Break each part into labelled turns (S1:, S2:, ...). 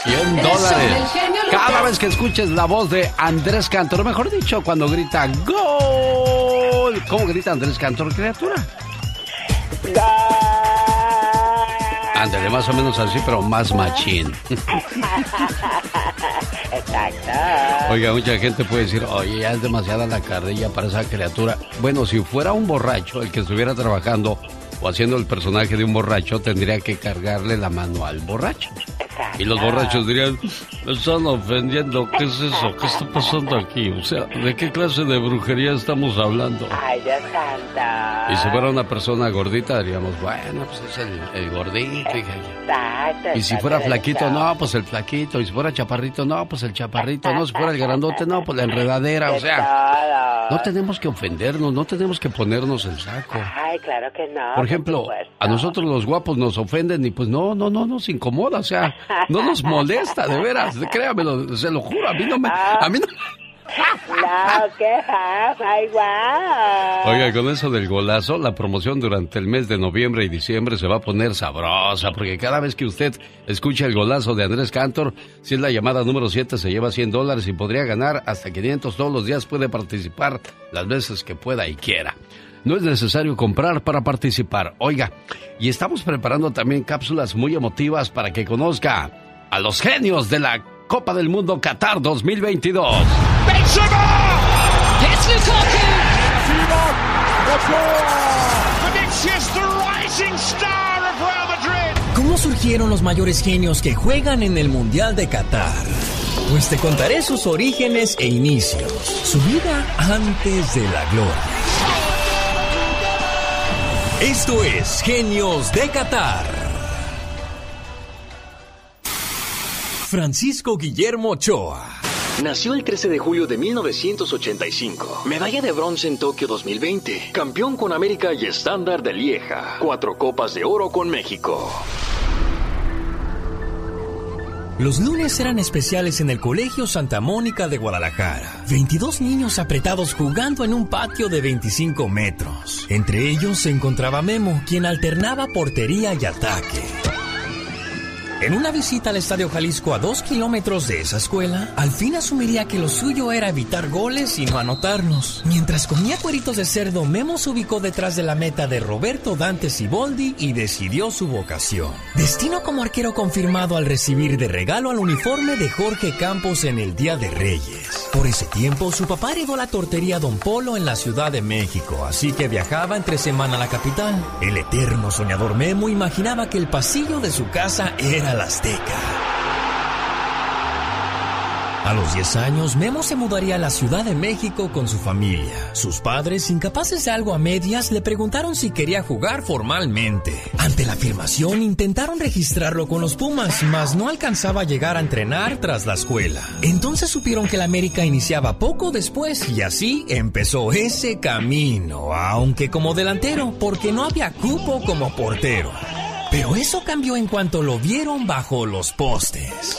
S1: $100. Cada vez que escuches la voz de Andrés Cantor, mejor dicho, cuando grita ¡Gol! ¿Cómo grita Andrés Cantor, criatura?
S2: ¡Gol!
S1: Ándale, más o menos así, pero más machín.
S2: Exacto.
S1: Oiga, mucha gente puede decir, oye, ya es demasiada la carrilla para esa criatura. Bueno, si fuera un borracho el que estuviera trabajando o haciendo el personaje de un borracho, tendría que cargarle la mano al borracho.
S2: Exacto.
S1: Y los borrachos dirían, me están ofendiendo, ¿qué es eso? ¿Qué está pasando aquí? O sea, ¿de qué clase de brujería estamos hablando?
S2: Ay, Dios santo.
S1: Y si fuera una persona gordita, diríamos, bueno, pues es el gordito.
S2: Exacto.
S1: Y si fuera flaquito, no, pues el flaquito. Y si fuera chaparrito, no, pues el chaparrito. No, si fuera el grandote, no, pues la enredadera. O sea, no tenemos que ofendernos, no tenemos que ponernos el saco.
S2: Ay, claro que no.
S1: Por ejemplo, a nosotros los guapos nos ofenden y pues no nos incomoda, o sea, no nos molesta, de veras, créamelo, se lo juro, a mí no.
S2: No, qué ay, guau.
S1: Oiga, con eso del golazo, la promoción durante el mes de noviembre y diciembre se va a poner sabrosa, porque cada vez que usted escucha el golazo de Andrés Cantor, si es la llamada número 7, se lleva $100 y podría ganar hasta 500 todos los días. Puede participar las veces que pueda y quiera. No es necesario comprar para participar. Oiga, y estamos preparando también cápsulas muy emotivas para que conozca a los genios de la Copa del Mundo Qatar 2022.
S3: ¡Benzema! ¡Es Lukaku! ¡Vinicius, the rising star of Real Madrid!
S4: ¿Cómo surgieron los mayores genios que juegan en el Mundial de Qatar? Pues te contaré sus orígenes e inicios, su vida antes de la gloria. Esto es Genios de Qatar. Francisco Guillermo Ochoa.
S5: Nació el 13 de julio de 1985. Medalla de bronce en Tokio 2020. Campeón con América y Estándar de Lieja. 4 copas de oro con México.
S4: Los lunes eran especiales en el Colegio Santa Mónica de Guadalajara. 22 niños apretados jugando en un patio de 25 metros. Entre ellos se encontraba Memo, quien alternaba portería y ataque. En una visita al Estadio Jalisco a 2 kilómetros de esa escuela, al fin asumiría que lo suyo era evitar goles y no anotarlos. Mientras comía cueritos de cerdo, Memo se ubicó detrás de la meta de Roberto Dante Siboldi y decidió su vocación. Destino como arquero confirmado al recibir de regalo al uniforme de Jorge Campos en el Día de Reyes. Por ese tiempo, su papá heredó la tortería Don Polo en la Ciudad de México, así que viajaba entre semana a la capital. El eterno soñador Memo imaginaba que el pasillo de su casa era la Azteca. A los 10 años, Memo se mudaría a la Ciudad de México con su familia. Sus padres, incapaces de algo a medias, le preguntaron si quería jugar formalmente. Ante la afirmación, intentaron registrarlo con los Pumas, mas no alcanzaba a llegar a entrenar tras la escuela. Entonces supieron que la América iniciaba poco después y así empezó ese camino, aunque como delantero, porque no había cupo como portero. Pero eso cambió en cuanto lo vieron bajo los postes.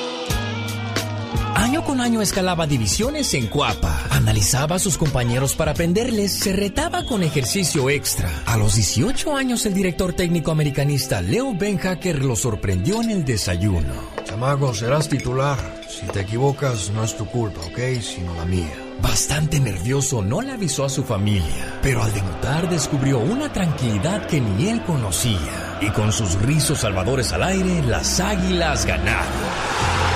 S4: Año con año escalaba divisiones en Cuapa, analizaba a sus compañeros para aprenderles, se retaba con ejercicio extra. A los 18 años el director técnico americanista Leo Benhacker lo sorprendió en el desayuno.
S6: Chamaco, serás titular. Si te equivocas no es tu culpa, ¿ok? Sino la mía.
S4: Bastante nervioso, no le avisó a su familia, pero al debutar descubrió una tranquilidad que ni él conocía. Y con sus rizos salvadores al aire, las Águilas ganaron.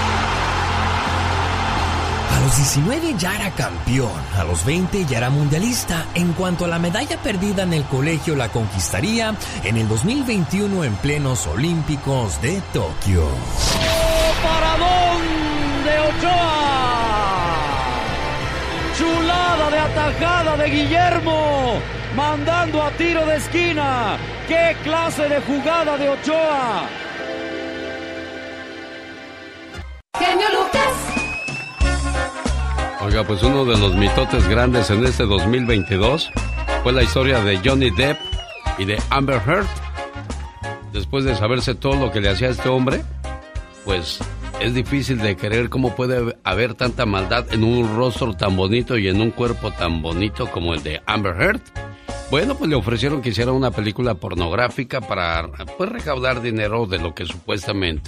S4: A los 19 ya era campeón, a los 20 ya era mundialista. En cuanto a la medalla perdida en el colegio, la conquistaría en el 2021 en plenos Olímpicos de Tokio.
S7: ¡Oh, paradón de Ochoa! ¡Chulada de atajada de Guillermo! Mandando a tiro de esquina. ¡Qué clase de jugada de Ochoa!
S8: ¡Genio Lucas!
S1: Oiga, pues uno de los mitotes grandes en este 2022 fue la historia de Johnny Depp y de Amber Heard. Después de saberse todo lo que le hacía a este hombre, pues es difícil de creer cómo puede haber tanta maldad en un rostro tan bonito y en un cuerpo tan bonito como el de Amber Heard. Bueno, pues le ofrecieron que hiciera una película pornográfica para pues recaudar dinero de lo que supuestamente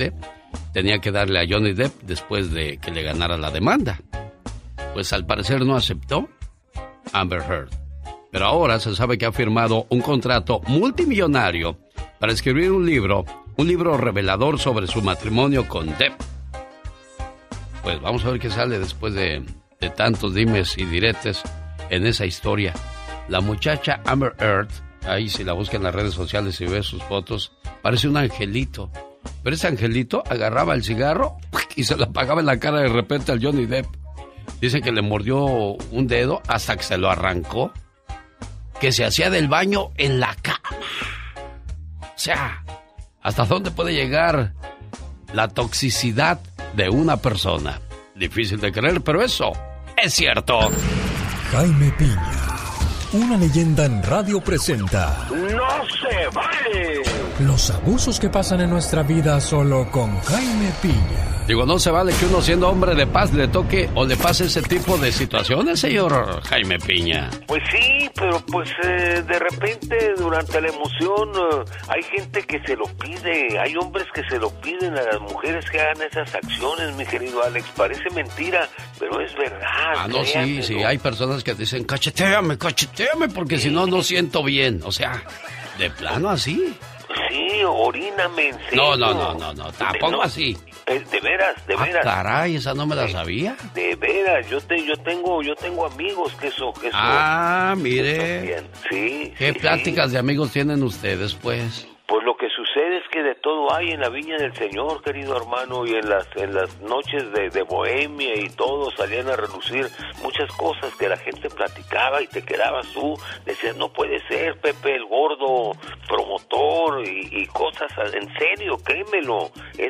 S1: tenía que darle a Johnny Depp después de que le ganara la demanda. Pues al parecer no aceptó Amber Heard. Pero ahora se sabe que ha firmado un contrato multimillonario para escribir un libro revelador sobre su matrimonio con Depp. Pues vamos a ver qué sale después de tantos dimes y diretes en esa historia. La muchacha Amber Heard, ahí si la buscan en las redes sociales y ve sus fotos, parece un angelito. Pero ese angelito agarraba el cigarro y se lo apagaba en la cara de repente al Johnny Depp. Dice que le mordió un dedo hasta que se lo arrancó. Que se hacía del baño en la cama. O sea, ¿hasta dónde puede llegar la toxicidad de una persona? Difícil de creer, pero eso es cierto.
S4: Jaime Piña, una leyenda en radio presenta.
S3: ¡No se vale!
S4: Los abusos que pasan en nuestra vida solo con Jaime Piña.
S1: Digo, no se vale que uno siendo hombre de paz le toque o le pase ese tipo de situaciones, señor Jaime Piña.
S9: Pues sí, pero pues de repente durante la emoción hay gente que se lo pide, hay hombres que se lo piden a las mujeres que hagan esas acciones, mi querido Alex. Parece mentira, pero es verdad.
S1: Ah, no, sí, hay personas que dicen, cachetéame, porque si no, no siento bien. O sea, de plano así.
S9: Sí, oríname, en serio.
S1: No, tampoco así.
S9: De veras.
S1: Ah, caray, esa no me la sabía.
S9: De veras, yo tengo amigos que eso.
S1: Ah, mire.
S9: Sí.
S1: ¿Qué pláticas de amigos tienen ustedes, pues?
S9: Pues lo que sucede es que de todo hay en la viña del Señor, querido hermano, y en las noches de bohemia y todo salían a relucir muchas cosas que la gente platicaba y te quedabas tú, decías, no puede ser, Pepe el Gordo, promotor y cosas, en serio, créemelo,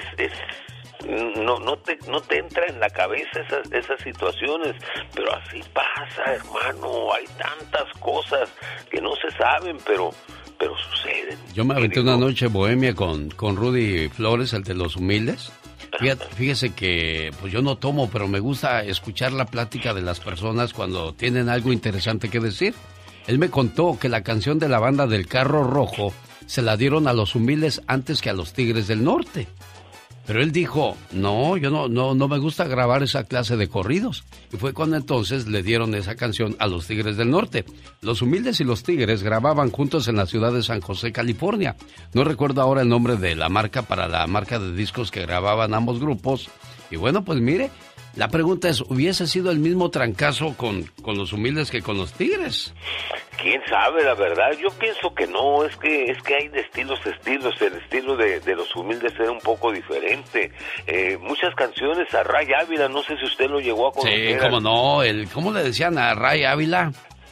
S9: no te entra en la cabeza esas situaciones, pero así pasa, hermano, hay tantas cosas que no se saben, pero suceden.
S1: Yo me aventé una noche bohemia con Rudy Flores, el de Los Humildes. Fíjese que pues yo no tomo, pero me gusta escuchar la plática de las personas cuando tienen algo interesante que decir. Él me contó que la canción de la banda del Carro Rojo se la dieron a Los Humildes antes que a los Tigres del Norte. Pero él dijo, no, yo no me gusta grabar esa clase de corridos. Y fue cuando entonces le dieron esa canción a los Tigres del Norte. Los Humildes y los Tigres grababan juntos en la ciudad de San José, California. No recuerdo ahora el nombre de la marca para la marca de discos que grababan ambos grupos. Y bueno, pues mire, la pregunta es, ¿hubiese sido el mismo trancazo con los Humildes que con los Tigres?
S9: ¿Quién sabe, la verdad? Yo pienso que no, es que hay de estilos, el estilo de los Humildes era un poco diferente. Muchas canciones a Ray Ávila, no sé si usted lo llegó a conocer.
S1: Sí, cómo no, ¿cómo le decían a Ray Ávila?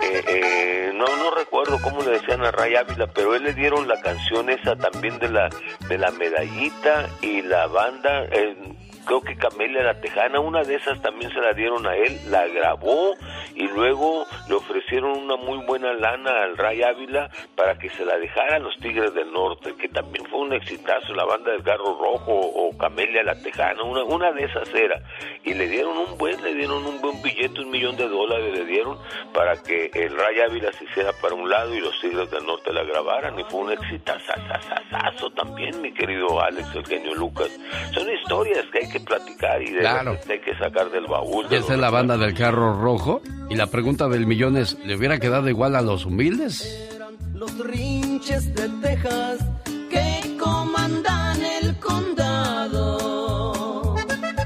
S9: No recuerdo cómo le decían a Ray Ávila, pero él le dieron la canción esa también de la medallita y la banda... creo que Camelia la Tejana, una de esas también se la dieron a él, la grabó y luego le ofrecieron una muy buena lana al Ray Ávila para que se la dejara a los Tigres del Norte, que también fue un exitazo, la banda del Carro Rojo o Camelia la Tejana, una de esas era, y le dieron un buen billete, $1 millón le dieron para que el Ray Ávila se hiciera para un lado y los Tigres del Norte la grabaran, y fue un exitazazazazo también, mi querido Alex, el genio Lucas. Son historias que hay que platicar y
S1: claro,
S9: hay que sacar del baúl.
S1: Esta es la banda del Carro Rojo y la pregunta del millón es, ¿le hubiera quedado igual a los Humildes?
S10: Los rinches de Texas que comandan el condado.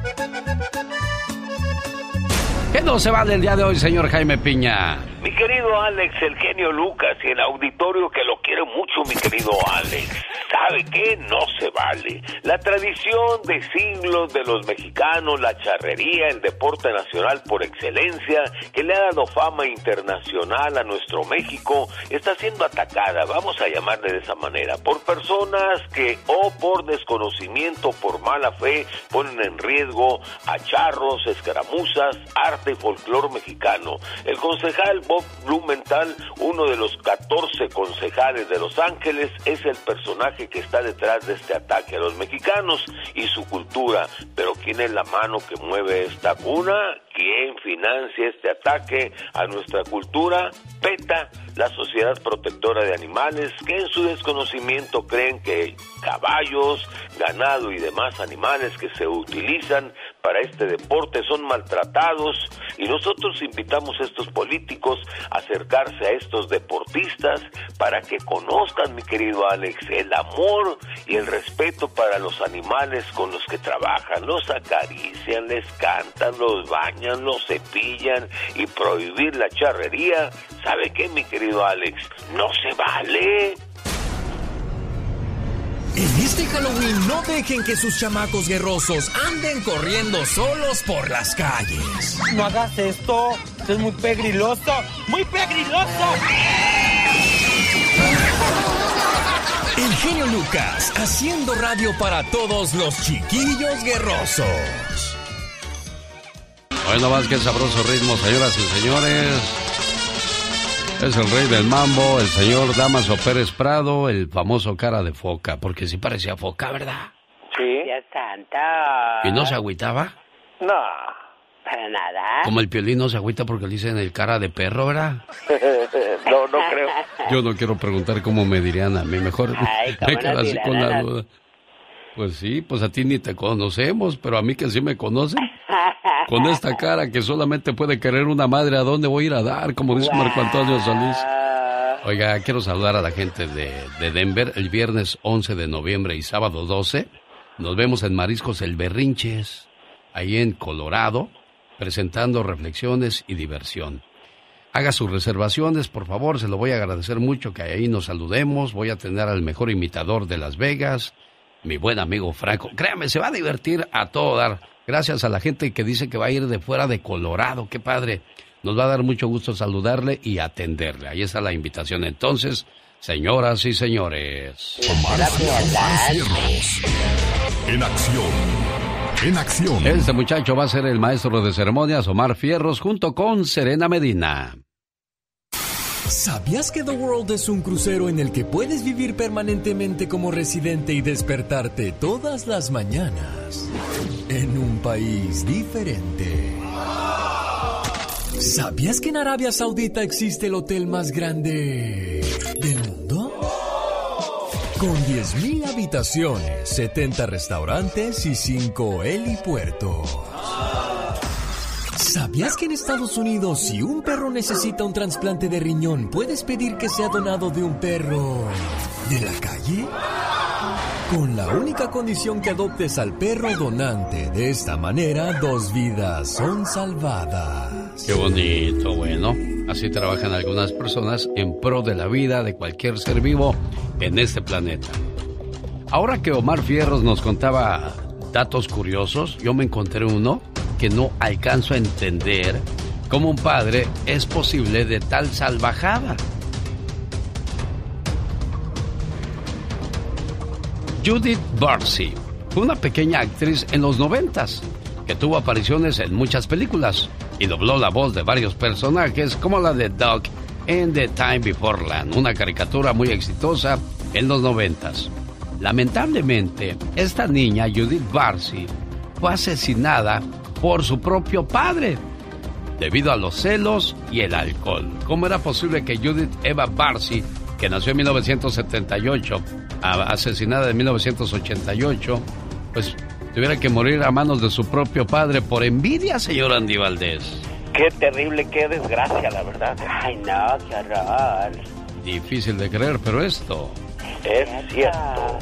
S1: ¿Qué no se vale el día de hoy, señor Jaime Piña?
S9: Mi querido Alex, el genio Lucas y el auditorio que lo quiere mucho, mi querido Alex. ¿Sabe qué? No se vale. La tradición de siglos de los mexicanos, la charrería, el deporte nacional por excelencia, que le ha dado fama internacional a nuestro México, está siendo atacada, vamos a llamarle de esa manera, por personas que o por desconocimiento, por mala fe, ponen en riesgo a charros, escaramuzas, arte y folclor mexicano. El concejal Bob Blumenthal, uno de los 14 concejales de Los Ángeles, es el personaje que está detrás de este ataque a los mexicanos y su cultura. Pero ¿quién es la mano que mueve esta cuna? quien financia este ataque a nuestra cultura, PETA, la Sociedad Protectora de Animales, que en su desconocimiento creen que caballos, ganado y demás animales que se utilizan para este deporte son maltratados, y nosotros invitamos a estos políticos a acercarse a estos deportistas para que conozcan, mi querido Alex, el amor y el respeto para los animales con los que trabajan. Los acarician, les cantan, los bañan, los cepillan, y prohibir la charrería, ¿sabe qué, mi querido Alex? No se vale.
S4: En este Halloween no dejen que sus chamacos guerrosos anden corriendo solos por las calles.
S11: No hagas esto, es muy pegriloso, muy pegriloso.
S4: El genio Lucas, haciendo radio para todos los chiquillos guerrosos.
S1: Hoy no más que sabroso ritmo, señoras y señores. Es el rey del mambo, el señor Damaso Pérez Prado, el famoso cara de foca, porque sí parecía foca, ¿verdad?
S2: Sí. Dios santo.
S1: ¿Y no se agüitaba?
S2: No, para nada.
S1: Como el Piolín no se agüita porque le dicen el cara de perro, ¿verdad?
S9: No creo.
S1: Yo no quiero preguntar cómo me dirían a mí, mejor me quedo así con la duda. Pues sí, pues a ti ni te conocemos, pero a mí que sí me conocen. Con esta cara que solamente puede querer una madre, ¿a dónde voy a ir a dar? Como dice Marco Antonio Solís. Oiga, quiero saludar a la gente de Denver. El viernes 11 de noviembre y sábado 12 nos vemos en Mariscos El Berrinches, ahí en Colorado, presentando reflexiones y diversión. Haga sus reservaciones, por favor, se lo voy a agradecer mucho que ahí nos saludemos. Voy a tener al mejor imitador de Las Vegas, mi buen amigo Franco. Créame, se va a divertir a todo dar. Gracias a la gente que dice que va a ir de fuera de Colorado. ¡Qué padre! Nos va a dar mucho gusto saludarle y atenderle. Ahí está la invitación. Entonces, señoras y señores.
S12: Omar Fierros. En acción. En acción.
S1: Este muchacho va a ser el maestro de ceremonias, Omar Fierros, junto con Serena Medina.
S4: ¿Sabías que The World es un crucero en el que puedes vivir permanentemente como residente y despertarte todas las mañanas en un país diferente? ¿Sabías que en Arabia Saudita existe el hotel más grande del mundo? Con 10,000 habitaciones, 70 restaurantes y 5 helipuertos. ¿Sabías que en Estados Unidos, si un perro necesita un trasplante de riñón, puedes pedir que sea donado de un perro de la calle? Con la única condición que adoptes al perro donante. De esta manera, 2 vidas son salvadas.
S1: Qué bonito, bueno. Así trabajan algunas personas en pro de la vida de cualquier ser vivo en este planeta. Ahora que Omar Fierros nos contaba datos curiosos, yo me encontré uno que no alcanzo a entender cómo un padre es posible de tal salvajada. Judith Barcy fue una pequeña actriz en los 90s que tuvo apariciones en muchas películas y dobló la voz de varios personajes como la de Doug en The Time Before Land, una caricatura muy exitosa en los 90s. Lamentablemente, esta niña, Judith Barcy, fue asesinada por su propio padre debido a los celos y el alcohol. ¿Cómo era posible que Judith Eva Barcy, que nació en 1978, asesinada en 1988, pues tuviera que morir a manos de su propio padre por envidia, señor Andy Valdés?
S9: Qué terrible, qué desgracia, la verdad.
S2: Ay, no, qué horror.
S1: Difícil de creer, pero esto
S9: es cierto.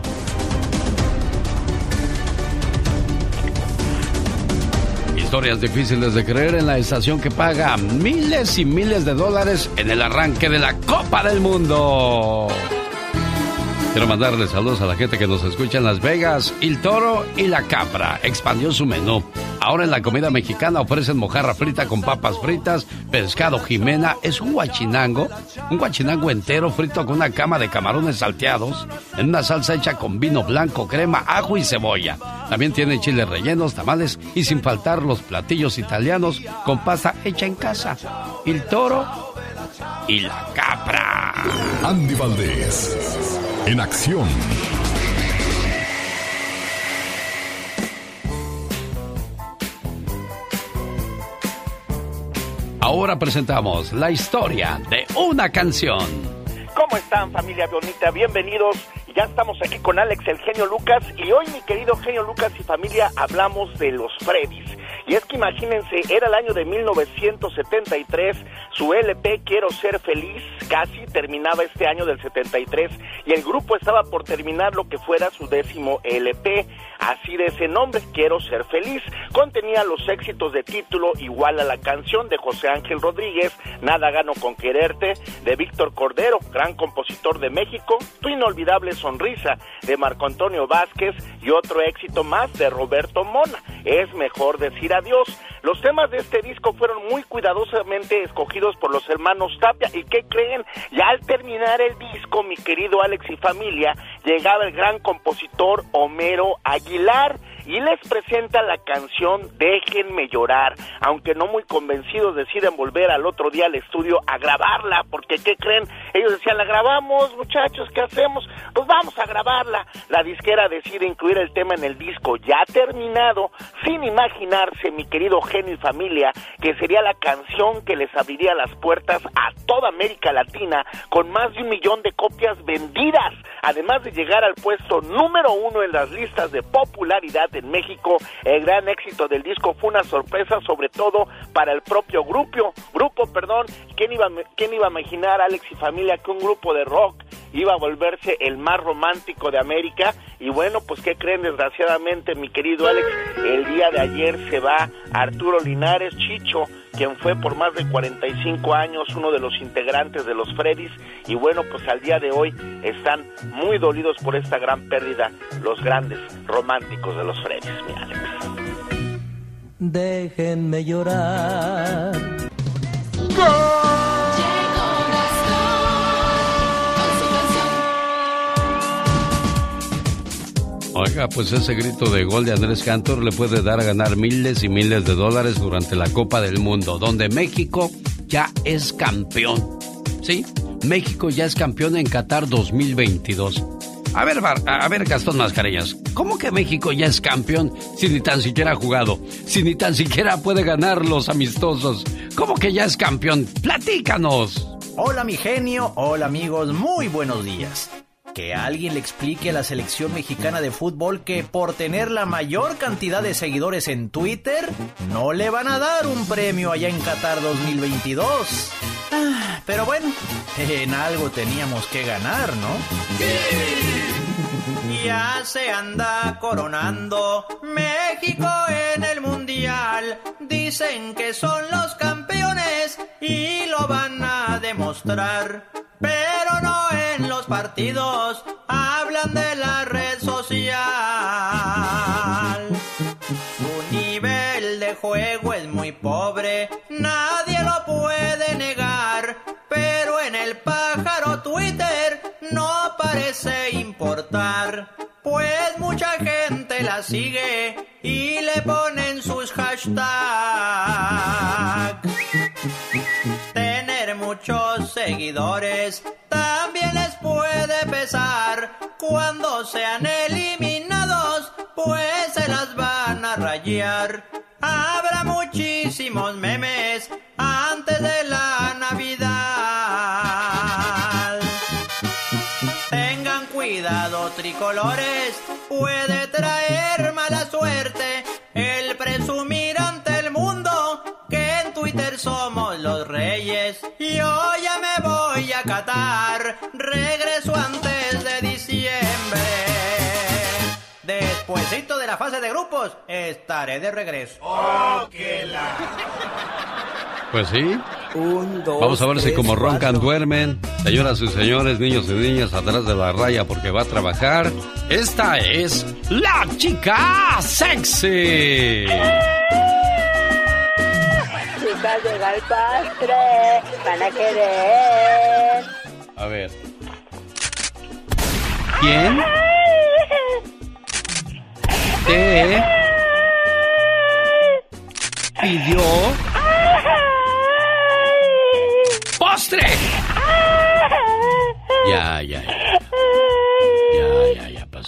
S1: Historias difíciles de creer en la estación que paga miles y miles de dólares en el arranque de la Copa del Mundo. Quiero mandarle saludos a la gente que nos escucha en Las Vegas. El Toro y la Capra expandió su menú. Ahora en la comida mexicana ofrecen mojarra frita con papas fritas, pescado Jimena. Es un guachinango entero frito con una cama de camarones salteados en una salsa hecha con vino blanco, crema, ajo y cebolla. También tienen chiles rellenos, tamales y sin faltar los platillos italianos con pasta hecha en casa. El Toro y la Capra.
S12: Andy Valdés, en acción.
S1: Ahora presentamos la historia de una canción.
S13: ¿Cómo están, familia bonita? Bienvenidos. Ya estamos aquí con Alex, el genio Lucas, y hoy, mi querido genio Lucas y familia, hablamos de los Freddys. Y es que imagínense, era el año de 1973, su LP Quiero Ser Feliz casi terminaba este año del 73, y el grupo estaba por terminar lo que fuera su 10º LP, así de ese nombre, Quiero Ser Feliz. Contenía los éxitos de título Igual a la Canción, de José Ángel Rodríguez, Nada Gano con Quererte, de Víctor Cordero, gran compositor de México, Tu Inolvidable Sonrisa, de Marco Antonio Vázquez, y otro éxito más de Roberto Mona, Es Mejor Decir Adiós. Los temas de este disco fueron muy cuidadosamente escogidos por los hermanos Tapia, y ¿qué creen? Ya al terminar el disco, mi querido Alex y familia, llegaba el gran compositor Homero Aguilar y les presenta la canción Déjenme Llorar. Aunque no muy convencidos, deciden volver al otro día al estudio a grabarla, porque ¿qué creen? Ellos decían, la grabamos, muchachos, ¿qué hacemos? Pues vamos a grabarla. La disquera decide incluir el tema en el disco ya terminado, sin imaginarse, mi querido genio y familia, que sería la canción que les abriría las puertas a toda América Latina, con más de 1 millón de copias vendidas, además de llegar al puesto número 1 en las listas de popularidad en México. El gran éxito del disco fue una sorpresa, sobre todo para el propio grupo. ¿Quién iba a imaginar, Alex y familia, que un grupo de rock iba a volverse el más romántico de América? Y bueno, pues ¿qué creen? Desgraciadamente, mi querido Alex, el día de ayer se va Arturo Linares, Chicho, quien fue por más de 45 años uno de los integrantes de los Freddys, y bueno, pues al día de hoy están muy dolidos por esta gran pérdida, los grandes románticos de los Freddys, mi Alex.
S10: Déjenme llorar.
S1: Oiga, pues ese grito de gol de Andrés Cantor le puede dar a ganar miles y miles de dólares durante la Copa del Mundo, donde México ya es campeón. ¿Sí? México ya es campeón en Qatar 2022. A ver, Gastón Mascareñas, ¿cómo que México ya es campeón si ni tan siquiera ha jugado? Si ni tan siquiera puede ganar los amistosos. ¿Cómo que ya es campeón? ¡Platícanos!
S14: Hola, mi genio. Hola, amigos. Muy buenos días. Que alguien le explique a la selección mexicana de fútbol que por tener la mayor cantidad de seguidores en Twitter, no le van a dar un premio allá en Qatar 2022. Pero bueno, en algo teníamos que ganar, ¿no? Ya se anda coronando México en el Mundial. Dicen que son los campeones y lo van a demostrar. Pero no en los partidos, hablan de la red social. Su nivel de juego es muy pobre, nadie lo puede negar. Pero en el pájaro Twitter no parece importar, pues mucha gente la sigue y le ponen sus hashtags. Tener muchos seguidores también les puede pesar. Cuando sean eliminados, pues se las van a rayar. Habrá muchísimos memes antes de la Navidad. Tengan cuidado, tricolores, puede traer mala suerte el presumir ante el mundo que en Twitter somos los reyes. Yo ya me voy a Qatar, regreso antes de diciembre. Despuésito de la fase de grupos, estaré de regreso.
S1: Pues sí. Vamos a ver si como roncan duermen. Señoras y señores, niños y niñas, atrás de la raya porque va a trabajar. Esta es la chica sexy.
S2: Chicas, llega el postre. Van a querer.
S1: A ver. ¿Quién te pidió postre? Ya pasó.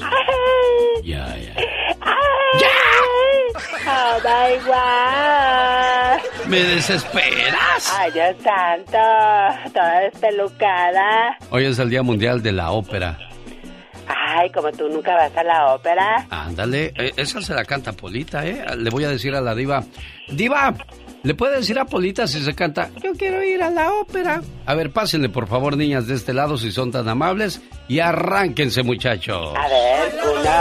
S1: Ya.
S2: Oh my God.
S1: ¡Me desesperas!
S2: Ay, Dios santo, toda despelucada.
S1: Hoy es el Día Mundial de la Ópera.
S2: Ay, como tú nunca vas a la ópera.
S1: Ándale, esa se la canta Polita, ¿eh? Le voy a decir a la diva, Diva, ¿le puede decir a Polita si se canta, yo quiero ir a la ópera? A ver, pásenle por favor, niñas de este lado, si son tan amables, y arránquense, muchachos.
S2: A ver, una...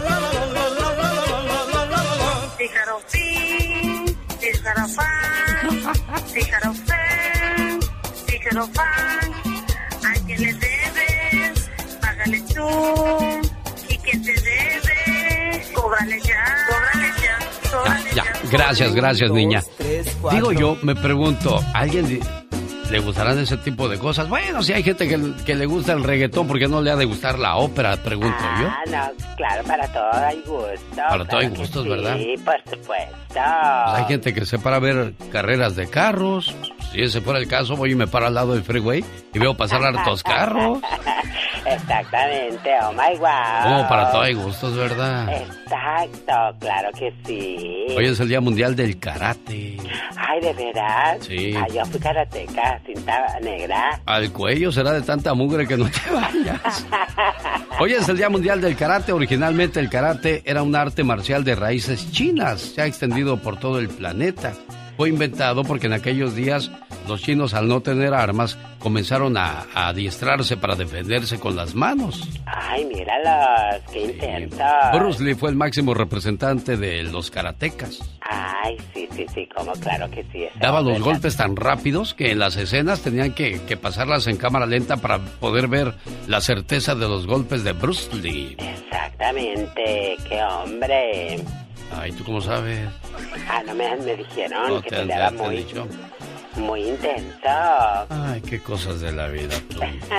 S15: ¿A quién le debes? Págale tú. ¿Y quién te debe? Cóbrale ya.
S1: Ya, gracias, niña. Digo yo, me pregunto, ¿a alguien le gustarán ese tipo de cosas? Bueno, si hay gente que le gusta el reggaetón, ¿por qué no le ha de gustar la ópera? Pregunto yo.
S2: No, claro, para todo hay gusto.
S1: Para todo hay gustos,
S2: sí,
S1: ¿verdad?
S2: Sí, por supuesto.
S1: Pues hay gente que se para a ver carreras de carros. Si ese fuera el caso, voy y me paro al lado del freeway y veo pasar hartos carros.
S2: Exactamente, oh my wow.
S1: Como para todo hay gustos, ¿verdad?
S2: Exacto, claro que sí.
S1: Hoy es el Día Mundial del Karate.
S2: Ay, ¿de verdad?
S1: Sí.
S2: Ay, yo fui karateca, cinta negra.
S1: Al cuello será de tanta mugre que no te vayas. Hoy es el Día Mundial del Karate. Originalmente el karate era un arte marcial de raíces chinas. Se ha extendido por todo el planeta. Fue inventado porque en aquellos días los chinos, al no tener armas, comenzaron a adiestrarse para defenderse con las manos.
S2: Ay, míralos, qué intensos.
S1: Bruce Lee fue el máximo representante de los karatecas.
S2: Ay, sí, como claro que sí.
S1: Daba los golpes tan rápidos que en las escenas tenían que pasarlas en cámara lenta para poder ver la certeza de los golpes de Bruce Lee.
S2: Exactamente, qué hombre.
S1: Ay, ¿tú cómo sabes?
S2: No me dijeron
S1: no,
S2: que peleaba muy intenso.
S1: Ay, qué cosas de la vida, tú.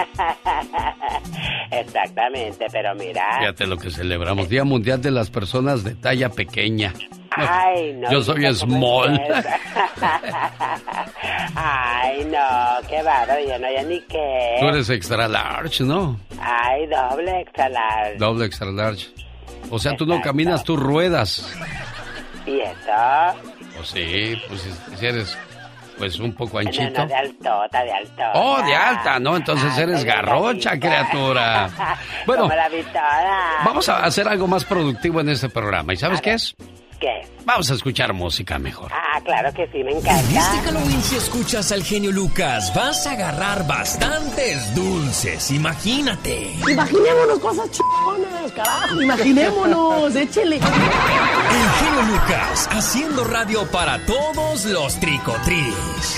S2: Exactamente, pero mira.
S1: Fíjate lo que celebramos, Día Mundial de las Personas de Talla Pequeña.
S2: Ay, no.
S1: Yo soy small.
S2: Ay, no, qué bárbaro, yo no, ya ni qué.
S1: Tú eres extra large, ¿no?
S2: Ay, doble extra large.
S1: Doble extra large. O sea, tú no caminas, tú ruedas.
S2: ¿Y eso?
S1: Pues sí, pues si eres pues un poco anchito.
S2: No, de altota.
S1: Oh, de alta, ¿no? Entonces eres garrocha, criatura. Bueno,
S2: como la Vitora.
S1: Vamos a hacer algo más productivo en este programa. ¿Y sabes qué es?
S2: ¿Qué?
S1: Vamos a escuchar música mejor.
S2: Claro que sí, me encanta.
S4: Este Halloween, si escuchas al genio Lucas, vas a agarrar bastantes dulces. Imagínate.
S16: Imaginémonos cosas chingonas, carajo. Imaginémonos, échele.
S4: El genio Lucas, haciendo radio para todos los tricotris.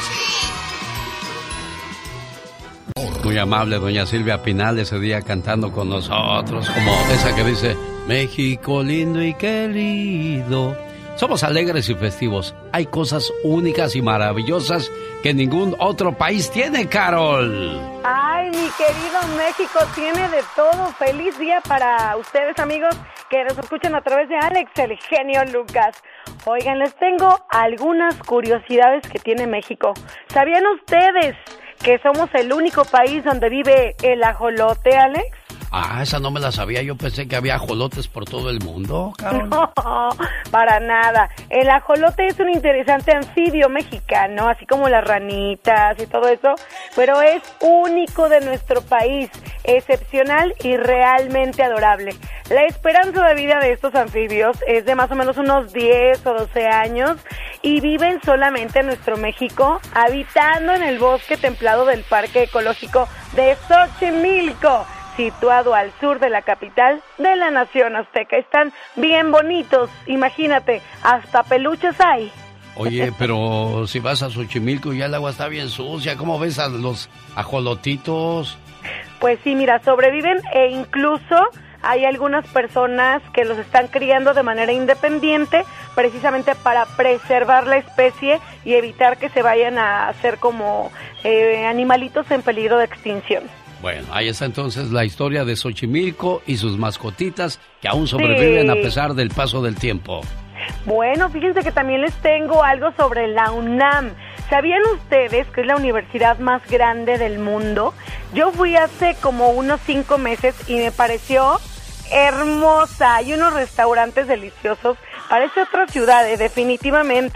S1: Muy amable doña Silvia Pinal ese día cantando con nosotros, como esa que dice, México lindo y querido. Somos alegres y festivos. Hay cosas únicas y maravillosas que ningún otro país tiene, Carol.
S17: Ay, mi querido México tiene de todo. Feliz día para ustedes, amigos, que nos escuchan a través de Alex, el genio Lucas. Oigan, les tengo algunas curiosidades que tiene México. ¿Sabían ustedes que somos el único país donde vive el ajolote, Alex?
S1: Esa no me la sabía. Yo pensé que había ajolotes por todo el mundo, Carol.
S17: No, para nada. El ajolote es un interesante anfibio mexicano, así como las ranitas y todo eso, pero es único de nuestro país, excepcional y realmente adorable. La esperanza de vida de estos anfibios es de más o menos unos 10 o 12 años y viven solamente en nuestro México, habitando en el bosque templado del Parque Ecológico de Xochimilco, situado al sur de la capital de la nación azteca. Están bien bonitos, imagínate, hasta peluches hay.
S1: Oye, pero si vas a Xochimilco ya el agua está bien sucia, ¿cómo ves a los ajolotitos?
S17: Pues sí, mira, sobreviven e incluso hay algunas personas que los están criando de manera independiente, precisamente para preservar la especie y evitar que se vayan a hacer como animalitos en peligro de extinción.
S1: Bueno, ahí está entonces la historia de Xochimilco y sus mascotitas que aún sobreviven a pesar del paso del tiempo.
S17: Bueno, fíjense que también les tengo algo sobre la UNAM. ¿Sabían ustedes que es la universidad más grande del mundo? Yo fui hace como unos 5 meses y me pareció hermosa. Hay unos restaurantes deliciosos. Parece otra ciudad, definitivamente.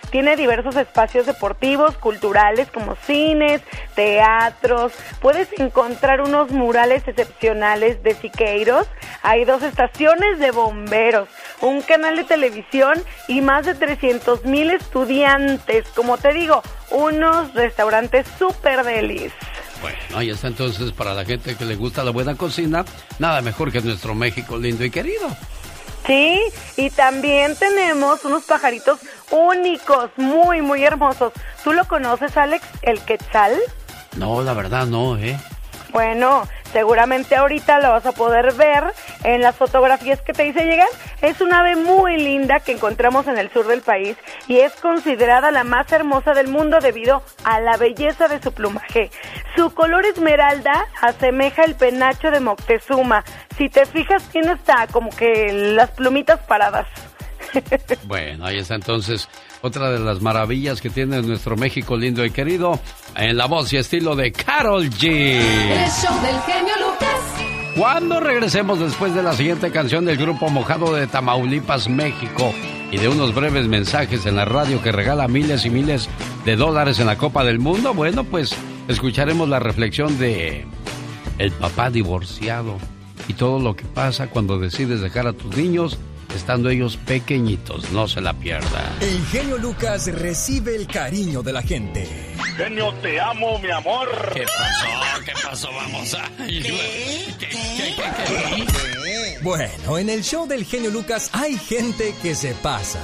S17: Tiene diversos espacios deportivos, culturales, como cines, teatros. Puedes encontrar unos murales excepcionales de Siqueiros. Hay 2 estaciones de bomberos, un canal de televisión y más de 300,000 estudiantes. Como te digo, unos restaurantes súper delis.
S1: Bueno, ahí está entonces para la gente que le gusta la buena cocina, nada mejor que nuestro México lindo y querido.
S17: Sí, y también tenemos unos pajaritos únicos, muy, muy hermosos. ¿Tú lo conoces, Alex, el quetzal?
S1: No, la verdad no,
S17: Bueno, seguramente ahorita lo vas a poder ver en las fotografías que te hice llegar. Es un ave muy linda que encontramos en el sur del país y es considerada la más hermosa del mundo debido a la belleza de su plumaje. Su color esmeralda asemeja el penacho de Moctezuma. Si te fijas, tiene hasta como que las plumitas paradas.
S1: Bueno, ahí está entonces otra de las maravillas que tiene nuestro México lindo y querido, en la voz y estilo de Karol G.
S8: El show del genio Lucas.
S1: Cuando regresemos después de la siguiente canción del grupo Mojado de Tamaulipas, México, y de unos breves mensajes en la radio que regala miles y miles de dólares en la Copa del Mundo, bueno, pues escucharemos la reflexión de el papá divorciado y todo lo que pasa cuando decides dejar a tus niños estando ellos pequeñitos. No se la pierda.
S4: El genio Lucas recibe el cariño de la gente.
S13: Genio, te amo, mi amor.
S1: ¿Qué pasó? ¿Qué pasó? Vamos a... ¿Qué?
S4: Bueno, en el show del genio Lucas hay gente que se pasa.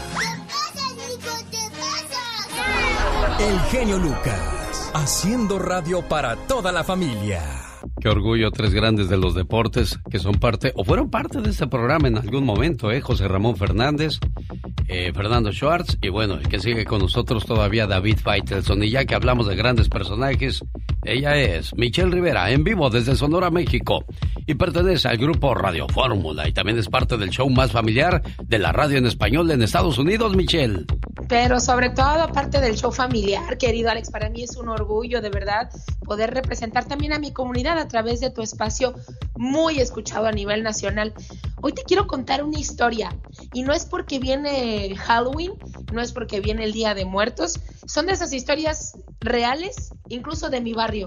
S4: El genio Lucas, haciendo radio para toda la familia.
S1: Qué orgullo, 3 grandes de los deportes que son parte, o fueron parte de este programa en algún momento, José Ramón Fernández, Fernando Schwartz, y bueno, el que sigue con nosotros todavía, David Faitelson. Y ya que hablamos de grandes personajes, ella es Michelle Rivera, en vivo desde Sonora, México, y pertenece al grupo Radio Fórmula, y también es parte del show más familiar de la radio en español en Estados Unidos, Michelle.
S18: Pero sobre todo, parte del show familiar, querido Alex, para mí es un orgullo, de verdad, poder representar también a mi comunidad a través de tu espacio muy escuchado a nivel nacional. Hoy te quiero contar una historia, y no es porque viene Halloween, no es porque viene el Día de Muertos, son de esas historias reales, incluso de mi barrio.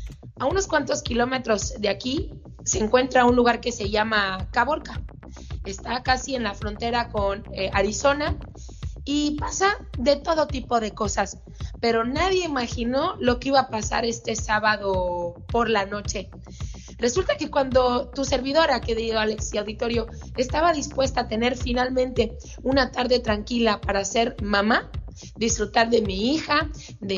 S18: A unos cuantos kilómetros de aquí se encuentra un lugar que se llama Caborca. Está casi en la frontera con Arizona, y pasa de todo tipo de cosas, pero nadie imaginó lo que iba a pasar este sábado por la noche. Resulta que cuando tu servidora, querido Alex y auditorio, estaba dispuesta a tener finalmente una tarde tranquila para ser mamá, disfrutar de mi hija,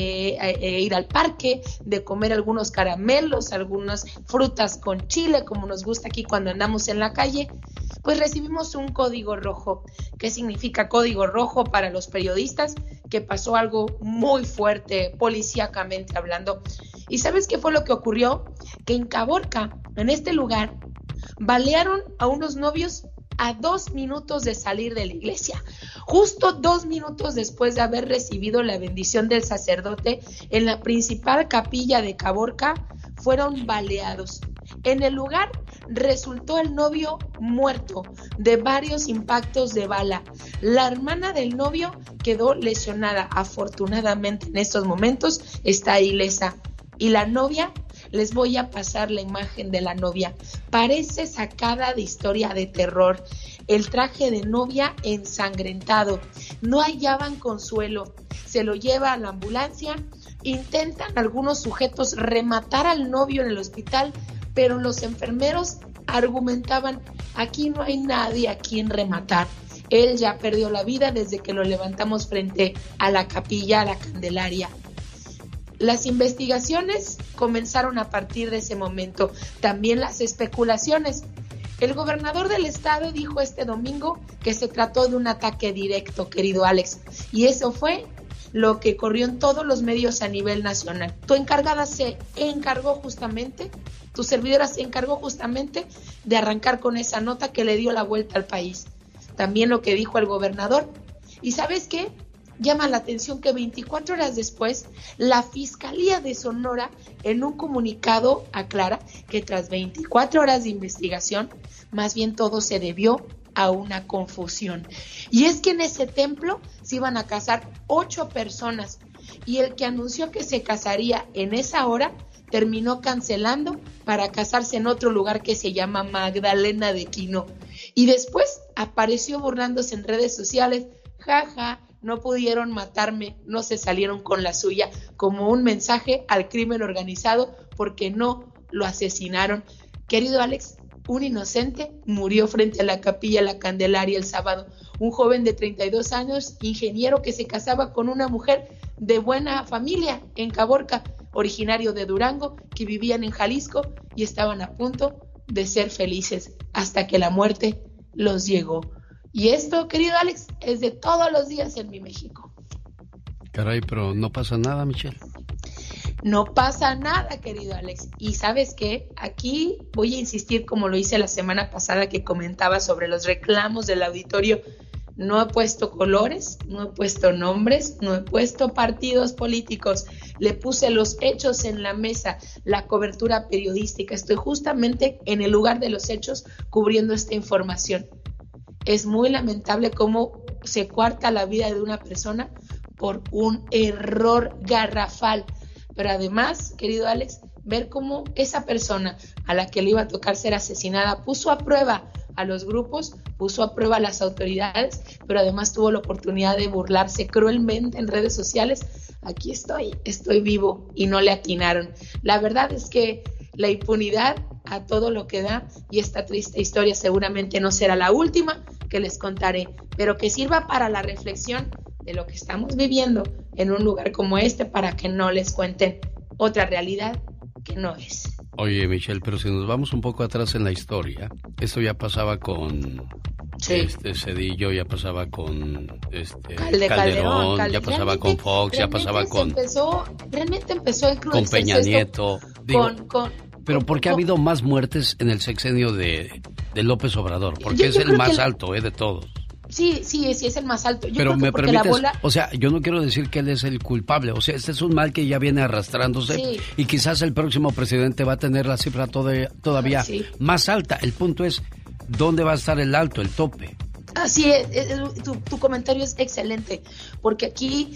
S18: de ir al parque, de comer algunos caramelos, algunas frutas con chile, como nos gusta aquí cuando andamos en la calle, pues recibimos un código rojo. ¿Qué significa código rojo para los periodistas? Que pasó algo muy fuerte, policíacamente hablando. ¿Y sabes qué fue lo que ocurrió? Que en Caborca, en este lugar, balearon a unos novios a 2 minutos de salir de la iglesia. Justo 2 minutos después de haber recibido la bendición del sacerdote en la principal capilla de Caborca, fueron baleados. En el lugar resultó el novio muerto de varios impactos de bala. La hermana del novio quedó lesionada. Afortunadamente en estos momentos está ilesa. Y la novia, les voy a pasar la imagen de la novia. Parece sacada de historia de terror. El traje de novia ensangrentado. No hallaban consuelo. Se lo lleva a la ambulancia. Intentan algunos sujetos rematar al novio en el hospital, pero los enfermeros argumentaban: aquí no hay nadie a quien rematar. Él ya perdió la vida desde que lo levantamos frente a la capilla, a la Candelaria. Las investigaciones comenzaron a partir de ese momento, también las especulaciones. El gobernador del estado dijo este domingo que se trató de un ataque directo, querido Alex, y eso fue lo que corrió en todos los medios a nivel nacional. Tu encargada se encargó justamente, tu servidora se encargó justamente de arrancar con esa nota que le dio la vuelta al país. También lo que dijo el gobernador. ¿Y sabes qué? Llama la atención que 24 horas después, la Fiscalía de Sonora, en un comunicado, aclara que tras 24 horas de investigación, más bien todo se debió a una confusión. Y es que en ese templo se iban a casar 8 personas y el que anunció que se casaría en esa hora terminó cancelando para casarse en otro lugar que se llama Magdalena de Quino. Y después apareció burlándose en redes sociales, jaja, no pudieron matarme, no se salieron con la suya, como un mensaje al crimen organizado porque no lo asesinaron. Querido Alex, un inocente murió frente a la Capilla La Candelaria el sábado. Un joven de 32 años, ingeniero que se casaba con una mujer de buena familia en Caborca, originario de Durango, que vivían en Jalisco y estaban a punto de ser felices hasta que la muerte los llegó. Y esto, querido Alex, es de todos los días en mi México.
S1: Caray, pero no pasa nada, Michelle.
S18: No pasa nada, querido Alex. Y ¿sabes qué? Aquí voy a insistir, como lo hice la semana pasada que comentaba sobre los reclamos del auditorio. No he puesto colores, no he puesto nombres, no he puesto partidos políticos. Le puse los hechos en la mesa, la cobertura periodística. Estoy justamente en el lugar de los hechos cubriendo esta información. Es muy lamentable cómo se coarta la vida de una persona por un error garrafal. Pero además, querido Alex, ver cómo esa persona a la que le iba a tocar ser asesinada puso a prueba a los grupos, puso a prueba a las autoridades, pero además tuvo la oportunidad de burlarse cruelmente en redes sociales. Aquí estoy vivo y no le atinaron. La verdad es que la impunidad a todo lo que da, y esta triste historia seguramente no será la última que les contaré, pero que sirva para la reflexión de lo que estamos viviendo en un lugar como este, para que no les cuenten otra realidad que no es.
S1: Oye, Michelle, pero si nos vamos un poco atrás en la historia, esto ya pasaba con Cedillo, ya pasaba con Calderón, ya pasaba con Fox, ya pasaba con...
S18: Realmente empezó incluso
S1: con Peña Nieto. Pero ¿por qué ha habido más muertes en el sexenio de López Obrador? Porque es el más alto de todos.
S18: Sí, es el más alto.
S1: Pero me permites, o sea, yo no quiero decir que él es el culpable. O sea, este es un mal que ya viene arrastrándose y quizás el próximo presidente va a tener la cifra todavía más alta. El punto es, ¿dónde va a estar el alto, el tope?
S18: Así es, tu comentario es excelente, porque aquí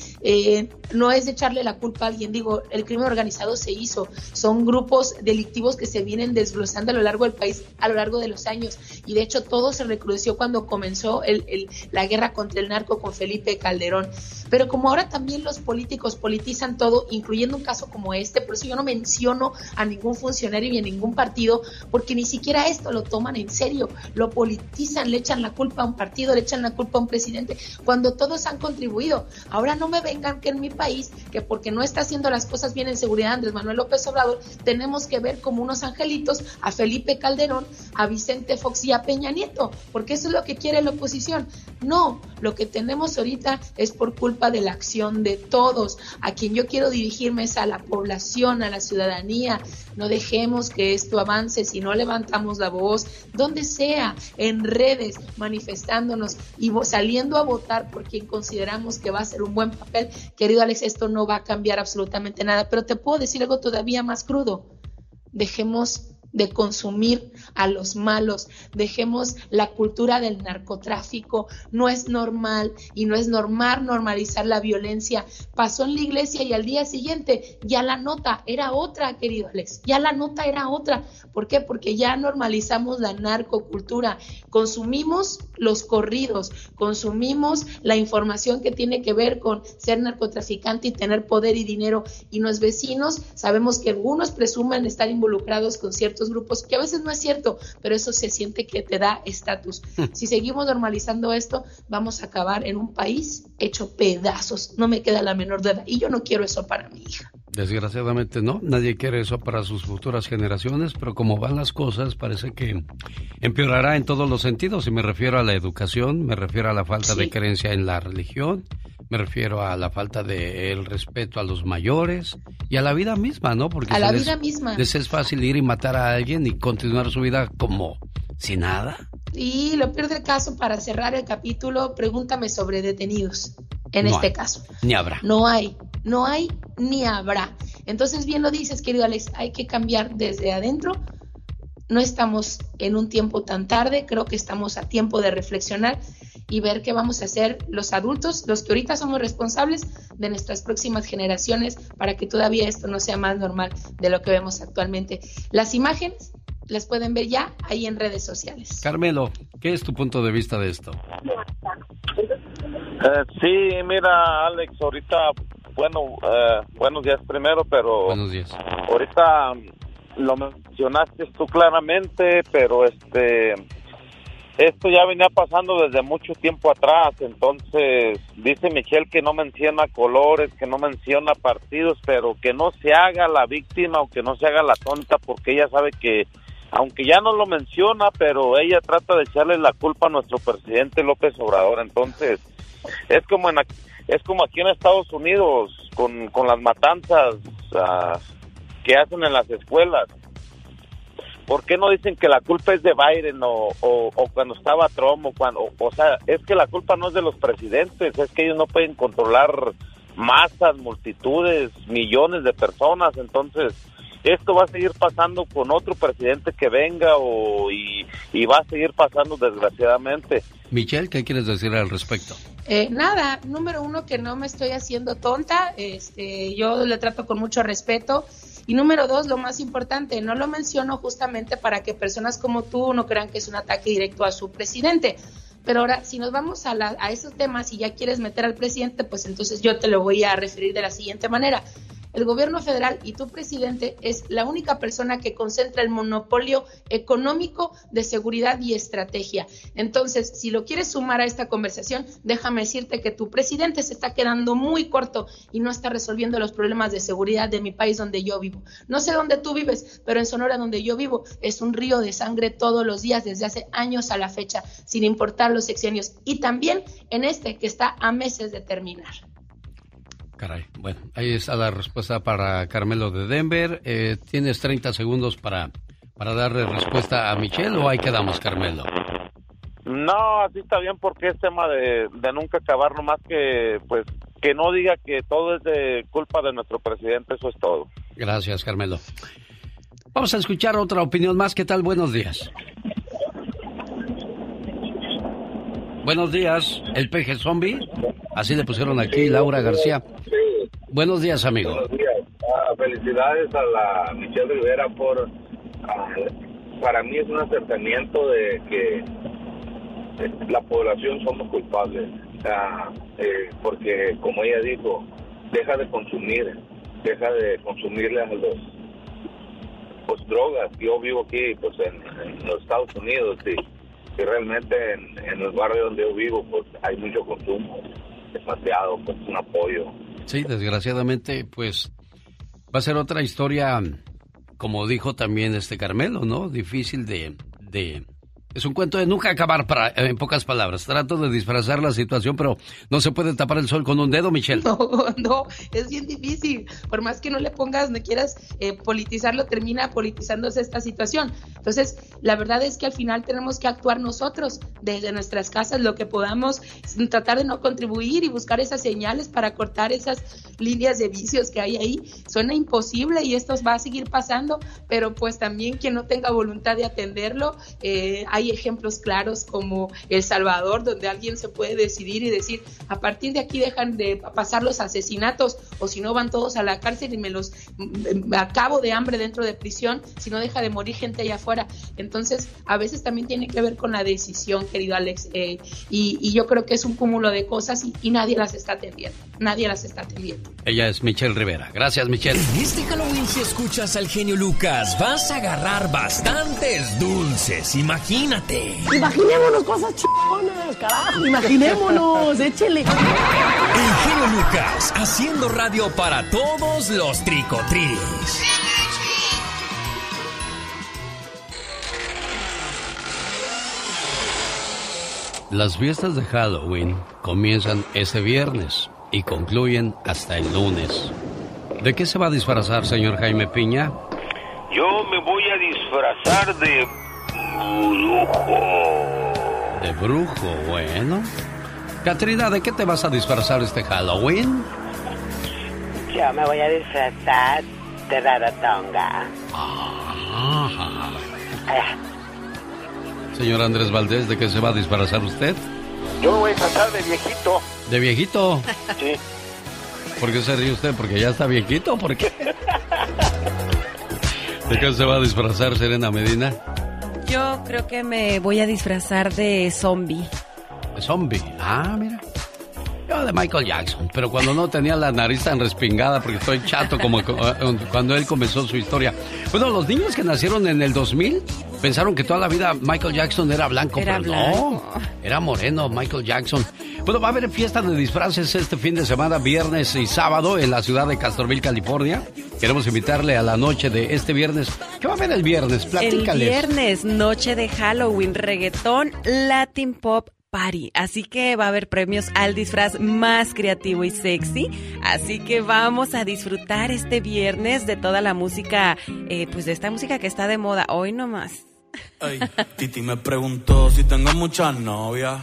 S18: no es de echarle la culpa a alguien. Digo, el crimen organizado se hizo, son grupos delictivos que se vienen desglosando a lo largo del país, a lo largo de los años, y de hecho todo se recrudeció cuando comenzó la guerra contra el narco con Felipe Calderón. Pero como ahora también los políticos politizan todo, incluyendo un caso como este, por eso yo no menciono a ningún funcionario ni a ningún partido, porque ni siquiera esto lo toman en serio, lo politizan, le echan la culpa a un partido, le echan la culpa a un presidente, cuando todos han contribuido. Ahora no me vengan que en mi país, que porque no está haciendo las cosas bien en seguridad Andrés Manuel López Obrador, tenemos que ver como unos angelitos a Felipe Calderón, a Vicente Fox y a Peña Nieto, porque eso es lo que quiere la oposición. No, lo que tenemos ahorita es por culpa de la acción de todos. A quien yo quiero dirigirme es a la población, a la ciudadanía. No dejemos que esto avance si no levantamos la voz, donde sea, en redes, manifestándonos y saliendo a votar por quien consideramos que va a hacer un buen papel. Querido Alex, esto no va a cambiar absolutamente nada, pero te puedo decir algo todavía más crudo. Dejemos de consumir a los malos, dejemos la cultura del narcotráfico. No es normal y no es normal normalizar la violencia. Pasó en la iglesia y al día siguiente ya la nota era otra, querido Alex, ya la nota era otra. ¿Por qué? Porque ya normalizamos la narcocultura, consumimos los corridos, consumimos la información que tiene que ver con ser narcotraficante y tener poder y dinero, y los vecinos sabemos que algunos presumen estar involucrados con ciertos grupos, que a veces no es cierto, pero eso se siente que te da estatus. Si seguimos normalizando esto, vamos a acabar en un país hecho pedazos, no me queda la menor duda, y yo no quiero eso para mi hija.
S1: Desgraciadamente no, nadie quiere eso para sus futuras generaciones, pero como van las cosas parece que empeorará en todos los sentidos, y me refiero a la educación, me refiero a la falta de creencia en la religión, me refiero a la falta de el respeto a los mayores y a la vida misma, ¿no? Porque les es fácil ir y matar a alguien y continuar su vida como si nada.
S18: Y lo peor del caso, para cerrar el capítulo, pregúntame sobre detenidos en este caso.
S1: Ni habrá.
S18: No hay ni habrá. Entonces, bien lo dices, querido Alex, hay que cambiar desde adentro. No estamos en un tiempo tan tarde, creo que estamos a tiempo de reflexionar y ver qué vamos a hacer los adultos, los que ahorita somos responsables de nuestras próximas generaciones, para que todavía esto no sea más normal de lo que vemos actualmente. Las imágenes las pueden ver ya ahí en redes sociales.
S1: Carmelo, ¿qué es tu punto de vista de esto?
S19: Sí, mira, Alex, ahorita, buenos días primero, pero...
S1: Buenos días.
S19: Ahorita lo mencionaste tú claramente, pero esto ya venía pasando desde mucho tiempo atrás. Entonces dice Michelle que no menciona colores, que no menciona partidos, pero que no se haga la víctima o que no se haga la tonta, porque ella sabe que, aunque ya no lo menciona, pero ella trata de echarle la culpa a nuestro presidente López Obrador. Entonces es como aquí en Estados Unidos con las matanzas que hacen en las escuelas. ¿Por qué no dicen que la culpa es de Biden o cuando estaba Trump o sea, es que la culpa no es de los presidentes, es que ellos no pueden controlar masas, multitudes, millones de personas? Entonces, esto va a seguir pasando con otro presidente que venga y va a seguir pasando desgraciadamente.
S1: Michelle, ¿qué quieres decir al respecto?
S18: Nada, número uno, que no me estoy haciendo tonta, yo le trato con mucho respeto. Y número dos, lo más importante, no lo menciono justamente para que personas como tú no crean que es un ataque directo a su presidente. Pero ahora, si nos vamos a esos temas y ya quieres meter al presidente, pues entonces yo te lo voy a referir de la siguiente manera. El gobierno federal y tu presidente es la única persona que concentra el monopolio económico de seguridad y estrategia. Entonces, si lo quieres sumar a esta conversación, déjame decirte que tu presidente se está quedando muy corto y no está resolviendo los problemas de seguridad de mi país donde yo vivo. No sé dónde tú vives, pero en Sonora, donde yo vivo, es un río de sangre todos los días desde hace años a la fecha, sin importar los sexenios. Y también en que está a meses de terminar.
S1: Caray, bueno, ahí está la respuesta para Carmelo de Denver. ¿Tienes 30 segundos para darle respuesta a Michelle o ahí quedamos, Carmelo?
S19: No, así está bien, porque es tema de nunca acabar, nomás que pues que no diga que todo es de culpa de nuestro presidente, eso es todo.
S1: Gracias, Carmelo. Vamos a escuchar otra opinión más. ¿Qué tal? Buenos días. Buenos días, el peje zombie. Así le pusieron aquí, Laura García.
S20: Sí.
S1: Buenos días, amigo.
S20: Buenos días. Felicidades a la Michelle Rivera por... para mí es un acercamiento de que la población somos culpables. Porque, como ella dijo, deja de consumirle a los drogas. Yo vivo aquí, pues, en los Estados Unidos, y realmente en el barrio donde yo vivo, pues, hay mucho consumo. Demasiado, pues, un apoyo.
S1: Sí, desgraciadamente, pues va a ser otra historia, como dijo también Carmelo, ¿no? Difícil de... Es un cuento de nunca acabar, en pocas palabras. Trato de disfrazar la situación, pero no se puede tapar el sol con un dedo, Michelle.
S18: No, es bien difícil. Por más que no le pongas, no quieras politizarlo, termina politizándose esta situación. Entonces, la verdad es que al final tenemos que actuar nosotros, desde nuestras casas, lo que podamos, tratar de no contribuir y buscar esas señales para cortar esas líneas de vicios que hay ahí. Suena imposible y esto va a seguir pasando, pero pues también quien no tenga voluntad de atenderlo, hay ejemplos claros como El Salvador, donde alguien se puede decidir y decir, a partir de aquí dejan de pasar los asesinatos, o si no van todos a la cárcel y me acabo de hambre dentro de prisión, si no deja de morir gente allá afuera. Entonces, a veces también tiene que ver con la decisión, querido Alex, y yo creo que es un cúmulo de cosas y nadie las está atendiendo. Ella
S1: es Michelle Rivera. Gracias, Michelle.
S4: En este Halloween, si escuchas al genio Lucas, vas a agarrar bastantes dulces. Imagínate.
S16: Imaginémonos cosas chingonas, carajo. Imaginémonos, échele.
S4: El genio Lucas, haciendo radio para todos los tricotris.
S1: Las fiestas de Halloween comienzan este viernes y concluyen hasta el lunes. ¿De qué se va a disfrazar, señor Jaime Piña?
S9: Yo me voy a disfrazar de brujo.
S1: ¿De brujo? Bueno. Catrina, ¿de qué te vas a disfrazar este Halloween?
S2: Yo me voy a disfrazar de Rarotonga.
S1: Señor Andrés Valdés, ¿de qué se va a disfrazar usted?
S13: Yo me voy a disfrazar de viejito.
S1: ¿De viejito?
S13: Sí.
S1: ¿Por qué se ríe usted? ¿Porque ya está viejito? ¿Por qué? ¿De qué se va a disfrazar, Serena Medina?
S21: Yo creo que me voy a disfrazar de zombie.
S1: ¿De zombie? Ah, mira. Yo de Michael Jackson, pero cuando no tenía la nariz tan respingada, porque estoy chato como cuando él comenzó su historia. Bueno, los niños que nacieron en el 2000 pensaron que toda la vida Michael Jackson era blanco, pero no, era moreno Michael Jackson. Bueno, va a haber fiesta de disfraces este fin de semana, viernes y sábado, en la ciudad de Castroville, California. Queremos invitarle a la noche de este viernes. ¿Qué va a haber el viernes? Platícales.
S21: El viernes, noche de Halloween, reggaetón, Latin Pop Party. Así que va a haber premios al disfraz más creativo y sexy. Así que vamos a disfrutar este viernes de toda la música, pues de esta música que está de moda hoy nomás.
S22: Ay, Titi me preguntó si tengo muchas novias.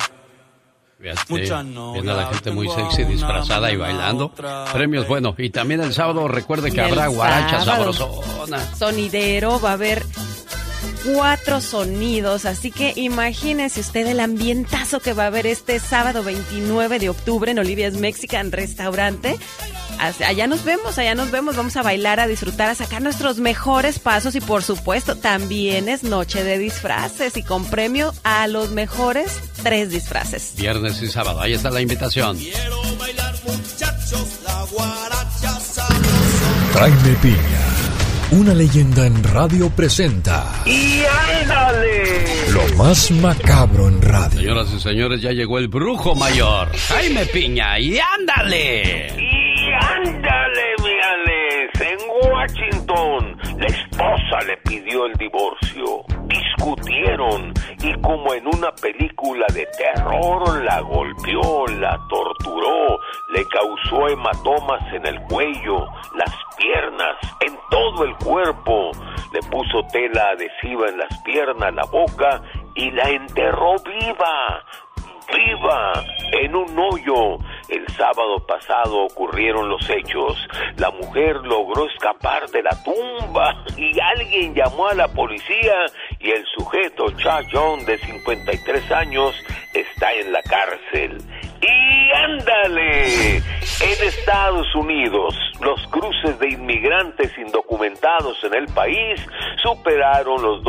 S1: Viene la gente muy sexy disfrazada y bailando. Premios, bueno, y también el sábado recuerde que habrá guaracha sabrosona.
S21: Sonidero, va a haber 4 sonidos, así que imagínese usted el ambientazo que va a haber este sábado 29 de octubre en Olivia's Mexican Restaurante. Allá nos vemos, vamos a bailar, a disfrutar, a sacar nuestros mejores pasos y por supuesto también es noche de disfraces y con premio a los mejores 3 disfraces.
S1: Viernes y sábado, ahí está la invitación.
S22: Quiero bailar, muchachos, la guaracha sabrosa.
S12: Jaime Piña, una leyenda en radio presenta.
S13: ¡Y ándale!
S12: Lo más macabro en radio.
S1: Señoras y señores, ya llegó el brujo mayor, Jaime Piña, ¡y ándale!
S9: ¡Y ándale, mi Alex! En Washington, la esposa le pidió el divorcio. Discutieron y como en una película de terror, la golpeó, la torturó, le causó hematomas en el cuello, las piernas, en todo el cuerpo. Le puso tela adhesiva en las piernas, la boca y la enterró viva en un hoyo. El sábado pasado ocurrieron los hechos. La mujer logró escapar de la tumba y alguien llamó a la policía y el sujeto, Cha John, de 53 años, está en la cárcel. ¡Y ándale! En Estados Unidos, los cruces de inmigrantes indocumentados en el país superaron los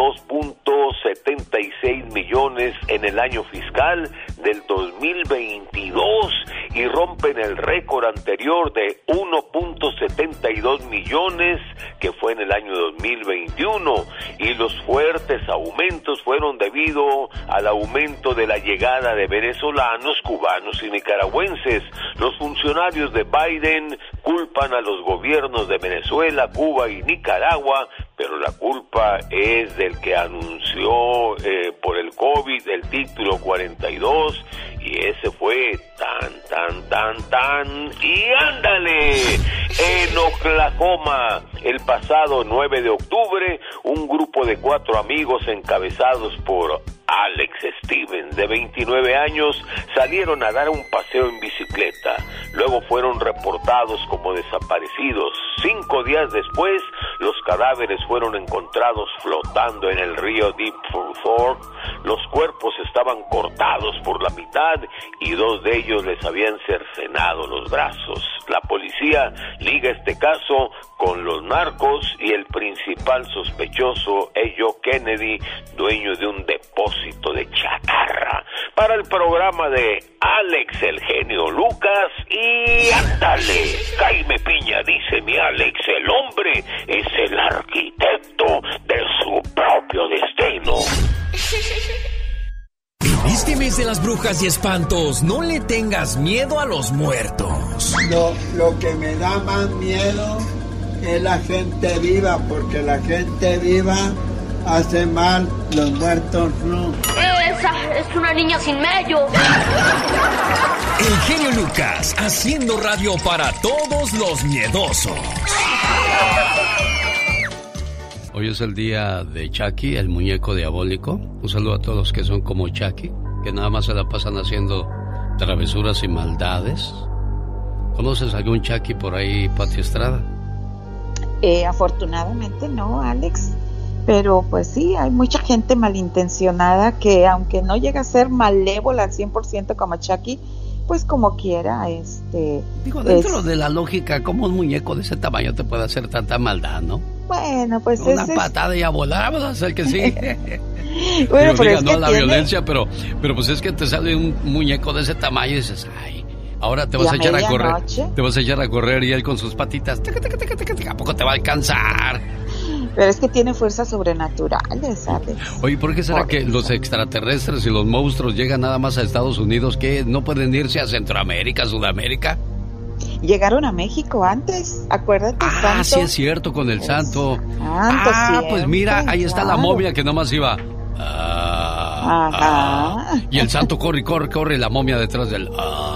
S9: 2.76 millones en el año fiscal del 2022 y rompen el récord anterior de 1.72 millones que fue en el año 2021, y los fuertes aumentos fueron debido al aumento de la llegada de venezolanos, cubanos y nicaragüenses. Los funcionarios de Biden culpan a los gobiernos de Venezuela, Cuba y Nicaragua, pero la culpa es del que anunció por el COVID el título 42, y ese fue tan, y ándale. En Oklahoma, el pasado 9 de octubre, un grupo de 4 amigos encabezados por Alex Stevens, de 29 años, salieron a dar un paseo en bicicleta. Luego fueron reportados como desaparecidos. 5 días después, los cadáveres fueron encontrados flotando en el río Deep Fork. Los cuerpos estaban cortados por la mitad y 2 de ellos les habían cercenado los brazos. La policía liga este caso con los narcos y el principal sospechoso es Joe Kennedy, dueño de un depósito de chatarra. Para el programa de Alex el genio Lucas, y ándale, Jaime Piña dice: mi Alex, el hombre es el arquitecto de su propio destino.
S4: En este mes de las brujas y espantos, no le tengas miedo a los muertos.
S23: Lo que me da más miedo es la gente viva, porque la gente viva hace mal, los muertos no.
S8: Esa es una niña sin medio.
S4: El genio Lucas, haciendo radio para todos los miedosos.
S1: Hoy es el día de Chucky, el muñeco diabólico. Un saludo a todos los que son como Chucky, que nada más se la pasan haciendo travesuras y maldades. ¿Conoces algún Chucky por ahí, Pati Estrada?
S24: Afortunadamente no, Alex.
S5: Pero pues sí, hay mucha gente malintencionada que aunque no llega a ser malévola al 100% como Chucky, pues como quiera,
S1: Digo, dentro de la lógica, ¿cómo un muñeco de ese tamaño te puede hacer tanta maldad, no?
S5: Bueno, pues
S1: una patada y a volar, vamos a hacer que sí.
S5: Bueno, pero es
S1: no
S5: que
S1: la
S5: tiene...
S1: violencia, pero pues es que te sale un muñeco de ese tamaño y dices, ay, ahora te vas a echar a correr. Te vas a echar a correr y él con sus patitas, ¿a poco te va a alcanzar?
S5: Pero es que tiene fuerzas sobrenaturales, ¿sabes?
S1: Oye, ¿por qué será que los extraterrestres y los monstruos llegan nada más a Estados Unidos, que no pueden irse a Centroamérica, Sudamérica?
S5: Llegaron a México antes, acuérdate.
S1: Ah, sí es cierto, con el santo. Pues mira, ahí está la momia que nomás iba. Y el santo corre, la momia detrás del...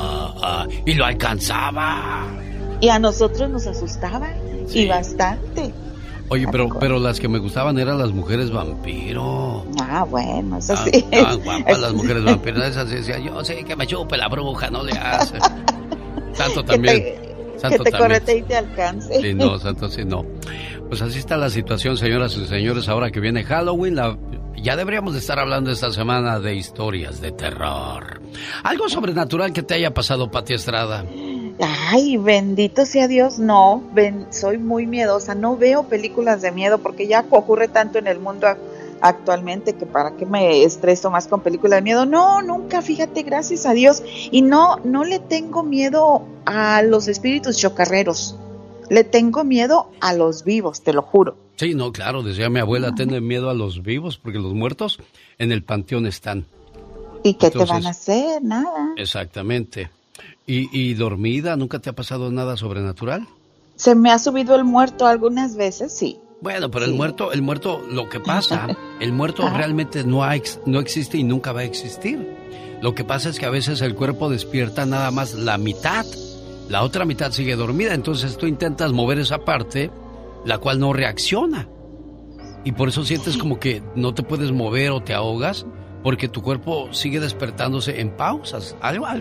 S1: y lo alcanzaba.
S5: Y a nosotros nos asustaban, y bastante.
S1: Oye, pero las que me gustaban eran las mujeres vampiro.
S5: Bueno, eso sí.
S1: Guapas las mujeres vampiro. Esas decía, yo sé que me chupe la bruja, no le hace. Santo también.
S5: Que te correte y te alcance.
S1: Sí, no, Santo, sí, no. Pues así está la situación, señoras y señores. Ahora que viene Halloween, ya deberíamos de estar hablando esta semana de historias de terror. Algo sobrenatural que te haya pasado, Pati Estrada.
S5: Ay, bendito sea Dios, no, soy muy miedosa, no veo películas de miedo porque ya ocurre tanto en el mundo actualmente que para qué me estreso más con películas de miedo. No, nunca, fíjate, gracias a Dios. Y no le tengo miedo a los espíritus chocarreros, le tengo miedo a los vivos, te lo juro.
S1: Sí, no, claro, decía mi abuela, tenle miedo a los vivos porque los muertos en el panteón están.
S5: ¿Y qué te van a hacer? Nada.
S1: Exactamente. ¿Y dormida? ¿Nunca te ha pasado nada sobrenatural?
S5: Se me ha subido el muerto algunas veces, sí.
S1: Bueno, pero sí. el muerto, lo que pasa, el muerto realmente no existe y nunca va a existir. Lo que pasa es que a veces el cuerpo despierta nada más la mitad, la otra mitad sigue dormida, entonces tú intentas mover esa parte, la cual no reacciona. Y por eso sientes como que no te puedes mover o te ahogas, porque tu cuerpo sigue despertándose en pausas.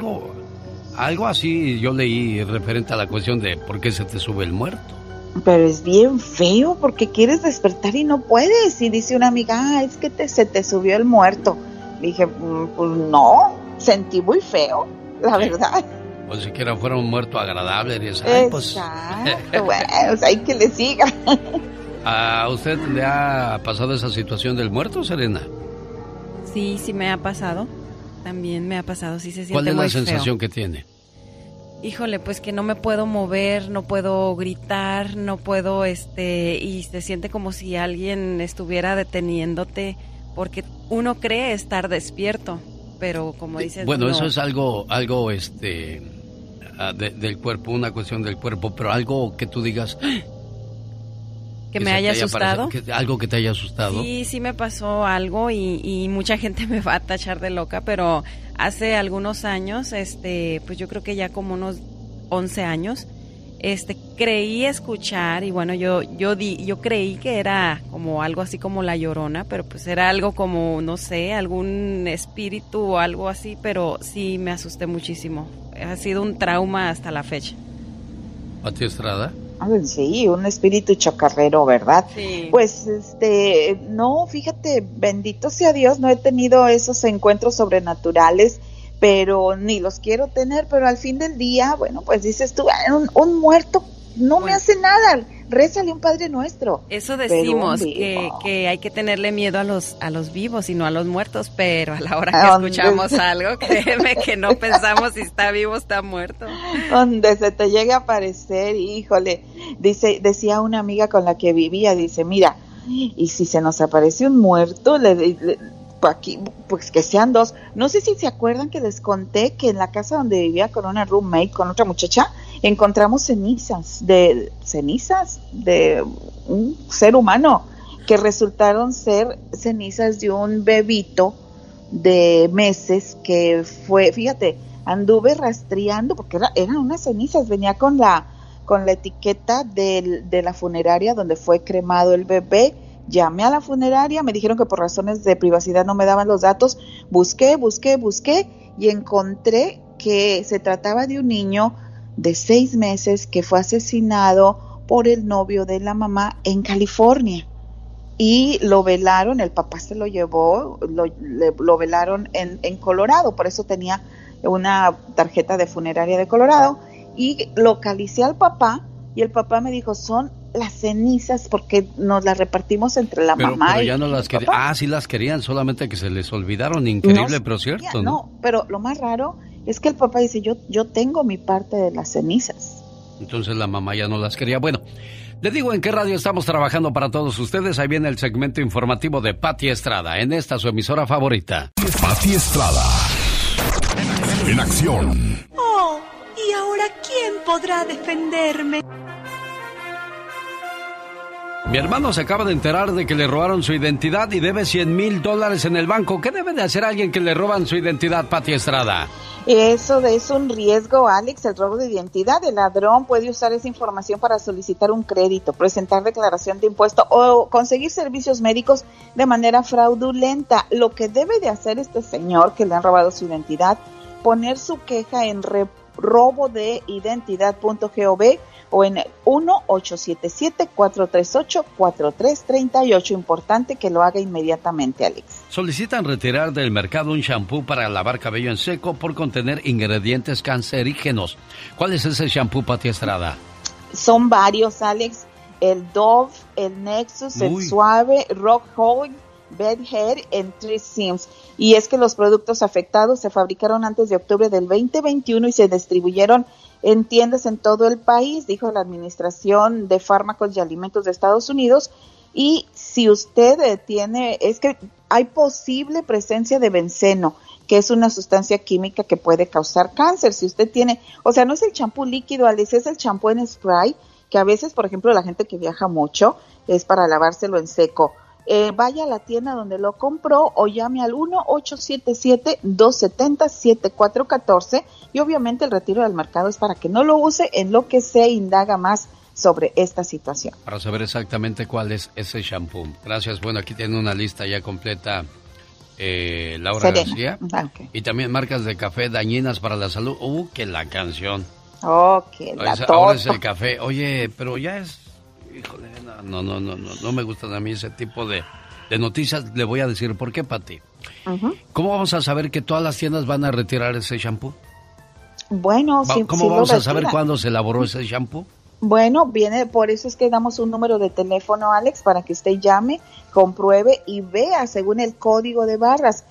S1: Algo así yo leí referente a la cuestión de por qué se te sube el muerto.
S5: Pero es bien feo porque quieres despertar y no puedes. Y dice una amiga, es que se te subió el muerto. Dije, pues no, sentí muy feo, la verdad.
S1: O siquiera fuera un muerto agradable.
S5: Exacto, bueno, hay que le siga.
S1: ¿A usted le ha pasado esa situación del muerto, Serena?
S21: Sí me ha pasado. También me ha pasado, sí se siente muy feo.
S1: ¿Cuál es la sensación que tiene?
S21: Híjole, pues que no me puedo mover, no puedo gritar, no puedo, y se siente como si alguien estuviera deteniéndote, porque uno cree estar despierto, pero como dices...
S1: Bueno,
S21: no.
S1: eso es algo del cuerpo, una cuestión del cuerpo, pero algo que tú digas...
S21: ¿Que me haya asustado?
S1: ¿Algo que te haya asustado?
S21: Sí me pasó algo y mucha gente me va a tachar de loca, pero hace algunos años, pues yo creo que ya como unos 11 años, creí escuchar y bueno, yo creí que era como algo así como La Llorona, pero pues era algo como, no sé, algún espíritu o algo así, pero sí me asusté muchísimo. Ha sido un trauma hasta la fecha.
S1: ¿Pati Estrada?
S5: Sí, un espíritu chocarrero, ¿verdad?
S21: Sí.
S5: Pues, no, fíjate, bendito sea Dios, no he tenido esos encuentros sobrenaturales, pero ni los quiero tener, pero al fin del día, bueno, pues dices tú, un muerto no me hace nada, rézale un Padre Nuestro.
S21: Eso decimos, que hay que tenerle miedo a los vivos y no a los muertos, pero a la hora que escuchamos algo, créeme que no pensamos si está vivo o está muerto.
S5: Donde se te llegue a aparecer, híjole, decía una amiga con la que vivía, dice, mira, y si se nos aparece un muerto, aquí, pues que sean dos. No sé si se acuerdan que les conté que en la casa donde vivía con una roommate, con otra muchacha, encontramos cenizas de un ser humano que resultaron ser cenizas de un bebito de meses que fue, fíjate, anduve rastreando porque eran unas cenizas, venía con la etiqueta de la funeraria donde fue cremado el bebé. Llamé a la funeraria, me dijeron que por razones de privacidad no me daban los datos, busqué y encontré que se trataba de un niño de 6 meses que fue asesinado por el novio de la mamá en California. y lo velaron, el papá se lo llevó, lo velaron en Colorado, por eso tenía una tarjeta de funeraria de Colorado, y localicé al papá, y el papá me dijo, son las cenizas porque nos las repartimos entre la mamá
S1: pero
S5: y
S1: ya no las querían. Ah, sí las querían, solamente que se les olvidaron. Increíble, pero cierto, ¿no?
S5: No, pero lo más raro es que el papá dice, yo tengo mi parte de las cenizas.
S1: Entonces la mamá ya no las quería. Bueno, le digo en qué radio estamos trabajando para todos ustedes. Ahí viene el segmento informativo de Pati Estrada, en esta su emisora favorita.
S12: Pati Estrada, en acción.
S3: Oh, ¿y ahora quién podrá defenderme?
S1: Mi hermano se acaba de enterar de que le robaron su identidad y debe $100,000 en el banco. ¿Qué debe de hacer alguien que le roban su identidad, Pati Estrada?
S5: Eso es un riesgo, Alex, el robo de identidad. El ladrón puede usar esa información para solicitar un crédito, presentar declaración de impuesto o conseguir servicios médicos de manera fraudulenta. Lo que debe de hacer este señor que le han robado su identidad, poner su queja en robodeidentidad.gov o en 1-877-438-4338. Importante que lo haga inmediatamente, Alex.
S1: Solicitan retirar del mercado un shampoo para lavar cabello en seco por contener ingredientes cancerígenos. ¿Cuál es ese shampoo, Pati Estrada?
S5: Son varios, Alex. El Dove, el Nexus, el Suave, Rock Hold, Bed Hair en 3 Sims. Y es que los productos afectados se fabricaron antes de octubre del 2021 y se distribuyeron en tiendas en todo el país, dijo la Administración de Fármacos y Alimentos de Estados Unidos. Y si usted es que hay posible presencia de benceno, que es una sustancia química que puede causar cáncer. Si usted tiene, o sea, no es el champú líquido, Alex, es el champú en spray, que a veces, por ejemplo, la gente que viaja mucho, es para lavárselo en seco. Vaya a la tienda donde lo compró o llame al 1-877-270-7414 y obviamente el retiro del mercado es para que no lo use, en lo que se indaga más sobre esta situación.
S1: Para saber exactamente cuál es ese shampoo. Gracias. Bueno, aquí tiene una lista ya completa Laura García.
S5: Okay.
S1: Y también marcas de café dañinas para la salud. Que la canción.
S5: Que
S1: ahora es el café. Oye, pero ya es... Híjole, no me gustan a mí ese tipo de noticias. Le voy a decir por qué, Pati. ¿Cómo vamos a saber que todas las tiendas van a retirar ese shampoo?
S5: Bueno,
S1: ¿Cómo vamos a saber cuándo se elaboró ese shampoo?
S5: Bueno, por eso es que damos un número de teléfono, Alex, para que usted llame, compruebe y vea según el código de barras.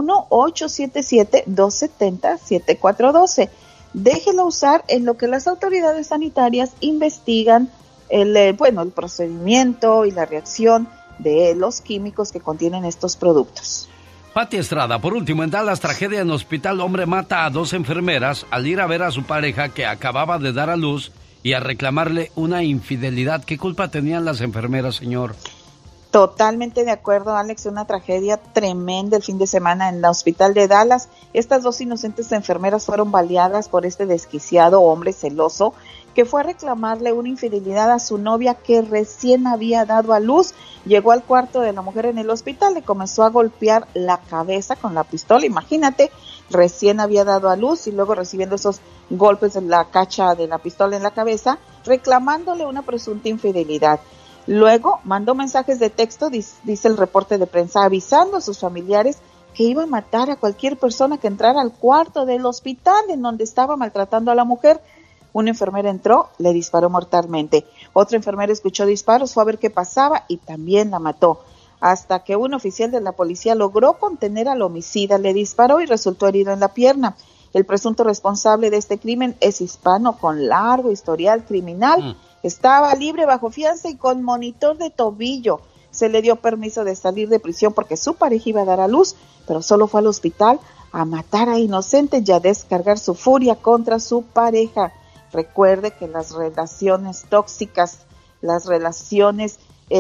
S5: 1-877-270-7412. Déjelo usar en lo que las autoridades sanitarias investigan el procedimiento y la reacción de los químicos que contienen estos productos.
S1: Pati Estrada, por último, en Dallas, tragedia en hospital. Hombre mata a 2 enfermeras al ir a ver a su pareja que acababa de dar a luz y a reclamarle una infidelidad. ¿Qué culpa tenían las enfermeras, señor?
S5: Totalmente de acuerdo, Alex, una tragedia tremenda el fin de semana en el hospital de Dallas. Estas 2 inocentes enfermeras fueron baleadas por este desquiciado hombre celoso que fue a reclamarle una infidelidad a su novia que recién había dado a luz. Llegó al cuarto de la mujer en el hospital, le comenzó a golpear la cabeza con la pistola. Imagínate, recién había dado a luz y luego recibiendo esos golpes en la cacha de la pistola en la cabeza, reclamándole una presunta infidelidad. Luego mandó mensajes de texto, dice el reporte de prensa, avisando a sus familiares que iba a matar a cualquier persona que entrara al cuarto del hospital en donde estaba maltratando a la mujer. Una enfermera entró, le disparó mortalmente. Otra enfermera escuchó disparos, fue a ver qué pasaba y también la mató. Hasta que un oficial de la policía logró contener al homicida, le disparó y resultó herido en la pierna. El presunto responsable de este crimen es hispano con largo historial criminal. Estaba libre bajo fianza y con monitor de tobillo. Se le dio permiso de salir de prisión porque su pareja iba a dar a luz, pero solo fue al hospital a matar a inocentes y a descargar su furia contra su pareja. Recuerde que las relaciones tóxicas, las relaciones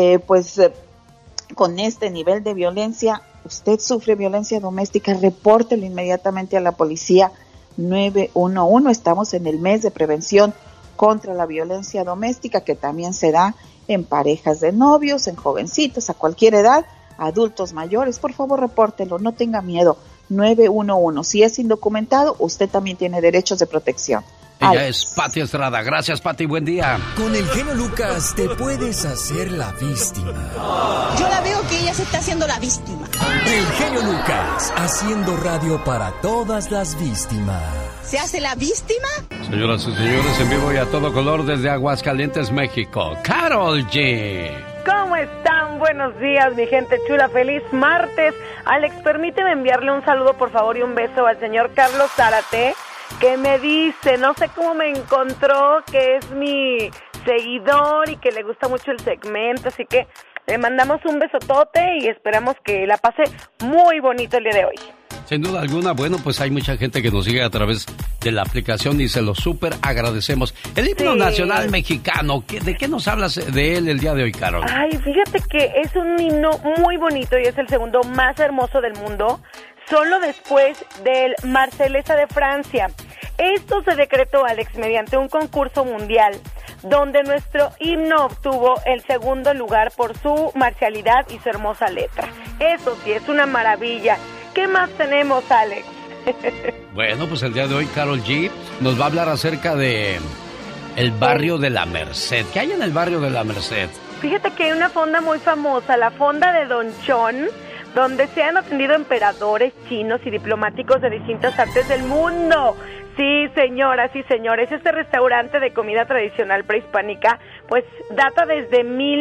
S5: con este nivel de violencia, usted sufre violencia doméstica, repórtelo inmediatamente a la policía 911. Estamos en el mes de prevención contra la violencia doméstica, que también se da en parejas de novios, en jovencitos, a cualquier edad, adultos mayores. Por favor, repórtelo, no tenga miedo. 911. Si es indocumentado, usted también tiene derechos de protección.
S1: Ella es Pati Estrada. Gracias, Pati, buen día.
S4: Con el genio Lucas te puedes hacer la víctima.
S3: Yo la veo que ella se está haciendo la víctima.
S4: El genio Lucas, haciendo radio para todas las víctimas.
S3: ¿Se hace la víctima?
S1: Señoras y señores, en vivo y a todo color desde Aguascalientes, México, Karol G.
S17: ¿Cómo están? Buenos días, mi gente chula. Feliz martes. Alex, permíteme enviarle un saludo, por favor, y un beso al señor Carlos Zárate, que me dice, no sé cómo me encontró, que es mi seguidor y que le gusta mucho el segmento, así que le mandamos un besotote y esperamos que la pase muy bonito el día de hoy.
S1: Sin duda alguna, bueno, pues hay mucha gente que nos sigue a través de la aplicación y se lo súper agradecemos. El himno nacional mexicano, ¿de qué nos hablas de él el día de hoy, Karol?
S17: Ay, fíjate que es un himno muy bonito y es el segundo más hermoso del mundo, solo después del Marsellesa de Francia. Esto se decretó, Alex, mediante un concurso mundial, donde nuestro himno obtuvo el segundo lugar por su marcialidad y su hermosa letra. Eso sí, es una maravilla. ¿Qué más tenemos, Alex?
S1: Bueno, pues el día de hoy Karol G nos va a hablar acerca de el barrio de la Merced. ¿Qué hay en el barrio de la Merced?
S17: Fíjate que hay una fonda muy famosa, la fonda de Don Chon, donde se han atendido emperadores, chinos y diplomáticos de distintas partes del mundo. Sí, señoras y señores, este restaurante de comida tradicional prehispánica, pues data desde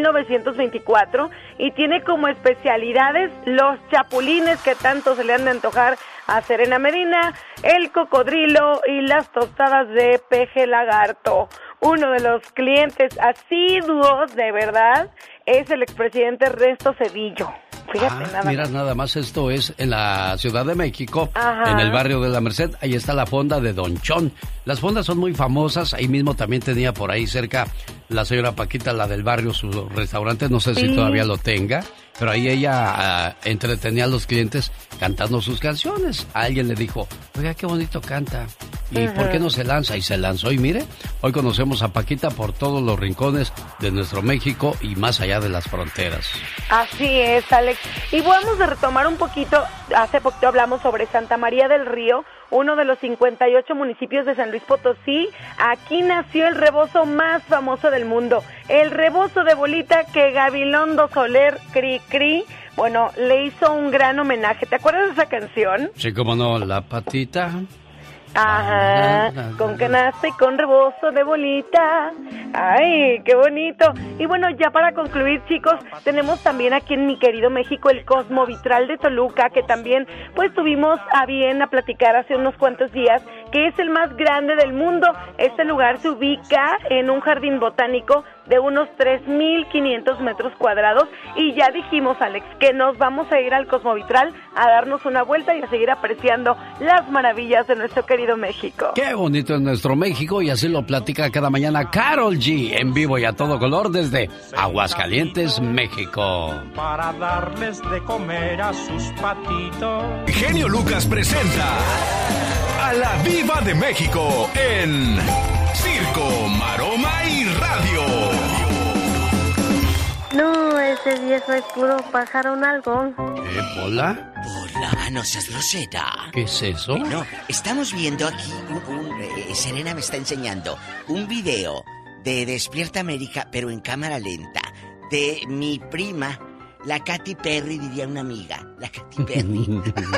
S17: 1924 y tiene como especialidades los chapulines que tanto se le han de antojar a Serena Medina, el cocodrilo y las tostadas de peje lagarto. Uno de los clientes asiduos, de verdad, es el expresidente Ernesto Zedillo. Fíjate,
S1: nada más, esto es en la Ciudad de México, en el barrio de la Merced, ahí está la fonda de Don Chon. Las fondas son muy famosas, ahí mismo también tenía por ahí cerca la señora Paquita, la del barrio, su restaurante, no sé si todavía lo tenga, pero ahí ella entretenía a los clientes cantando sus canciones. A alguien le dijo, oiga, qué bonito canta, ¿y por qué no se lanza? Y se lanzó, y mire, hoy conocemos a Paquita por todos los rincones de nuestro México y más allá de las fronteras.
S17: Así es, Alex. Y vamos a retomar un poquito, hace poquito hablamos sobre Santa María del Río, uno de los 58 municipios de San Luis Potosí. Aquí nació el rebozo más famoso del mundo, el rebozo de bolita que Gabilondo Soler Cri Cri, bueno, le hizo un gran homenaje. ¿Te acuerdas de esa canción?
S1: Sí, cómo no, la patita.
S17: Ajá, con canasta y con rebozo de bolita. Ay, qué bonito. Y bueno, ya para concluir, chicos, tenemos también aquí en mi querido México el Cosmovitral de Toluca, que también pues tuvimos a bien a platicar hace unos cuantos días, que es el más grande del mundo. Este lugar se ubica en un jardín botánico de unos 3,500 metros cuadrados y ya dijimos, Alex, que nos vamos a ir al Cosmovitral a darnos una vuelta y a seguir apreciando las maravillas de nuestro querido México.
S1: Qué bonito es nuestro México y así lo platica cada mañana Karol G en vivo y a todo color desde Aguascalientes, México.
S6: Para darles de comer a sus patitos.
S7: Genio Lucas presenta a la Viva de México en Circo, Maroma y Radio.
S11: No, ese viejo es puro pájaro nalgón.
S1: ¿Qué, Pola?
S24: Pola, no seas grosera.
S1: ¿Qué es eso?
S24: No, estamos viendo aquí, Serena me está enseñando un video de Despierta América, pero en cámara lenta, de mi prima, la Katy Perry, diría una amiga, la Katy Perry.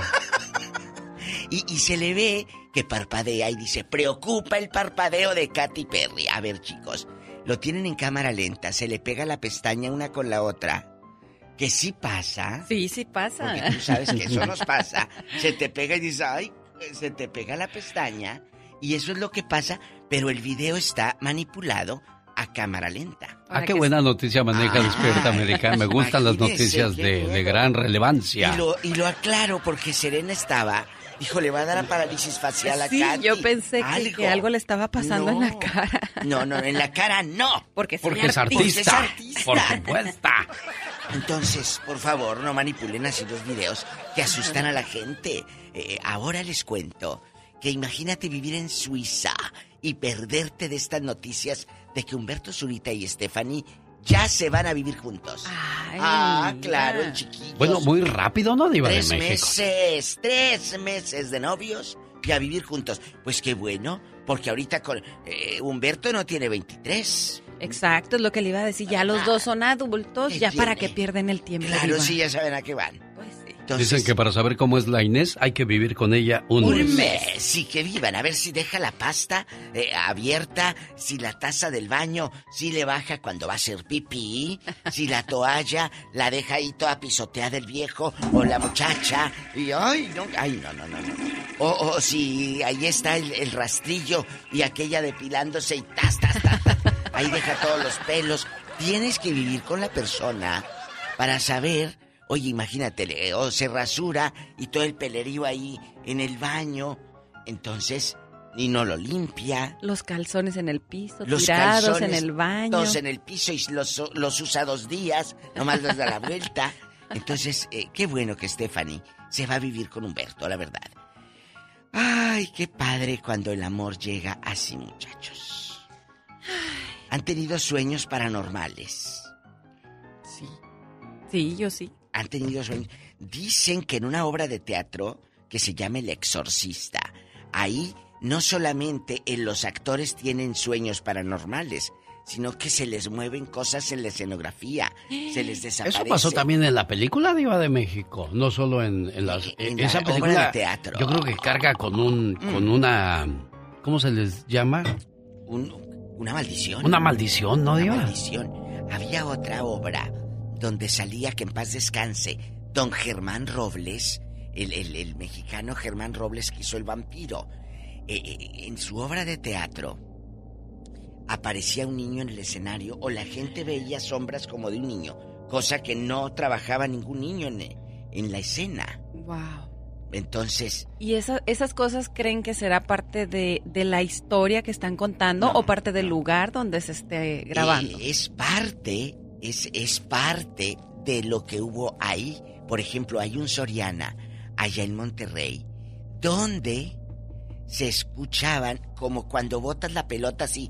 S24: y se le ve que parpadea y dice, preocupa el parpadeo de Katy Perry. A ver, chicos, lo tienen en cámara lenta, se le pega la pestaña una con la otra. ¿Que sí pasa?
S21: Sí, sí pasa.
S24: Porque tú sabes que eso nos pasa. Se te pega y dices, ay, se te pega la pestaña. Y eso es lo que pasa, pero el video está manipulado a cámara lenta.
S1: Qué buena noticia maneja Despierta América. Me gustan las noticias de gran relevancia.
S24: Y lo aclaro porque Serena estaba... Dijo, le va a dar a parálisis facial a Katy.
S21: Yo pensé que algo le estaba pasando en la cara.
S24: No, en la cara no.
S21: Porque
S1: es artista. Por supuesto.
S24: Entonces, por favor, no manipulen así los videos que asustan a la gente. Ahora les cuento que imagínate vivir en Suiza y perderte de estas noticias de que Humberto Zurita y Stephanie ya se van a vivir juntos.
S21: Ay,
S24: claro, chiquillos.
S1: Bueno, muy rápido, ¿no, Diva de México?
S24: 3 meses de novios y a vivir juntos. Pues qué bueno, Porque ahorita con Humberto no tiene 23.
S21: Exacto, es lo que le iba a decir. Ya los dos son adultos, ya para que pierden el tiempo.
S24: Claro, sí, ya saben a qué van.
S1: Entonces, dicen que para saber cómo es la Inés hay que vivir con ella un mes.
S24: Sí, que vivan. A ver si deja la pasta abierta, si la taza del baño sí le baja cuando va a hacer pipí, si la toalla la deja ahí toda pisoteada el viejo o la muchacha. Y no. O si ahí está el rastrillo y aquella depilándose y tas. Ahí deja todos los pelos. Tienes que vivir con la persona para saber. Oye, imagínate, o se rasura y todo el pelerío ahí en el baño. Entonces, y no lo limpia.
S21: Los calzones en el piso, tirados en el baño.
S24: Todos en el piso y los usa 2 días, nomás los da la vuelta. Entonces, qué bueno que Stephanie se va a vivir con Humberto, la verdad. Ay, qué padre cuando el amor llega así, muchachos. ¿Han tenido sueños paranormales?
S21: Sí, yo sí.
S24: Han tenido sueños. Dicen que en una obra de teatro que se llama El Exorcista, ahí no solamente los actores tienen sueños paranormales, sino que se les mueven cosas en la escenografía, se les desaparece.
S1: Eso pasó también en la película Diva de México, no solo en esa película
S24: obra de teatro.
S1: Yo creo que carga con una, ¿cómo se les llama?
S24: Una maldición.
S1: Una maldición, ¿no, Diva?
S24: Una maldición. Había otra obra donde salía, que en paz descanse, don Germán Robles, el mexicano Germán Robles que hizo El Vampiro. En su obra de teatro aparecía un niño en el escenario o la gente veía sombras como de un niño, cosa que no trabajaba ningún niño en la escena.
S21: Wow.
S24: Entonces...
S21: ¿Y esas cosas creen que será parte de la historia que están contando o parte del lugar donde se esté grabando?
S24: Es parte de lo que hubo ahí. Por ejemplo, hay un Soriana allá en Monterrey donde se escuchaban como cuando botas la pelota así,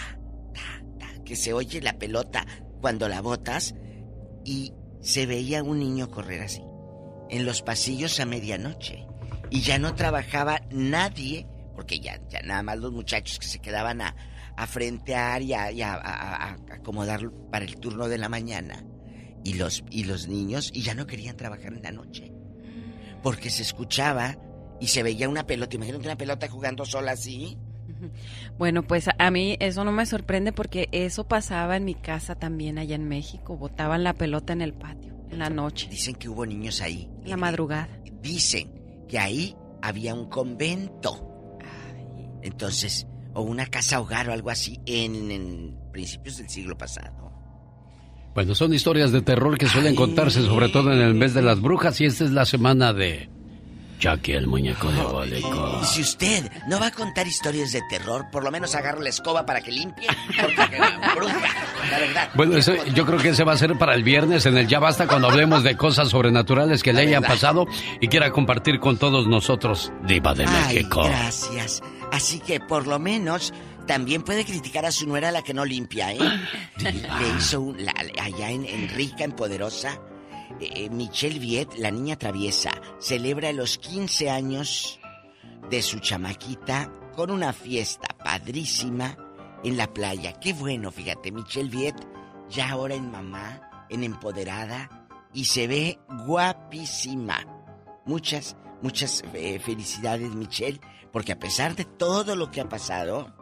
S24: que se oye la pelota cuando la botas, y se veía un niño correr así en los pasillos a medianoche y ya no trabajaba nadie, porque ya nada más los muchachos que se quedaban a frentear y a acomodar para el turno de la mañana, y los niños, y ya no querían trabajar en la noche porque se escuchaba y se veía una pelota. Imagínate una pelota jugando sola así.
S21: Bueno, pues a mí eso no me sorprende porque eso pasaba en mi casa también allá en México. Botaban la pelota en el patio en la noche.
S24: Dicen que hubo niños ahí.
S21: En la madrugada.
S24: Dicen que ahí había un convento. Entonces, o una casa hogar o algo así en principios del siglo pasado.
S1: Bueno, son historias de terror que suelen contarse sobre todo en el mes de las brujas, y esta es la semana de Chucky, el muñeco diabólico.
S24: Y si usted no va a contar historias de terror, por lo menos agarre la escoba para que limpie, porque bruja, la verdad.
S1: Bueno, yo creo que ese va a ser para el viernes en el Ya Basta, cuando hablemos de cosas sobrenaturales que le hayan pasado y quiera compartir con todos nosotros, Diva de México.
S24: Gracias. Así que por lo menos también puede criticar a su nuera, la que no limpia, ¿eh? Le hizo allá en Rica, en Poderosa, Michelle Viet, la niña traviesa, celebra los 15 años de su chamaquita con una fiesta padrísima en la playa. Qué bueno, fíjate, Michelle Viet ya ahora en mamá, en empoderada, y se ve guapísima. Muchas felicidades, Michelle, porque a pesar de todo lo que ha pasado,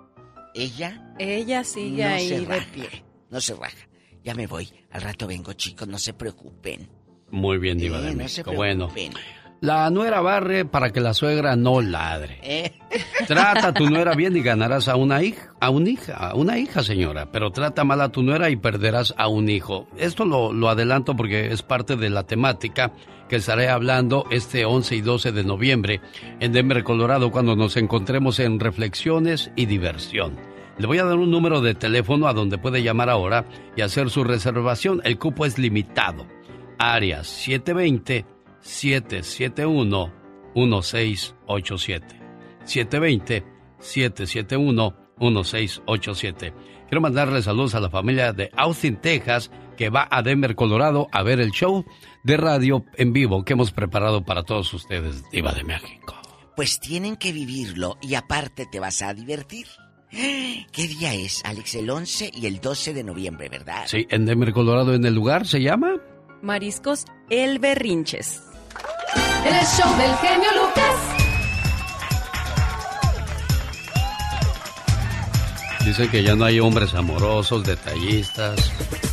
S24: ella
S21: sigue
S24: no
S21: ahí
S24: se
S21: de
S24: raja,
S21: pie.
S24: no se raja. Ya me voy, al rato vengo, chicos, no se preocupen.
S1: Muy bien, Diva de
S24: No
S1: México.
S24: se
S1: Bueno,
S24: preocupen.
S1: la nuera barre para que la suegra no ladre. Trata a tu nuera bien y ganarás a una hija, señora. Pero trata mal a tu nuera y perderás a un hijo. Esto lo adelanto porque es parte de la temática que estaré hablando este 11 y 12 de noviembre en Denver, Colorado, cuando nos encontremos en Reflexiones y Diversión. Le voy a dar un número de teléfono a donde puede llamar ahora y hacer su reservación. El cupo es limitado. Área 720-771-1687. 720-771-1687. Quiero mandarle saludos a la familia de Austin, Texas, que va a Denver, Colorado, a ver el show de radio en vivo que hemos preparado para todos ustedes, Diva de México.
S24: pues tienen que vivirlo y aparte te vas a divertir. ¿Qué día es, Alex? El 11 y el 12 de noviembre, ¿verdad?
S1: Sí, en Denver, Colorado, en el lugar se llama...
S21: Mariscos El Berrinches.
S10: El show del genio Lucas.
S1: Dicen que ya no hay hombres amorosos, detallistas.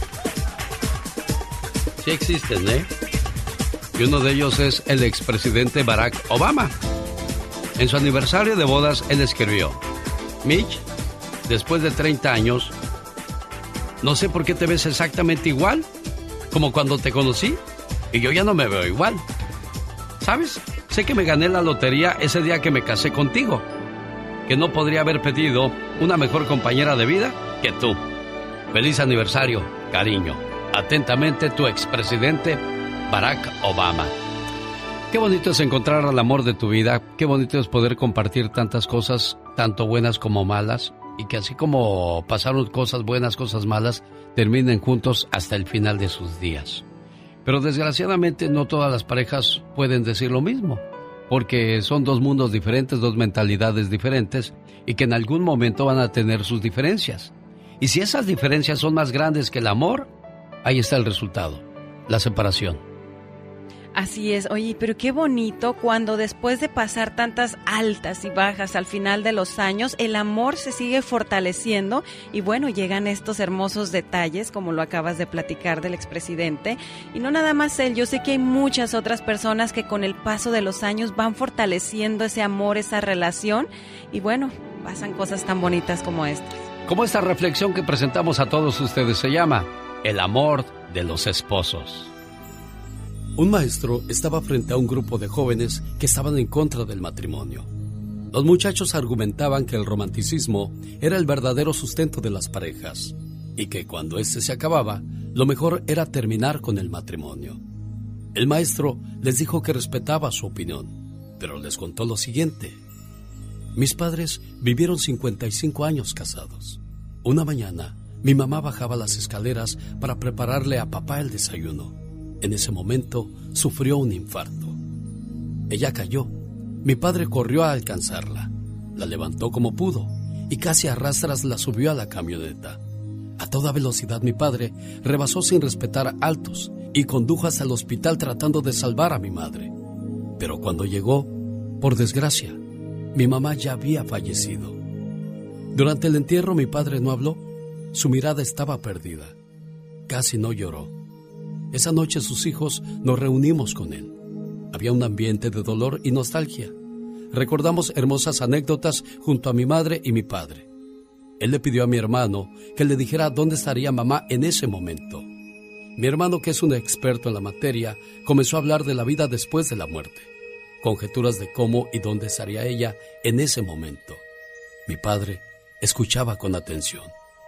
S1: Sí existen, ¿eh? Y uno de ellos es el expresidente Barack Obama. En su aniversario de bodas, él escribió: Mitch, después de 30 años, no sé por qué te ves exactamente igual como cuando te conocí, y yo ya no me veo igual. ¿Sabes? Sé que me gané la lotería ese día que me casé contigo, que no podría haber pedido una mejor compañera de vida que tú. Feliz aniversario, cariño. Atentamente, tu expresidente Barack Obama. Qué bonito es encontrar al amor de tu vida, qué bonito es poder compartir tantas cosas, tanto buenas como malas, y que así como pasaron cosas buenas, cosas malas, terminen juntos hasta el final de sus días. Pero desgraciadamente no todas las parejas pueden decir lo mismo, porque son dos mundos diferentes, dos mentalidades diferentes, y que en algún momento van a tener sus diferencias. Y si esas diferencias son más grandes que el amor, ahí está el resultado, la separación.
S21: Así es, oye, pero qué bonito cuando después de pasar tantas altas y bajas al final de los años, el amor se sigue fortaleciendo y bueno, llegan estos hermosos detalles, como lo acabas de platicar del expresidente. Y no nada más él, yo sé que hay muchas otras personas que con el paso de los años van fortaleciendo ese amor, esa relación, y bueno, pasan cosas tan bonitas como estas.
S1: Como esta reflexión que presentamos a todos ustedes se llama El amor de los esposos.
S12: Un maestro estaba frente a un grupo de jóvenes que estaban en contra del matrimonio. Los muchachos argumentaban que el romanticismo era el verdadero sustento de las parejas y que cuando éste se acababa, lo mejor era terminar con el matrimonio. El maestro les dijo que respetaba su opinión, pero les contó lo siguiente. Mis padres vivieron 55 años casados. Una mañana, mi mamá bajaba las escaleras para prepararle a papá el desayuno. En ese momento, sufrió un infarto. Ella cayó. Mi padre corrió a alcanzarla. La levantó como pudo y casi a rastras la subió a la camioneta. A toda velocidad mi padre rebasó sin respetar altos y condujo hasta el hospital tratando de salvar a mi madre. Pero cuando llegó, por desgracia, mi mamá ya había fallecido. Durante el entierro mi padre no habló. Su mirada estaba perdida. Casi no lloró. Esa noche sus hijos nos reunimos con él. Había un ambiente de dolor y nostalgia. Recordamos hermosas anécdotas junto a mi madre y mi padre. Él le pidió a mi hermano que le dijera dónde estaría mamá en ese momento. Mi hermano, que es un experto en la materia, comenzó a hablar de la vida después de la muerte, conjeturas de cómo y dónde estaría ella en ese momento. Mi padre escuchaba con atención.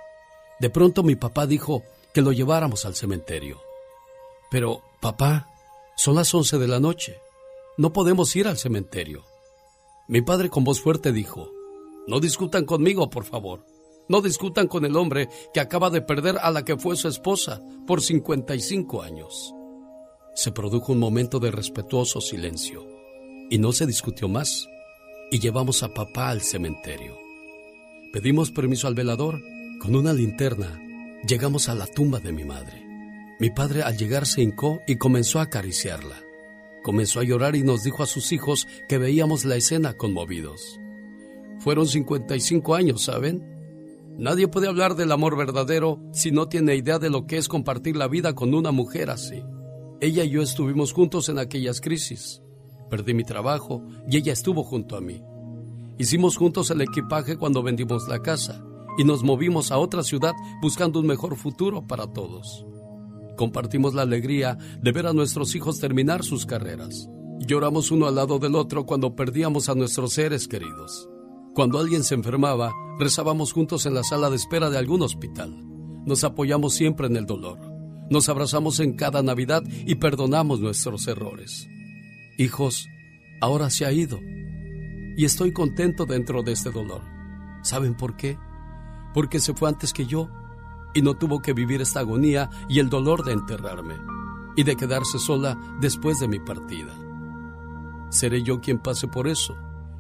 S12: De pronto mi papá dijo que lo lleváramos al cementerio. Pero, papá, son las 11 de la noche. No podemos ir al cementerio. Mi padre con voz fuerte dijo: no discutan conmigo, por favor. No discutan con el hombre que acaba de perder a la que fue su esposa por 55 años. Se produjo un momento de respetuoso silencio y no se discutió más. Y llevamos a papá al cementerio. Pedimos permiso al velador. Con una linterna llegamos a la tumba de mi madre. Mi padre al llegar se hincó y comenzó a acariciarla. Comenzó a llorar y nos dijo a sus hijos que veíamos la escena conmovidos. Fueron 55 años, ¿saben? Nadie puede hablar del amor verdadero si no tiene idea de lo que es compartir la vida con una mujer así. Ella y yo estuvimos juntos en aquellas crisis. Perdí mi trabajo y ella estuvo junto a mí. Hicimos juntos el equipaje cuando vendimos la casa y nos movimos a otra ciudad buscando un mejor futuro para todos. Compartimos la alegría de ver a nuestros hijos terminar sus carreras. Lloramos uno al lado del otro cuando perdíamos a nuestros seres queridos. Cuando alguien se enfermaba, rezábamos juntos en la sala de espera de algún hospital. Nos apoyamos siempre en el dolor. Nos abrazamos en cada Navidad y perdonamos nuestros errores. Hijos, ahora se ha ido. Y estoy contento dentro de este dolor. ¿Saben por qué? Porque se fue antes que yo. Y no tuvo que vivir esta agonía y el dolor de enterrarme y de quedarse sola después de mi partida. Seré yo quien pase por eso,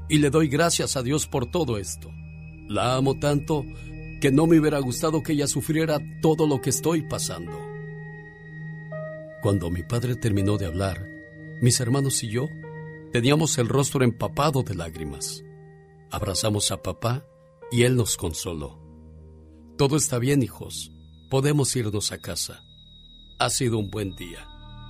S12: y le doy gracias a Dios por todo esto. La amo tanto que no me hubiera gustado que ella sufriera todo lo que estoy pasando. Cuando mi padre terminó de hablar, mis hermanos y yo teníamos el rostro empapado de lágrimas. Abrazamos a papá y él nos consoló. Todo está bien, hijos. Podemos irnos a casa. Ha sido un buen día.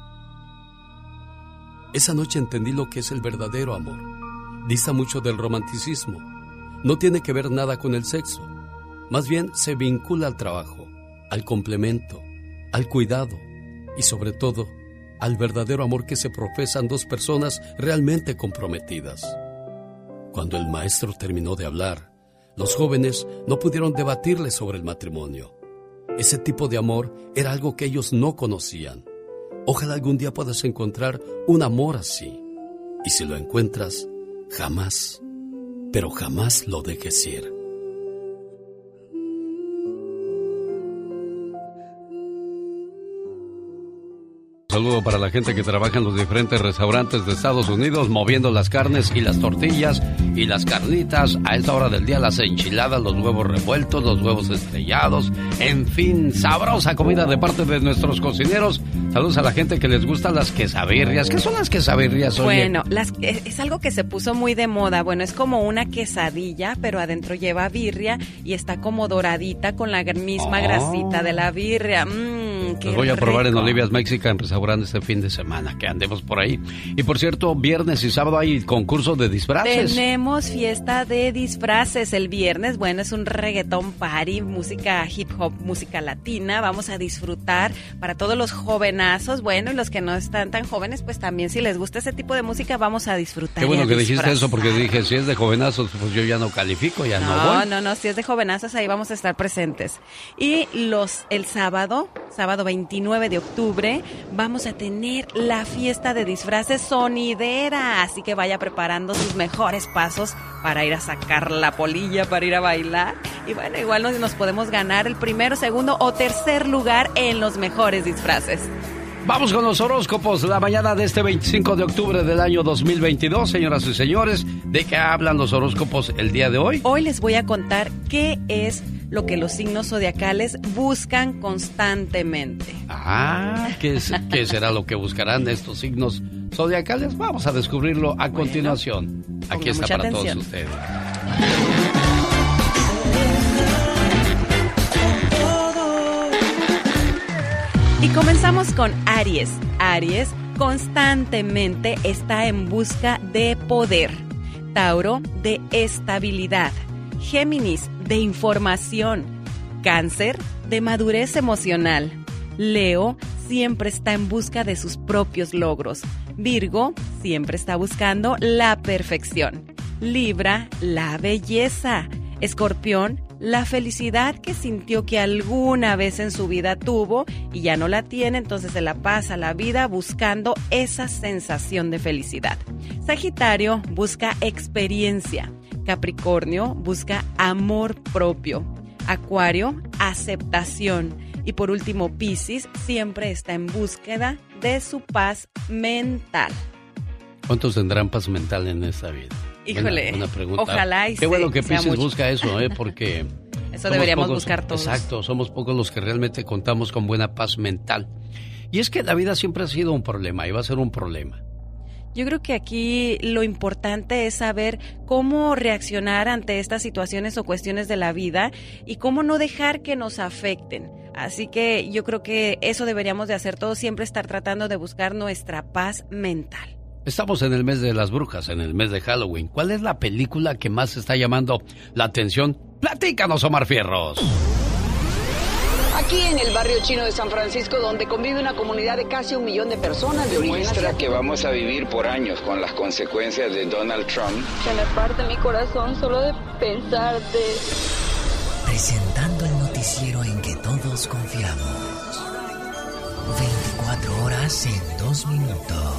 S12: Esa noche entendí lo que es el verdadero amor. Dista mucho del romanticismo. No tiene que ver nada con el sexo. Más bien se vincula al trabajo, al complemento, al cuidado y sobre todo al verdadero amor que se profesan dos personas realmente comprometidas. Cuando el maestro terminó de hablar, los jóvenes no pudieron debatirle sobre el matrimonio. Ese tipo de amor era algo que ellos no conocían. Ojalá algún día puedas encontrar un amor así. Y si lo encuentras, jamás, pero jamás lo dejes ir.
S1: Saludo para la gente que trabaja en los diferentes restaurantes de Estados Unidos, moviendo las carnes y las tortillas y las carnitas. A esta hora del día, las enchiladas, los huevos revueltos, los huevos estrellados. En fin, sabrosa comida de parte de nuestros cocineros. Saludos a la gente que les gustan las quesabirrias. ¿Qué son las quesabirrias? Oye?
S21: Bueno, es algo que se puso muy de moda. Bueno, es como una quesadilla, pero adentro lleva birria y está como doradita con la misma grasita de la birria. Qué
S1: Los voy a
S21: rico.
S1: probar en Olivia's Mexican Restaurant este fin de semana, que andemos por ahí. Y por cierto, viernes y sábado hay concurso de disfraces.
S21: Tenemos fiesta de disfraces el viernes. Bueno, es un reggaetón party, música hip hop, música latina. Vamos a disfrutar para todos los jovenazos. Bueno, y los que no están tan jóvenes, pues también si les gusta ese tipo de música, vamos a disfrutar.
S1: Qué bueno
S21: y a
S1: que dijiste
S21: disfrazar.
S1: eso, porque dije, si es de jovenazos, pues yo ya no califico, ya no voy.
S21: No, si es de jovenazos, ahí vamos a estar presentes. Y el sábado 29 de octubre, vamos a tener la fiesta de disfraces sonidera, así que vaya preparando sus mejores pasos para ir a sacar la polilla, para ir a bailar. Y bueno, igual nos podemos ganar el primero, segundo o tercer lugar en los mejores disfraces.
S1: Vamos con los horóscopos, la mañana de este 25 de octubre del año 2022, señoras y señores. ¿De qué hablan los horóscopos el día de hoy?
S21: Hoy les voy a contar qué es lo que los signos zodiacales buscan constantemente.
S1: ¿Qué será lo que buscarán estos signos zodiacales? Vamos a descubrirlo a continuación. Aquí está para todos ustedes.
S21: Y comenzamos con Aries. Aries constantemente está en busca de poder. Tauro, de estabilidad. Géminis, de información. Cáncer, de madurez emocional. Leo, siempre está en busca de sus propios logros. Virgo, siempre está buscando la perfección. Libra, la belleza. Escorpión, la felicidad que sintió que alguna vez en su vida tuvo y ya no la tiene, entonces se la pasa la vida buscando esa sensación de felicidad. Sagitario busca experiencia. Capricornio busca amor propio. Acuario, aceptación. Y por último, Piscis siempre está en búsqueda de su paz mental.
S1: ¿Cuántos tendrán paz mental en esta vida?
S21: Híjole,
S1: buena pregunta.
S21: ojalá y
S1: Qué bueno que
S21: sea
S1: Piscis
S21: mucho.
S1: busca eso, porque...
S21: Eso deberíamos buscar todos.
S1: Exacto, somos pocos los que realmente contamos con buena paz mental. Y es que la vida siempre ha sido un problema y va a ser un problema.
S21: Yo creo que aquí lo importante es saber cómo reaccionar ante estas situaciones o cuestiones de la vida y cómo no dejar que nos afecten. Así que yo creo que eso deberíamos de hacer todos, siempre estar tratando de buscar nuestra paz mental.
S1: Estamos en el mes de las brujas, en el mes de Halloween. ¿Cuál es la película que más está llamando la atención? ¡Platícanos, Omar Fierros!
S14: Aquí en el barrio chino de San Francisco, donde convive una comunidad de casi 1 millón de personas de origen
S15: Muestra
S14: asiático.
S15: que vamos a vivir por años con las consecuencias de Donald Trump.
S19: Se me parte mi corazón solo de pensar de...
S20: Presentando el noticiero en que todos confiamos. 24 horas en 2 minutos.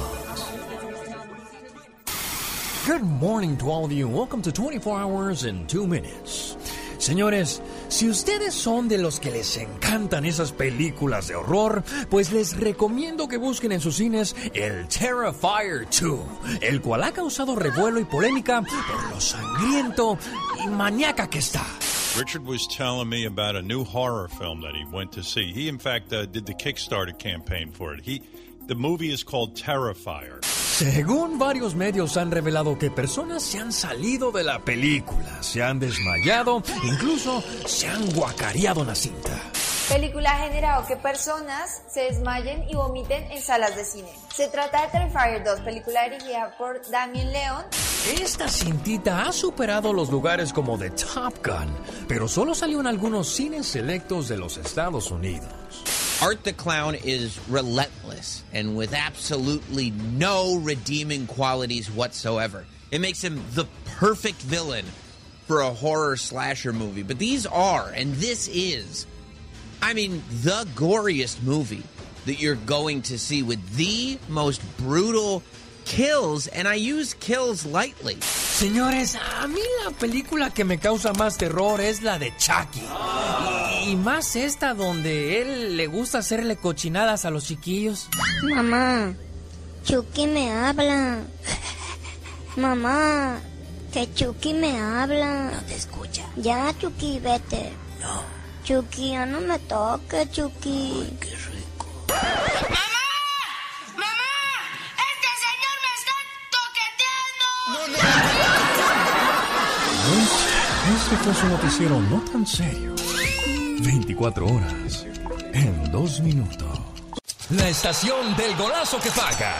S4: Good morning to all of you. Welcome to 24 Hours in 2 Minutes. Señores, Si ustedes son de los que les encantan esas películas de horror, pues les recomiendo que busquen en sus cines el Terrifier 2, el cual ha causado revuelo y polémica por lo sangriento y maníaca que está.
S2: Richard was telling me about a new horror film that he went to see. He, in fact, did the Kickstarter campaign for it. The movie is called Terrifier.
S4: Según varios medios han revelado que personas se han salido de la película, se han desmayado, incluso se han guacareado en la cinta.
S16: Película ha generado que personas se desmayen y vomiten en salas de cine. Se trata de Terrifier 2, película dirigida por Damien Leone.
S4: Esta cintita ha superado los lugares como The Top Gun, pero solo salió en algunos cines selectos de los Estados Unidos.
S18: Art the Clown is relentless and with absolutely no redeeming qualities whatsoever. It makes him the perfect villain for a horror slasher movie. But these are, and this is, I mean, the goriest movie that you're going to see with the most brutal kills, and I use kills lightly.
S4: Señores, a mí la película que me causa más terror es la de Chucky. Y más esta donde él le gusta hacerle cochinadas a los chiquillos.
S22: Mamá, Chucky me habla. Mamá, que Chucky me habla.
S24: No te escucha.
S22: Ya, Chucky, vete.
S24: No.
S22: Chucky, ya no me toques, Chucky.
S24: Uy, qué rico.
S25: ¡Mamá! ¡Mamá! ¡Este señor me está toqueteando!
S4: Este fue su noticiero no tan serio. 24 horas en 2 minutos. La estación del golazo que paga.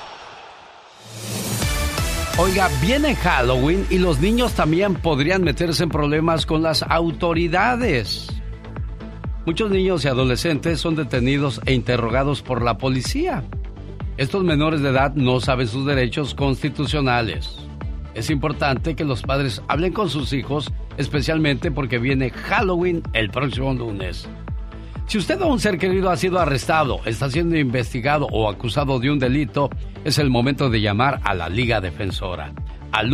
S1: Oiga, viene Halloween y los niños también podrían meterse en problemas con las autoridades. Muchos niños y adolescentes son detenidos e interrogados por la policía. Estos menores de edad no saben sus derechos constitucionales. Es importante que los padres hablen con sus hijos, especialmente porque viene Halloween el próximo lunes. Si usted o un ser querido ha sido arrestado, está siendo investigado o acusado de un delito, es el momento de llamar a la Liga Defensora al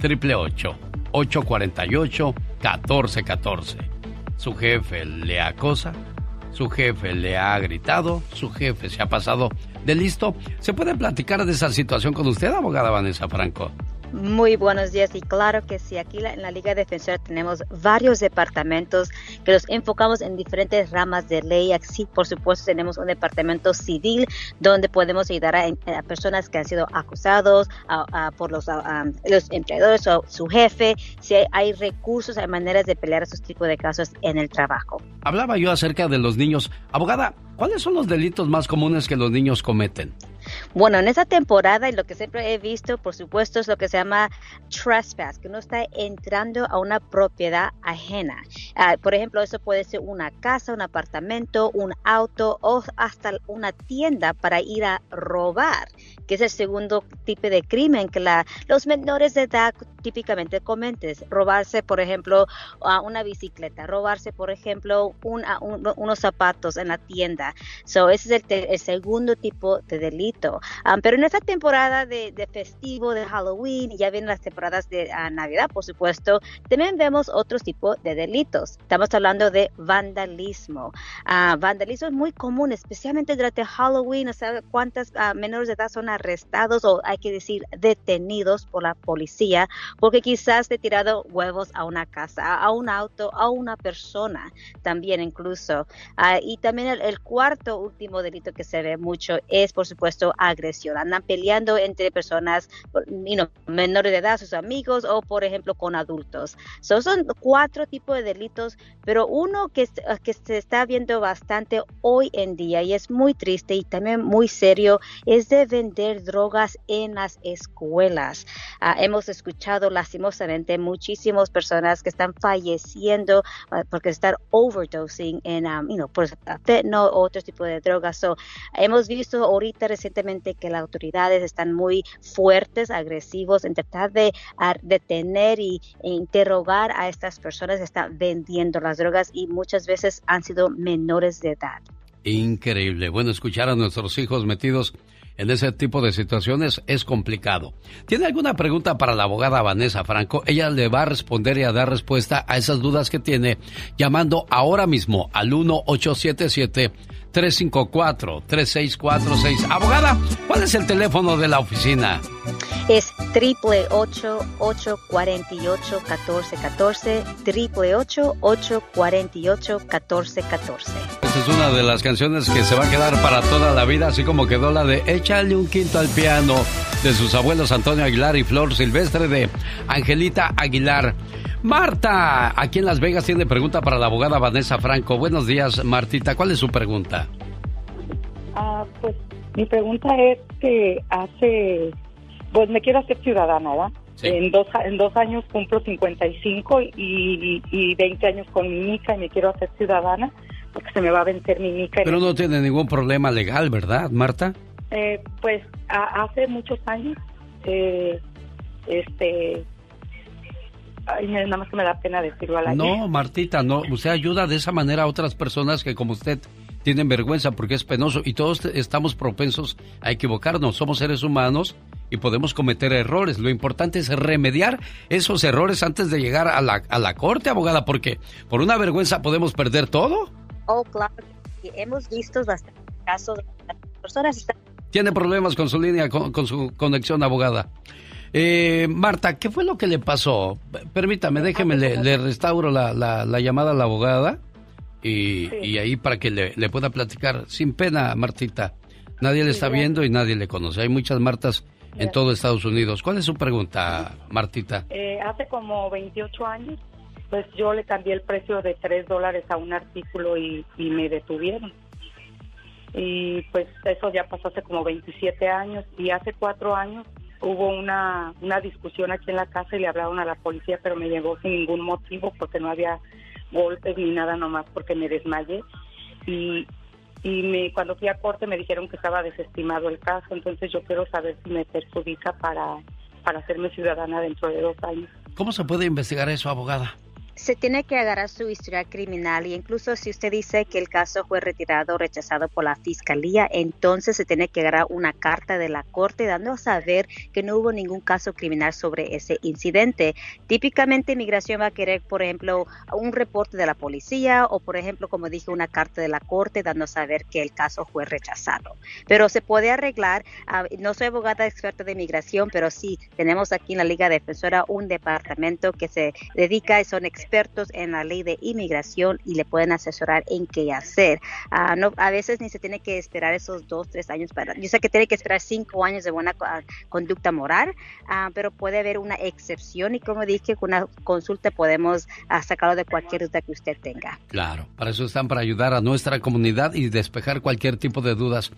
S1: 1-888-848-1414. Su jefe le acosa, su jefe le ha gritado, su jefe se ha pasado de listo. ¿Se puede platicar de esa situación con usted, abogada Vanessa Franco?
S26: Muy buenos días, y claro que sí, aquí en la Liga Defensora tenemos varios departamentos que los enfocamos en diferentes ramas de ley. Aquí, por supuesto, tenemos un departamento civil donde podemos ayudar a personas que han sido acusados por los empleadores o su jefe. Si hay recursos, hay maneras de pelear esos tipos de casos en el trabajo.
S1: Hablaba yo acerca de los niños. Abogada, ¿cuáles son los delitos más comunes que los niños cometen?
S26: Bueno, en esta temporada, y lo que siempre he visto, por supuesto, es lo que se llama trespass, que uno está entrando a una propiedad ajena. Por ejemplo, eso puede ser una casa, un apartamento, un auto o hasta una tienda para ir a robar, que es el segundo tipo de crimen que los menores de edad típicamente cometen. Robarse, por ejemplo, una bicicleta, robarse, por ejemplo, unos zapatos en la tienda. Ese es el segundo tipo de delito. Pero en esta temporada de festivo, de Halloween, y ya vienen las temporadas de Navidad, por supuesto, también vemos otros tipos de delitos. Estamos hablando de vandalismo. Vandalismo es muy común, especialmente durante Halloween. No sabe cuántas menores de edad son arrestados, o hay que decir detenidos por la policía, porque quizás le tirado huevos a una casa, a un auto, a una persona también incluso. Y también el cuarto último delito que se ve mucho es, por supuesto, agresión. Andan peleando entre personas menores de edad, sus amigos, o por ejemplo con adultos. Son 4 tipos de delitos, pero uno que se está viendo bastante hoy en día, y es muy triste y también muy serio, es de vender drogas en las escuelas. Hemos escuchado lastimosamente muchísimas personas que están falleciendo porque están overdosing en por fentanyl o otro tipo de drogas. Hemos visto ahorita recientemente que las autoridades están muy fuertes, agresivos en tratar de detener e interrogar a estas personas que están vendiendo las drogas, y muchas veces han sido menores de edad.
S1: Increíble. Bueno, escuchar a nuestros hijos metidos en ese tipo de situaciones es complicado. ¿Tiene alguna pregunta para la abogada Vanessa Franco? Ella le va a responder y a dar respuesta a esas dudas que tiene llamando ahora mismo al 1-877-354-3646. Abogada, ¿cuál es el teléfono de la oficina?
S26: Es 888-848-1414, 888-848-1414.
S1: Esta es una de las canciones que se va a quedar para toda la vida, así como quedó la de Échale un quinto al piano, de sus abuelos Antonio Aguilar y Flor Silvestre, de Angelita Aguilar. Marta, aquí en Las Vegas, tiene pregunta para la abogada Vanessa Franco. Buenos días, Martita, ¿cuál es su pregunta?
S3: Pues mi pregunta es que pues me quiero hacer ciudadana, ¿verdad? Sí. En dos años cumplo 55 y 20 años con mi mica y me quiero hacer ciudadana porque se me va a vencer mi mica.
S1: Pero no tiene ningún problema legal, ¿verdad, Marta?
S3: Pues hace muchos años, ay, nada más que me da pena decirlo al aire.
S1: No, Martita, no, usted ayuda de esa manera a otras personas que como usted tienen vergüenza porque es penoso y todos estamos propensos a equivocarnos, somos seres humanos y podemos cometer errores. Lo importante es remediar esos errores antes de llegar a la corte, abogada, porque por una vergüenza podemos perder todo.
S26: Oh, claro, hemos visto bastantes casos de personas.
S1: Tiene problemas con su línea, con su conexión, abogada. Marta, ¿qué fue lo que le pasó? Permítame, déjeme, le restauro la llamada a la abogada y ahí para que le pueda platicar. Sin pena, Martita. Nadie le está viendo y nadie le conoce. Hay muchas Martas en todo Estados Unidos. ¿Cuál es su pregunta, Martita?
S3: Hace como 28 años, pues yo le cambié el precio de $3 a un artículo y me detuvieron. Y pues eso ya pasó hace como 27 años y hace 4 años hubo una discusión aquí en la casa y le hablaron a la policía, pero me llegó sin ningún motivo porque no había golpes ni nada, nomás porque me desmayé. Y cuando fui a corte me dijeron que estaba desestimado el caso, entonces yo quiero saber si me perjudica para hacerme ciudadana dentro de 2 años.
S1: ¿Cómo se puede investigar eso, abogada?
S26: Se tiene que agarrar su historial criminal y incluso si usted dice que el caso fue retirado o rechazado por la fiscalía, entonces se tiene que agarrar una carta de la corte dando a saber que no hubo ningún caso criminal sobre ese incidente. Típicamente inmigración va a querer, por ejemplo, un reporte de la policía o, por ejemplo, como dije, una carta de la corte dando a saber que el caso fue rechazado. Pero se puede arreglar. No soy abogada experta de inmigración, pero sí tenemos aquí en la Liga Defensora un departamento que se dedica y son expertos en la ley de inmigración y le pueden asesorar en qué hacer. A veces ni se tiene que esperar esos 2-3 años yo sé que tiene que esperar 5 años de buena conducta moral, pero puede haber una excepción y como dije, con una consulta podemos sacarlo de cualquier duda que usted tenga.
S1: Claro, para eso están, para ayudar a nuestra comunidad y despejar cualquier tipo de dudas.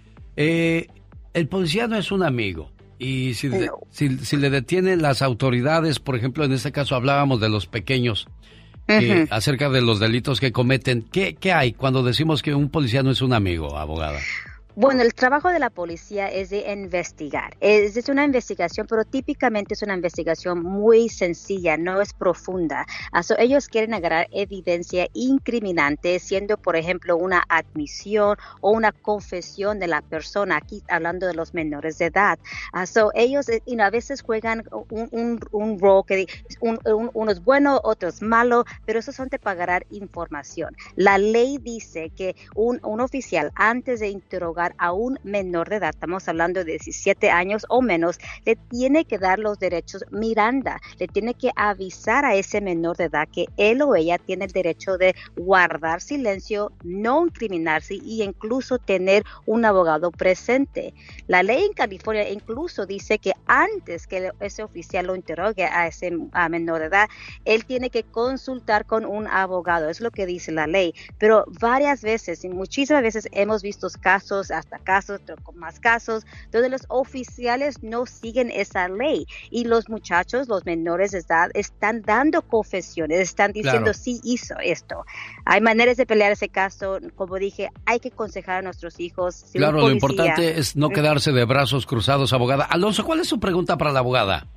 S1: El policía no es un amigo. Y si le detienen las autoridades, por ejemplo, en este caso hablábamos de los pequeños, acerca de los delitos que cometen, ¿qué hay cuando decimos que un policía no es un amigo, abogada?
S26: Bueno, el trabajo de la policía es de investigar. Es una investigación, pero típicamente es una investigación muy sencilla, no es profunda. Ellos quieren agarrar evidencia incriminante, siendo, por ejemplo, una admisión o una confesión de la persona, aquí hablando de los menores de edad. Ellos a veces juegan un rol que uno es bueno, otro es malo, pero eso son para agarrar información. La ley dice que un oficial, antes de interrogar a un menor de edad, estamos hablando de 17 años o menos, le tiene que dar los derechos Miranda, le tiene que avisar a ese menor de edad que él o ella tiene el derecho de guardar silencio, no incriminarse y incluso tener un abogado presente. La ley en California incluso dice que antes que ese oficial lo interrogue a ese menor de edad, él tiene que consultar con un abogado, es lo que dice la ley, pero varias veces y muchísimas veces hemos visto casos, hasta casos, con más casos, donde los oficiales no siguen esa ley y los muchachos, los menores de edad, están dando confesiones, están diciendo sí hizo esto. Hay maneras de pelear ese caso, como dije, hay que aconsejar a nuestros hijos. Si
S1: claro, lo importante es no quedarse de brazos cruzados, abogada. Alonso, ¿cuál es su pregunta para la abogada?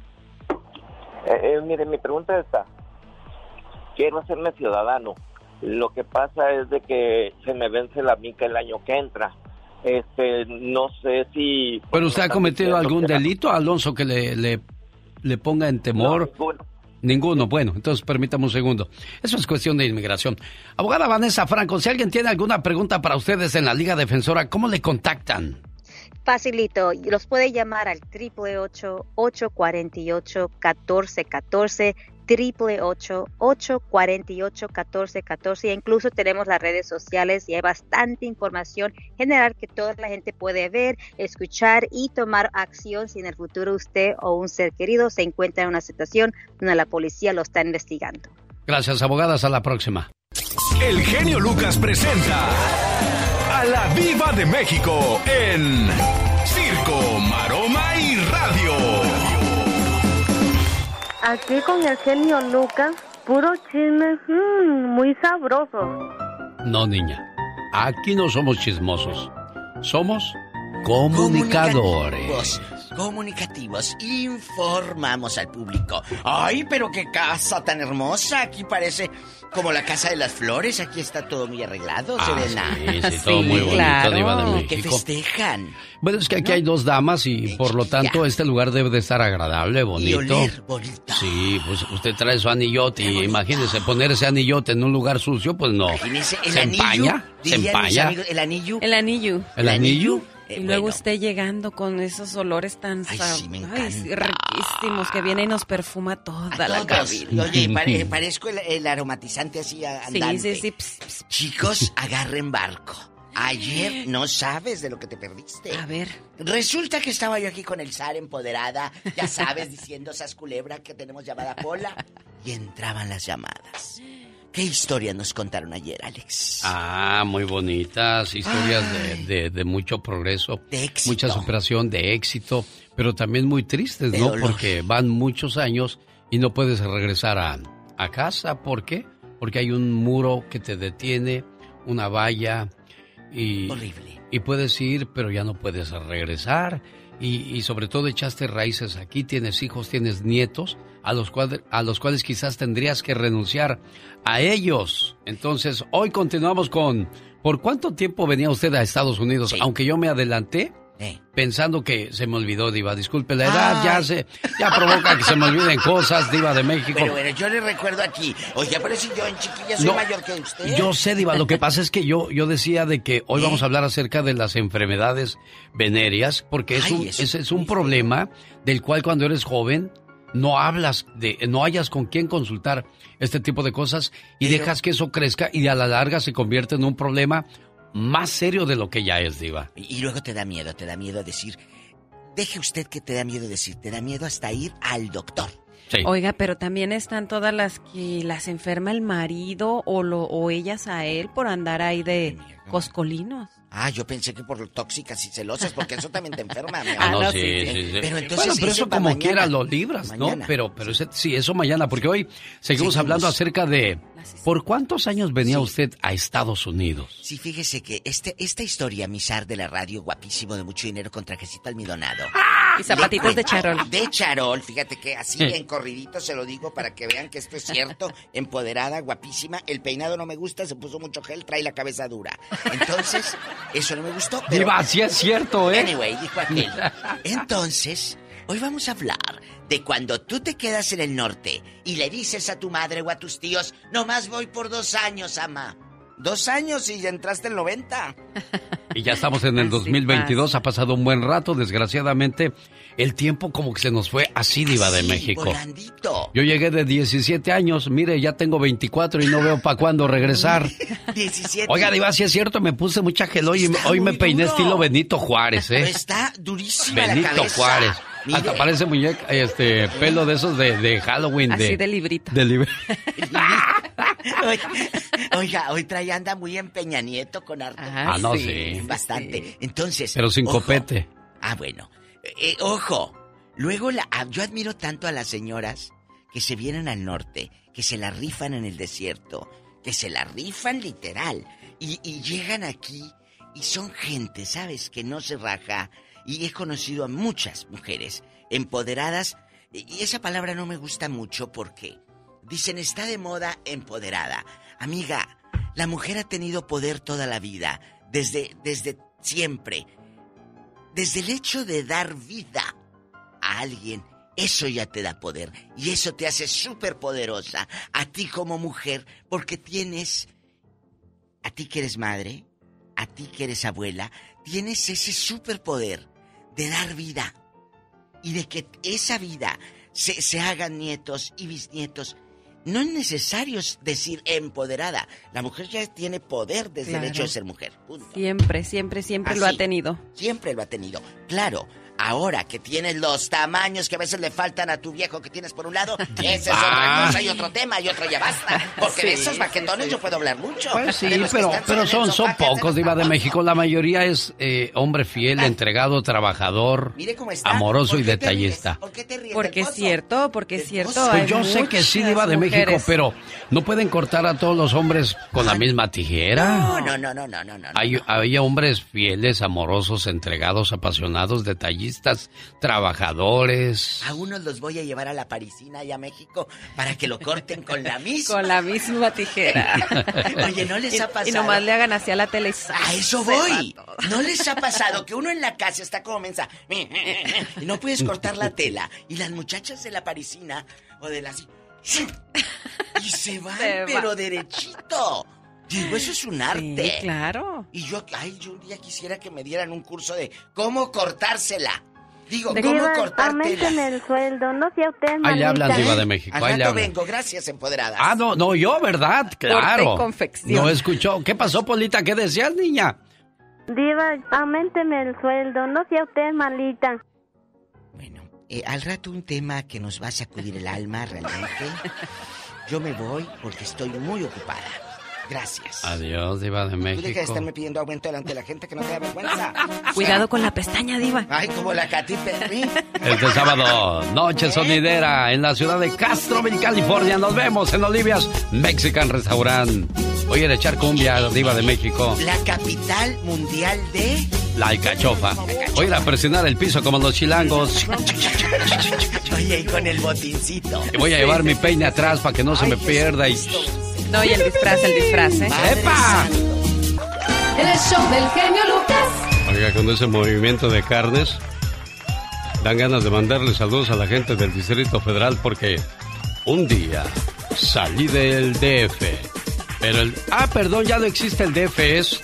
S5: Mire, mi pregunta es esta. Quiero hacerme ciudadano. Lo que pasa es de que se me vence la mica el año que entra. No sé si...
S1: ¿Pero usted ha cometido algún delito, Alonso, que le ponga en temor?
S5: No,
S1: Ninguno. Bueno, entonces permítame un segundo. Eso es cuestión de inmigración. Abogada Vanessa Franco, si alguien tiene alguna pregunta para ustedes en la Liga Defensora, ¿cómo le contactan?
S26: Facilito, los puede llamar al 888-848-1414, 888-848-1414, e incluso tenemos las redes sociales y hay bastante información general que toda la gente puede ver, escuchar y tomar acción si en el futuro usted o un ser querido se encuentra en una situación donde la policía lo está investigando.
S1: Gracias, abogadas. Hasta la próxima.
S7: El genio Lucas presenta a la Diva de México en Circo, Maroma y Radio.
S11: Aquí con el genio Lucas, puro chisme, muy sabroso.
S1: No, niña, aquí no somos chismosos, somos comunicadores.
S24: Comunicativos, informamos al público. Ay, pero qué casa tan hermosa. Aquí parece como la Casa de las Flores. Aquí está todo muy arreglado, Serena.
S1: Sí, todo muy bonito, claro. Diva de México.
S24: Que festejan.
S1: Bueno, es que aquí hay dos damas y por lo tanto este lugar debe de estar agradable, bonito.
S24: Y oler bonito.
S1: Sí, pues usted trae su anillote y imagínese poner ese anillote en un lugar sucio, pues no.
S24: Imagínese el
S1: ¿Se
S24: anillo?
S1: empaña? ¿Se empaña?
S24: Amigos, el anillo.
S21: El anillo.
S1: ¿El anillo?
S21: Y luego usted llegando con esos olores tan riquísimos que viene y nos perfuma toda la cabina.
S24: Oye, parezco el aromatizante así andante.
S21: Sí.
S24: Chicos, agarren barco. Ayer no sabes de lo que te perdiste.
S21: A ver.
S24: Resulta que estaba yo aquí con el zar empoderada, ya sabes, diciendo esas culebras que tenemos llamada Pola. Y entraban las llamadas. ¿Qué historias nos contaron ayer, Alex?
S1: Muy bonitas, historias de mucho progreso,
S24: de éxito,
S1: mucha superación, de éxito, pero también muy tristes, ¿no? Porque van muchos años y no puedes regresar a casa. ¿Por qué? Porque hay un muro que te detiene, una valla y...
S24: Horrible.
S1: Y puedes ir, pero ya no puedes regresar. Y sobre todo echaste raíces aquí, tienes hijos, tienes nietos, a los cuales quizás tendrías que renunciar a ellos. Entonces, hoy continuamos con ¿por cuánto tiempo venía usted a Estados Unidos? Sí. Aunque yo me adelanté, pensando que se me olvidó, Diva. Disculpe, la edad ya provoca que se me olviden cosas, Diva de México.
S24: Pero bueno, yo le recuerdo aquí. Oye, pero si yo en chiquilla soy mayor que usted.
S1: Yo sé, Diva, lo que pasa es que yo decía de que hoy vamos a hablar acerca de las enfermedades venéreas, porque es un problema del cual cuando eres joven no hayas con quién consultar este tipo de cosas y dejas que eso crezca y a la larga se convierte en un problema más serio de lo que ya es, Diva.
S24: Y luego te da miedo decir, deje usted que te da miedo decir, te da miedo hasta ir al doctor.
S1: Sí.
S21: Oiga, pero también están todas las que las enferma el marido o ellas a él por andar ahí de coscolinos.
S24: Yo pensé que por tóxicas y celosas, porque eso también te enferma.
S1: No, sí.
S24: Pero entonces
S1: pero eso como mañana, quiera lo libras, mañana. ¿No? Pero eso mañana, porque hoy seguimos hablando acerca de ¿por cuántos años venía usted a Estados Unidos?
S24: Sí, fíjese que esta historia, mi zar de la radio, guapísimo, de mucho dinero, con trajecito almidonado.
S21: Y zapatitos de charol.
S24: De charol, fíjate que así en corridito se lo digo para que vean que esto es cierto. Empoderada, guapísima. El peinado no me gusta, se puso mucho gel, trae la cabeza dura. Entonces, eso no me gustó. Pero...
S1: Diva, sí es cierto, ¿eh?
S24: Anyway, dijo aquel. Entonces, hoy vamos a hablar de cuando tú te quedas en el norte y le dices a tu madre o a tus tíos, nomás voy por 2 años, ama. 2 años y ya entraste en 90.
S1: Y ya estamos en el 2022, ha pasado un buen rato, desgraciadamente. El tiempo como que se nos fue así, Diva de México.
S24: Volandito.
S1: Yo llegué de 17 años, mire, ya tengo 24 y no veo para cuándo regresar.
S24: 17.
S1: Oiga, Diva, sí es cierto, me puse mucha gel y hoy me peiné duro. Estilo Benito Juárez, ¿eh?
S24: Pero está durísima
S1: Benito
S24: la cabeza.
S1: Juárez.
S24: Mire.
S1: Hasta parece muñeca, pelo de esos de Halloween.
S21: Así de librito.
S24: Oiga, hoy anda muy en Peña Nieto con harto.
S1: No, sí.
S24: Bastante. Sí. Entonces.
S1: Pero sin copete.
S24: Bueno. Ojo. Luego yo admiro tanto a las señoras que se vienen al norte, que se la rifan en el desierto, que se la rifan literal. Y llegan aquí y son gente, ¿sabes? Que no se raja. Y he conocido a muchas mujeres empoderadas. Y esa palabra no me gusta mucho porque dicen, está de moda empoderada. Amiga, la mujer ha tenido poder toda la vida. Desde siempre. Desde el hecho de dar vida a alguien, eso ya te da poder. Y eso te hace súper poderosa a ti como mujer, porque tienes, a ti que eres madre, a ti que eres abuela, tienes ese superpoder de dar vida. Y de que esa vida se hagan nietos y bisnietos. No es necesario decir empoderada. La mujer ya tiene poder desde el hecho de ser mujer. Punto.
S21: Siempre lo ha tenido.
S24: Siempre lo ha tenido. Claro, ahora que tienes los tamaños que a veces le faltan a tu viejo que tienes por un lado, esa es otra cosa y otro tema y otro ya basta. Porque de esos baquetones yo puedo hablar mucho.
S1: Pues sí, pero son pocos, Diva de México. La mayoría es hombre fiel, entregado, trabajador, amoroso y detallista.
S24: ¿Por qué te ríes?
S21: Porque es cierto.
S1: Pues yo sé que sí, Diva de México, pero no pueden cortar a todos los hombres con la misma tijera.
S24: No.
S1: Hay hombres fieles, amorosos, entregados, apasionados, detallistas, trabajadores.
S24: A unos los voy a llevar a la Parisina y a México para que lo corten con la misma.
S21: Con la misma tijera.
S24: Oye, ¿no les ha pasado?
S21: Y nomás le hagan hacia la tele.
S24: A eso voy. ¿No les ha pasado que uno en la casa está como mensa y no puedes cortar la tela? Y las muchachas de la Parisina o de las... y se van, pero derechito. Digo, eso es un arte.
S21: Sí, claro.
S24: Y yo un día quisiera que me dieran un curso de cómo cortársela. Digo,
S11: Diva,
S24: ¿cómo cortar
S11: auménteme el sueldo, no sea usted malita.
S1: Ahí le hablan, Diva de México.
S24: Al rato vengo, gracias, empoderadas.
S1: No, yo, ¿verdad? Claro.
S21: Confección.
S1: No escuchó. ¿Qué pasó, Polita? ¿Qué decías, niña?
S11: Diva, auménteme el sueldo, no sea usted malita.
S24: Bueno, al rato un tema que nos va a sacudir el alma, realmente. Yo me voy porque estoy muy ocupada. Gracias.
S1: Adiós, Diva de México.
S24: Tú deja de estarme pidiendo aumento delante de la gente que no te da vergüenza.
S21: Cuidado con la pestaña, Diva.
S24: Ay, como la Katy Perry.
S1: Este sábado, noche sonidera en la ciudad de Castroville, California. Nos vemos en Olivia's Mexican Restaurant. Voy a ir a echar cumbia, Diva de México.
S24: La capital mundial de...
S1: La alcachofa. Voy a ir a presionar el piso como los chilangos.
S24: Oye, y con el botincito.
S1: Y voy a llevar mi peine atrás para que no se me pierda y...
S21: No, y el disfraz,
S1: ¡Epa!
S10: El show del genio Lucas.
S1: Oiga, con ese movimiento de carnes, dan ganas de mandarle saludos a la gente del Distrito Federal porque un día salí del DF. Pero perdón, ya no existe el DF, es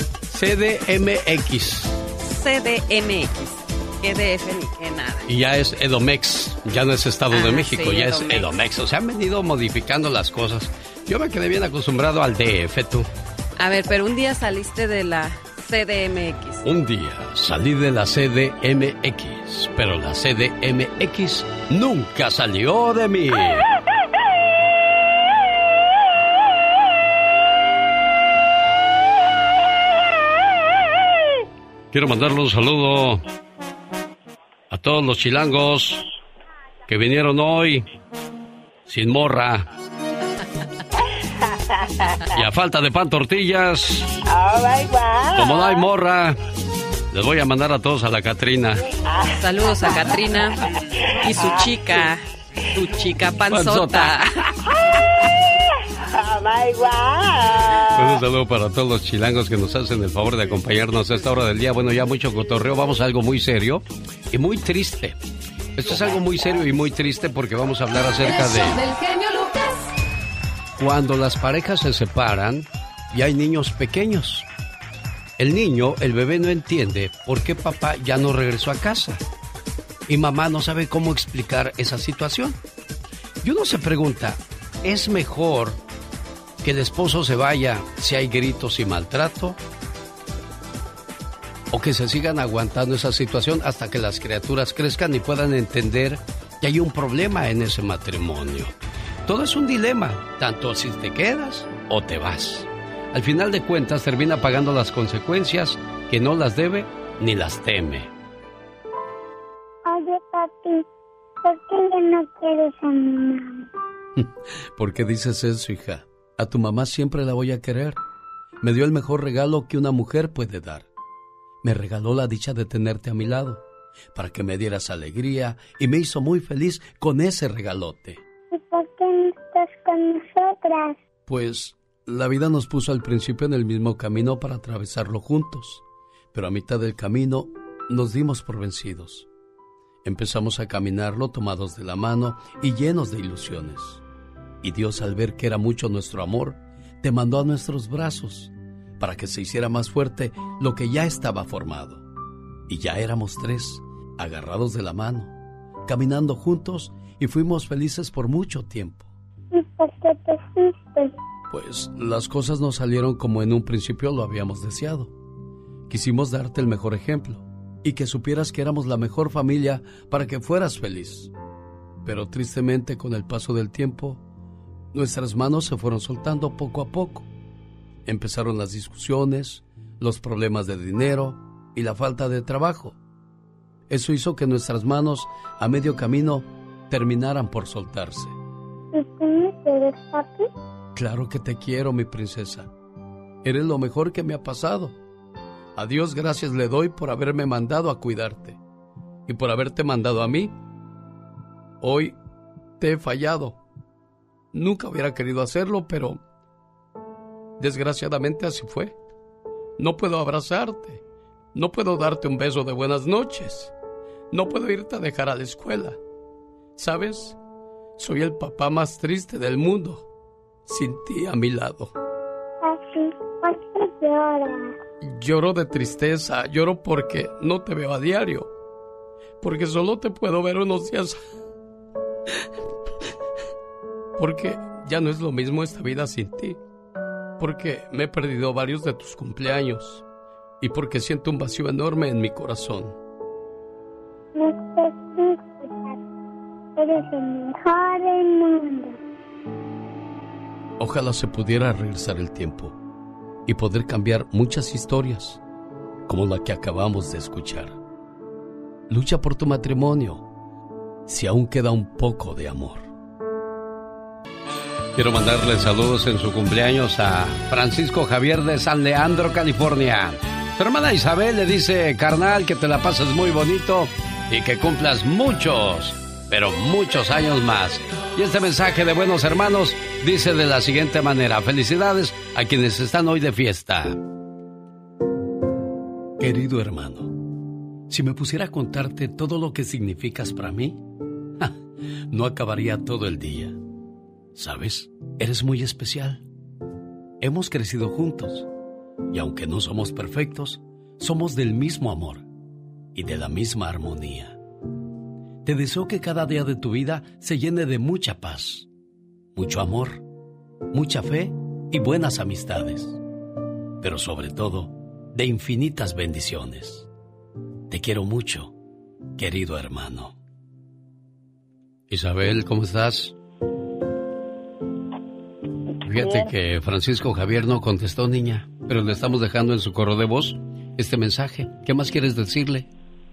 S1: CDMX.
S21: CDMX. Que DF ni que nada.
S1: Y ya es Edomex, ya no es Estado de México,
S21: sí,
S1: ya
S21: Edomex.
S1: Es Edomex. O sea, han venido modificando las cosas. Yo me quedé bien acostumbrado al DF, tú.
S21: A ver, pero un día saliste de la CDMX.
S1: Un día salí de la CDMX, pero la CDMX nunca salió de mí. Quiero mandarle un saludo a todos los chilangos que vinieron hoy sin morra. Y a falta de pan tortillas, como no hay morra, les voy a mandar a todos a la Catrina.
S21: Saludos a Catrina y su chica panzota.
S1: Un saludo para todos los chilangos que nos hacen el favor de acompañarnos a esta hora del día. Bueno, ya mucho cotorreo, vamos a algo muy serio y muy triste. Esto es algo muy serio y muy triste porque vamos a hablar acerca de... Cuando las parejas se separan y hay niños pequeños. El niño, el bebé no entiende por qué papá ya no regresó a casa. Y mamá no sabe cómo explicar esa situación. Y uno se pregunta, ¿es mejor que el esposo se vaya si hay gritos y maltrato? ¿O que se sigan aguantando esa situación hasta que las criaturas crezcan y puedan entender que hay un problema en ese matrimonio? Todo es un dilema, tanto si te quedas o te vas. Al final de cuentas termina pagando las consecuencias que no las debe ni las teme.
S22: Oye, papi, ¿por qué ya no quieres a mi mamá?
S12: ¿Por qué dices eso, hija? A tu mamá siempre la voy a querer. Me dio el mejor regalo que una mujer puede dar. Me regaló la dicha de tenerte a mi lado, para que me dieras alegría y me hizo muy feliz con ese regalote.
S22: ¿Y por qué no estás con nosotras?
S12: Pues la vida nos puso al principio en el mismo camino para atravesarlo juntos. Pero a mitad del camino nos dimos por vencidos. Empezamos a caminarlo tomados de la mano y llenos de ilusiones. Y Dios, al ver que era mucho nuestro amor, te mandó a nuestros brazos para que se hiciera más fuerte lo que ya estaba formado. Y ya éramos 3, agarrados de la mano, caminando juntos, y fuimos felices por mucho tiempo.
S22: ¿Y por qué te fuiste?
S12: Pues las cosas no salieron como en un principio lo habíamos deseado. Quisimos darte el mejor ejemplo y que supieras que éramos la mejor familia para que fueras feliz. Pero tristemente, con el paso del tiempo, nuestras manos se fueron soltando poco a poco. Empezaron las discusiones, los problemas de dinero y la falta de trabajo. Eso hizo que nuestras manos a medio camino terminaran por soltarse.
S22: ¿Y tú me quieres, papi?
S12: Claro que te quiero, mi princesa. Eres lo mejor que me ha pasado. A Dios gracias le doy por haberme mandado a cuidarte y por haberte mandado a mí. Hoy te he fallado. Nunca hubiera querido hacerlo, pero desgraciadamente así fue. No puedo abrazarte. No puedo darte un beso de buenas noches. No puedo irte a dejar a la escuela. ¿Sabes? Soy el papá más triste del mundo, sin ti a mi lado.
S22: Papi, ¿por qué lloras?
S12: Lloro de tristeza, lloro porque no te veo a diario. Porque solo te puedo ver unos días. Porque ya no es lo mismo esta vida sin ti. Porque me he perdido varios de tus cumpleaños. Y porque siento un vacío enorme en mi corazón.
S22: No estés triste, papi. Eres el mejor del mundo.
S12: Ojalá se pudiera regresar el tiempo y poder cambiar muchas historias, como la que acabamos de escuchar. Lucha por tu matrimonio, si aún queda un poco de amor.
S1: Quiero mandarle saludos en su cumpleaños a Francisco Javier de San Leandro, California. Su hermana Isabel le dice: carnal, que te la pases muy bonito y que cumplas muchos, pero muchos años más. Y este mensaje de buenos hermanos dice de la siguiente manera: felicidades a quienes están hoy de fiesta.
S12: Querido hermano, si me pusiera a contarte todo lo que significas para mí, no acabaría todo el día. ¿Sabes? Eres muy especial. Hemos crecido juntos y aunque no somos perfectos, somos del mismo amor y de la misma armonía. Te deseo que cada día de tu vida se llene de mucha paz, mucho amor, mucha fe y buenas amistades, pero sobre todo, de infinitas bendiciones. Te quiero mucho, querido hermano.
S1: Isabel, ¿cómo estás? Fíjate que Francisco Javier no contestó, niña, pero le estamos dejando en su correo de voz este mensaje. ¿Qué más quieres decirle?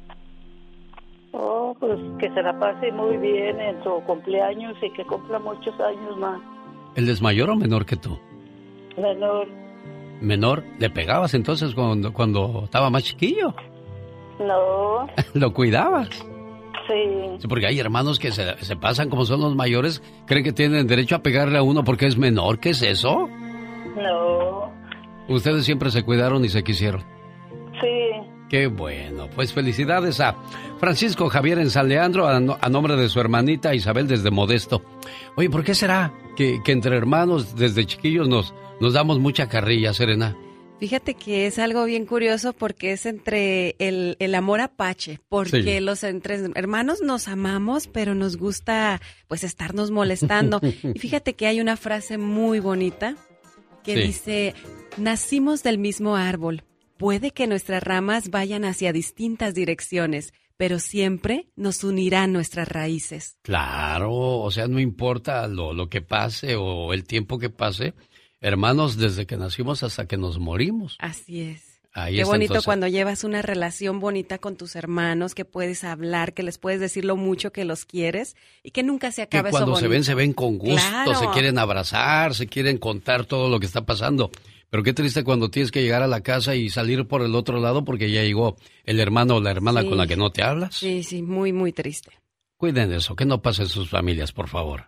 S3: Oh, pues que se la pase muy bien en su cumpleaños y que cumpla muchos años más.
S1: ¿Él es mayor o menor que tú?
S3: Menor.
S1: ¿Menor? ¿Le pegabas entonces cuando estaba más chiquillo?
S3: No.
S1: ¿Lo cuidabas?
S3: Sí.
S1: Porque hay hermanos que se pasan como son los mayores, creen que tienen derecho a pegarle a uno porque es menor. ¿Qué es eso?
S3: No.
S1: Ustedes siempre se cuidaron y se quisieron.
S3: Sí.
S1: Qué bueno. Pues felicidades a Francisco Javier en San Leandro, a nombre de su hermanita Isabel desde Modesto. Oye, ¿por qué será que entre hermanos desde chiquillos nos damos mucha carrilla, Serena?
S21: Fíjate que es algo bien curioso porque es entre el amor apache, porque sí, los entre hermanos nos amamos, pero nos gusta pues estarnos molestando. Y fíjate que hay una frase muy bonita que dice: nacimos del mismo árbol, puede que nuestras ramas vayan hacia distintas direcciones, pero siempre nos unirán nuestras raíces.
S1: Claro, o sea, no importa lo que pase o el tiempo que pase, hermanos desde que nacimos hasta que nos morimos.
S21: Así es.
S1: Ahí
S21: Qué
S1: está,
S21: bonito
S1: entonces,
S21: cuando llevas una relación bonita con tus hermanos, que puedes hablar, que les puedes decir lo mucho que los quieres y que nunca se acabe
S1: que
S21: eso
S1: cuando
S21: bonito.
S1: se ven con gusto,
S21: Claro.
S1: se quieren abrazar, se quieren contar todo lo que está pasando. Pero qué triste cuando tienes que llegar a la casa y salir por el otro lado porque ya llegó el hermano o la hermana con la que no te hablas.
S21: Sí, sí, muy, muy triste.
S1: Cuiden de eso, que no pase en sus familias, por favor.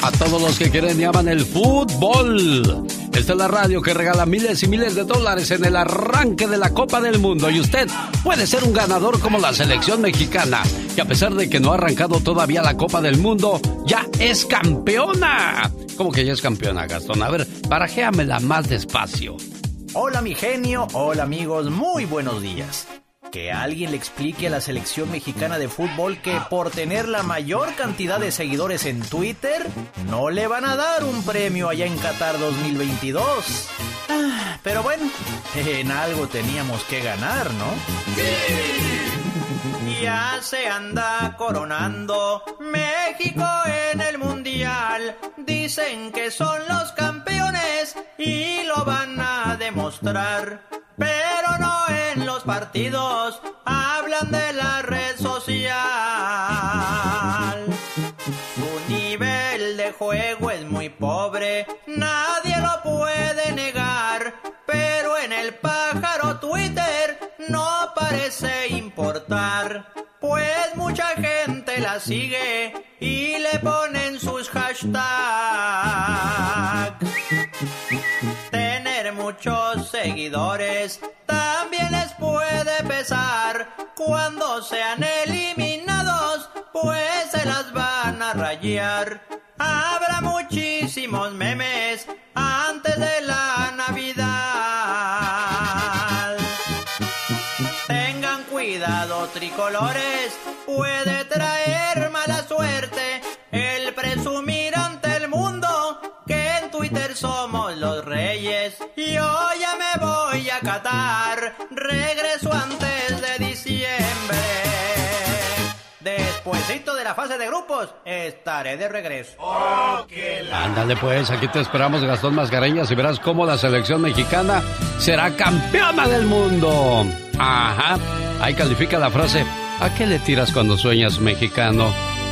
S1: A todos los que quieren y aman el fútbol. Esta es la radio que regala miles y miles de dólares en el arranque de la Copa del Mundo. Y usted puede ser un ganador como la selección mexicana, que a pesar de que no ha arrancado todavía la Copa del Mundo, ya es campeona. ¿Cómo que ya es campeona, Gastón? A ver, barajéamela más despacio.
S6: Hola, mi genio. Hola, amigos. Muy buenos días. Que alguien le explique a la selección mexicana de fútbol que por tener la mayor cantidad de seguidores en Twitter, no le van a dar un premio allá en Qatar 2022. Pero bueno, en algo teníamos que ganar, ¿no? ¡Sí! Ya se anda coronando México en el Mundial. Dicen que son los campeones y lo van a demostrar. Pero no en los partidos, hablan de la red social. Su nivel de juego es muy pobre, nadie lo puede negar. Pero en el pájaro Twitter no parece importar. Pues mucha gente la sigue y le ponen sus hashtags. Tener muchos seguidores también les puede pesar. Cuando sean eliminados, pues se las van a rayar. Habrá muchísimos memes antes de la Navidad. Tengan cuidado, tricolores, puede traer mala suerte el presumir ante el mundo que en Twitter somos los reyes. Yo ya me voy a Qatar, regreso antes de diciembre. Despuésito de la fase de grupos, estaré de regreso.
S1: Ándale pues, aquí te esperamos, Gastón Mascareñas, y verás cómo la selección mexicana será campeona del mundo. Ajá, ahí califica la frase: ¿a qué le tiras cuando sueñas, mexicano?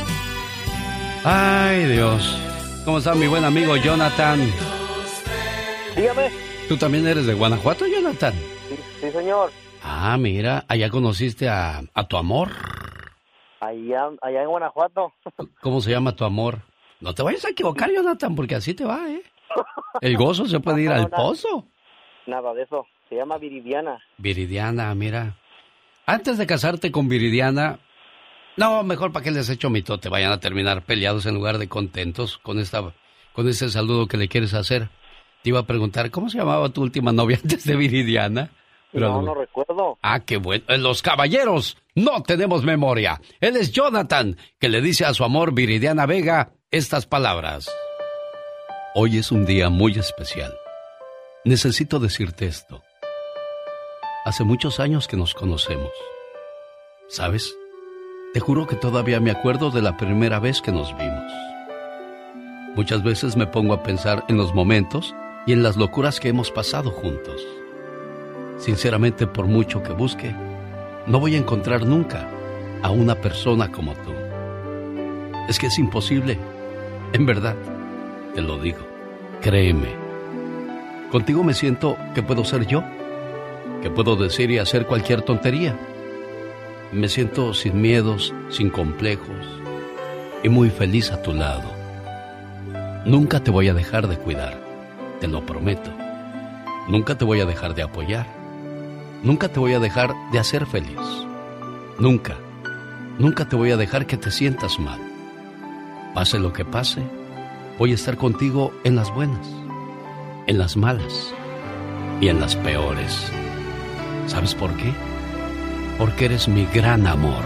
S1: Ay, Dios. ¿Cómo está mi buen amigo Jonathan?
S5: Dígame.
S1: ¿Tú también eres de Guanajuato, Jonathan?
S5: Sí, señor.
S1: Ah, mira, allá conociste a tu amor.
S5: Allá en Guanajuato.
S1: ¿Cómo se llama tu amor? No te vayas a equivocar, Jonathan, porque así te va, ¿eh? El gozo se puede ir al pozo.
S5: Nada de eso. Se llama Viridiana.
S1: Viridiana, mira. Antes de casarte con Viridiana... No, mejor para que les echo mitote. Vayan a terminar peleados en lugar de contentos con ese saludo que le quieres hacer. Te iba a preguntar, ¿cómo se llamaba tu última novia antes de Viridiana? Pero
S5: no recuerdo.
S1: Ah, qué bueno. Los caballeros no tenemos memoria. Él es Jonathan, que le dice a su amor Viridiana Vega estas palabras. Hoy es un día muy especial. Necesito decirte esto. Hace muchos años que nos conocemos. ¿Sabes? Te juro que todavía me acuerdo de la primera vez que nos vimos. Muchas veces me pongo a pensar en los momentos y en las locuras que hemos pasado juntos. Sinceramente, por mucho que busque, no voy a encontrar nunca a una persona como tú. Es que es imposible. En verdad, te lo digo. Créeme. Contigo me siento que puedo ser yo, que puedo decir y hacer cualquier tontería. Me siento sin miedos, sin complejos y muy feliz a tu lado. Nunca te voy a dejar de cuidar, te lo prometo. Nunca te voy a dejar de apoyar. Nunca te voy a dejar de hacer feliz. Nunca, nunca te voy a dejar que te sientas mal. Pase lo que pase, voy a estar contigo en las buenas, en las malas y en las peores. ¿Sabes por qué? Porque eres mi gran amor.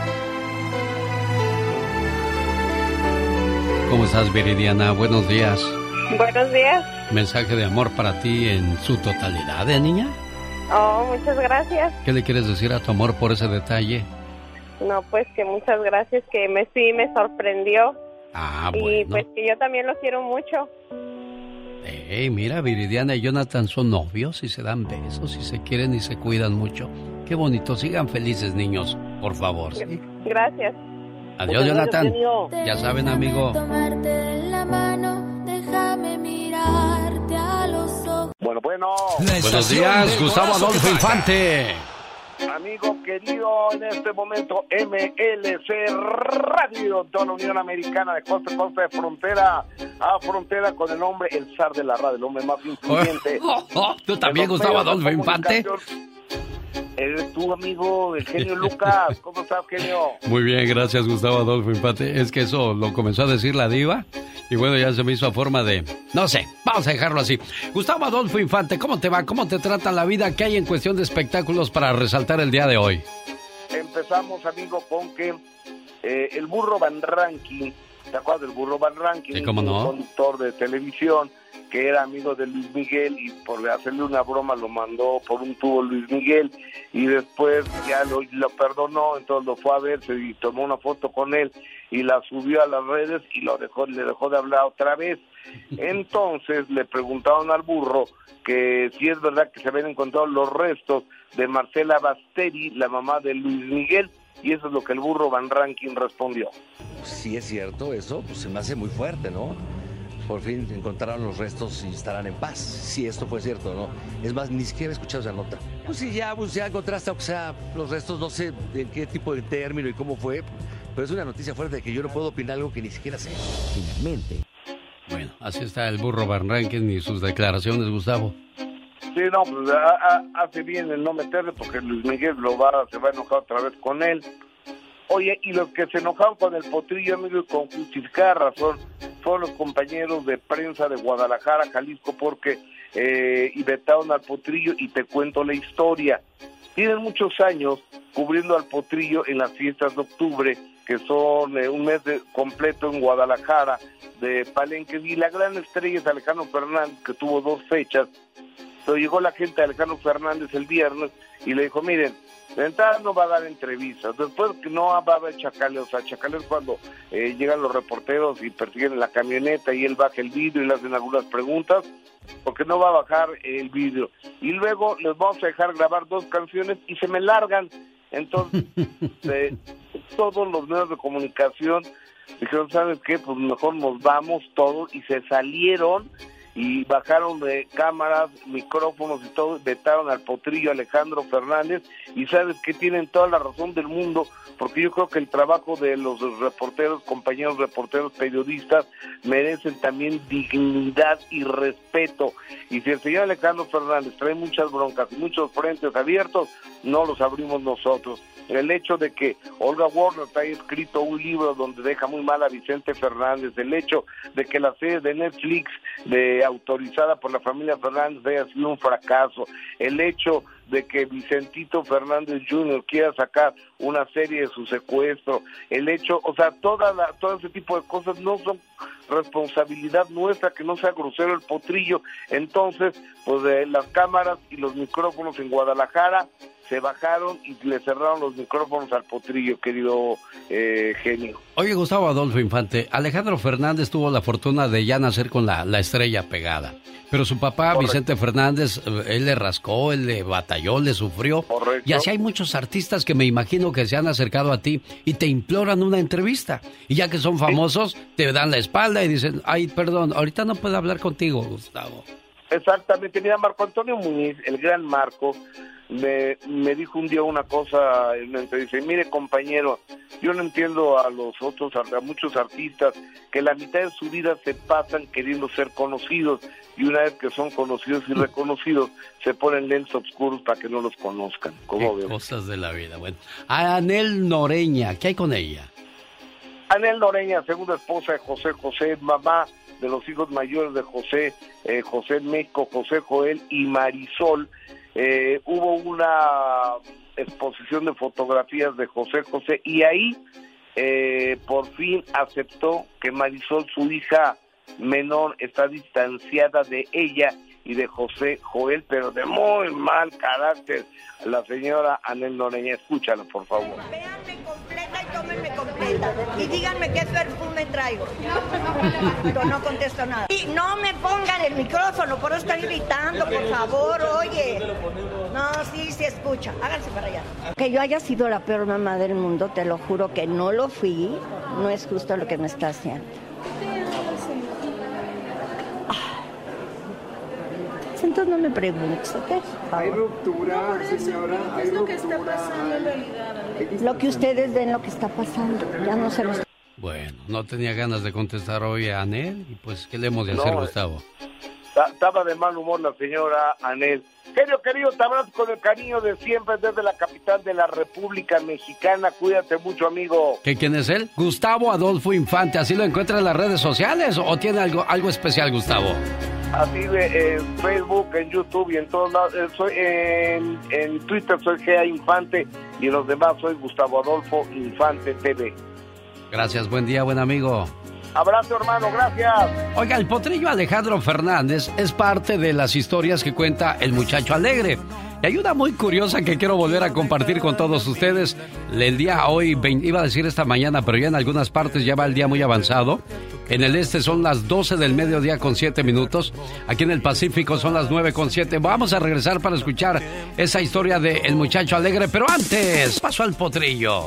S1: ¿Cómo estás, Viridiana? Buenos días.
S8: Buenos días.
S1: Mensaje de amor para ti en su totalidad, niña.
S8: Oh, muchas gracias.
S1: ¿Qué le quieres decir a tu amor por ese detalle?
S8: No, pues que muchas gracias, que sí me sorprendió.
S1: Ah, bueno.
S8: Y pues que yo también lo quiero mucho.
S1: Mira, Viridiana y Jonathan son novios y se dan besos y se quieren y se cuidan mucho. Qué bonito. Sigan felices, niños, por favor. ¿Sí?
S8: Gracias.
S1: Adiós, Jonathan. Ya saben, amigo.
S10: Tomarte de la mano, déjame mirarte a los ojos.
S5: Bueno.
S1: Buenos días, Gustavo Adolfo Infante.
S5: A mí
S9: amigo querido, en este momento MLC Radio, toda la Unión Americana, de costa a costa, de frontera a frontera, con el hombre, el zar de la radio, el hombre más influyente.
S1: ¿Tú también, Gustavo Adolfo Infante?
S9: Eres tu amigo, el genio Lucas. ¿Cómo estás, genio?
S1: Muy bien, gracias, Gustavo Adolfo Infante. Es que eso lo comenzó a decir la diva y bueno, ya se me hizo a forma de... No sé, vamos a dejarlo así. Gustavo Adolfo Infante, ¿cómo te va? ¿Cómo te trata la vida? ¿Qué hay en cuestión de espectáculos para resaltar el día de hoy?
S9: Empezamos, amigo, con que el Burro Van Ranking, ¿te acuerdas del Burro Van Ranking?
S1: Sí, ¿cómo no?
S9: Un conductor de televisión que era amigo de Luis Miguel y por hacerle una broma lo mandó por un tubo Luis Miguel y después ya lo perdonó, entonces lo fue a ver y tomó una foto con él y la subió a las redes y le dejó de hablar otra vez. Entonces le preguntaron al Burro que si es verdad que se habían encontrado los restos de Marcela Basteri, la mamá de Luis Miguel, y eso es lo que el Burro Van Ranking respondió.
S13: Si es cierto eso, pues se me hace muy fuerte, ¿no? Por fin encontraron los restos y estarán en paz. Si esto fue cierto, ¿no? Es más, ni siquiera he escuchado esa nota. Pues sí, ya encontraste, o sea, los restos, no sé en qué tipo de término y cómo fue, pero es una noticia fuerte de que yo no puedo opinar algo que ni siquiera sé. Finalmente.
S1: Bueno, así está el Burro Van Ranking y sus declaraciones, Gustavo.
S9: Sí, no, pues hace bien el no meterle porque Luis Miguel se va a enojar otra vez con él. Oye, y los que se enojaron con el Potrillo, amigo, y con justificada razón, fueron los compañeros de prensa de Guadalajara, Jalisco, porque vetaron al Potrillo, y te cuento la historia. Tienen muchos años cubriendo al Potrillo en las fiestas de octubre, que son un mes completo en Guadalajara, de Palenque, y la gran estrella es Alejandro Fernández, que tuvo 2 fechas. Pero llegó la gente de Alejandro Fernández el viernes y le dijo, miren, de entrada no va a dar entrevistas, después que no va a haber chacaleo, o sea, chacaleo es cuando llegan los reporteros y persiguen en la camioneta y él baja el vidrio y le hacen algunas preguntas, porque no va a bajar el vidrio. Y luego les vamos a dejar grabar 2 canciones y se me largan. Entonces, todos los medios de comunicación dijeron, ¿sabes qué? Pues mejor nos vamos todos, y se salieron y bajaron de cámaras, micrófonos y todo, vetaron al Potrillo Alejandro Fernández, y sabes que tienen toda la razón del mundo, porque yo creo que el trabajo de los reporteros, compañeros reporteros, periodistas, merecen también dignidad y respeto, y si el señor Alejandro Fernández trae muchas broncas y muchos frentes abiertos, no los abrimos nosotros. El hecho de que Olga Warner haya escrito un libro donde deja muy mal a Vicente Fernández, el hecho de que la serie de Netflix autorizada por la familia Fernández haya sido un fracaso, el hecho de que Vicentito Fernández Jr. quiera sacar una serie de su secuestro, el hecho, o sea, todo ese tipo de cosas no son responsabilidad nuestra, que no sea grosero el Potrillo. Entonces, pues las cámaras y los micrófonos en Guadalajara se bajaron y le cerraron los micrófonos al Potrillo, querido genio.
S1: Oye, Gustavo Adolfo Infante, Alejandro Fernández tuvo la fortuna de ya nacer con la estrella pegada. Pero su papá, correcto, Vicente Fernández, él le rascó, él le batalló, le sufrió. Correcto. Y así hay muchos artistas que me imagino que se han acercado a ti y te imploran una entrevista. Y ya que son famosos, te dan la espalda y dicen, ay, perdón, ahorita no puedo hablar contigo, Gustavo.
S9: Exactamente. Mira, Marco Antonio Muñiz, el gran Marco, me dijo un día una cosa en una entrevista. Y mire, compañero, yo no entiendo a muchos artistas que la mitad de su vida se pasan queriendo ser conocidos, y una vez que son conocidos y reconocidos, se ponen lentes oscuros para que no los conozcan. ¿Cómo veo?
S1: Cosas de la vida. Bueno, a Anel Noreña, ¿qué hay con ella?
S9: Anel Noreña, segunda esposa de José José, mamá de los hijos mayores de José México, José Joel y Marisol. Hubo una exposición de fotografías de José José, y ahí por fin aceptó que Marisol, su hija menor, está distanciada de ella y de José Joel, pero de muy mal carácter, la señora Anel Noreña. Escúchala, por favor.
S14: Véanme completa y tómenme completa y díganme qué perfume traigo. Pero no contesto nada. Y no me pongan el micrófono, por eso estoy gritando, por favor, oye. No, sí se escucha. Háganse para allá. Que yo haya sido la peor mamá del mundo, te lo juro que no lo fui. No es justo lo que me está haciendo.
S2: Entonces no me preguntes, ¿ok?
S15: Hay ruptura, señora.
S2: ¿Qué es lo que está pasando en realidad? Lo que ustedes ven, lo que está pasando. Ya no se los...
S1: Bueno, no tenía ganas de contestar hoy a Anel. Y pues, ¿qué le hemos de hacer, Gustavo?
S9: Estaba de mal humor la señora Anel. Genio querido, te abrazo con el cariño de siempre desde la capital de la República Mexicana. Cuídate mucho, amigo.
S1: ¿Quién es él? Gustavo Adolfo Infante. ¿Así lo encuentra en las redes sociales o tiene algo especial, Gustavo?
S9: Así en Facebook, en YouTube y en todos lados. En Twitter soy Gea Infante y en los demás soy Gustavo Adolfo Infante TV.
S1: Gracias, buen día, buen amigo.
S9: Abrazo, hermano, gracias.
S1: Oiga, el potrillo Alejandro Fernández es parte de las historias que cuenta El Muchacho Alegre. Y hay una muy curiosa que quiero volver a compartir con todos ustedes. El día hoy, iba a decir esta mañana, pero ya en algunas partes ya va el día muy avanzado. En el este son las 12 del mediodía con 7 minutos. Aquí en el Pacífico son las 9 con 7. Vamos a regresar para escuchar esa historia de El Muchacho Alegre. Pero antes, paso al potrillo.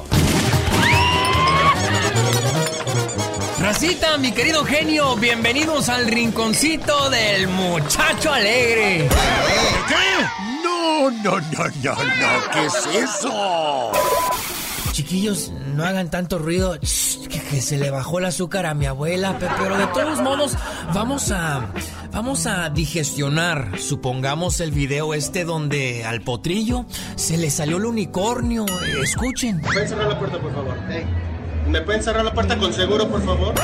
S4: Racita, mi querido genio, bienvenidos al rinconcito del Muchacho Alegre.
S17: ¿Qué? No, ¿qué es eso?
S4: Chiquillos, no hagan tanto ruido, que se le bajó el azúcar a mi abuela, pero de todos modos, vamos a digestionar, supongamos el video donde al potrillo se le salió el unicornio. Escuchen.
S15: ¿Pueden cerrar la puerta, por favor? ¿Me pueden cerrar la puerta con seguro, por favor?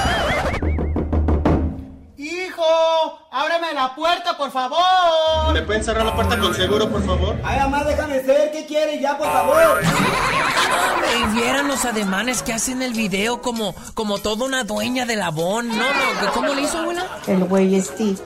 S19: ¡Hijo! ¡Ábreme la puerta, por favor!
S15: ¿Me pueden cerrar la puerta con seguro, por favor?
S19: Ay, mamá, déjame ser. ¿Qué quieres ya, por favor?
S4: Y vieran los ademanes que hace en el video como toda una dueña de Avon. No, ¿cómo le hizo, abuela?
S19: El güey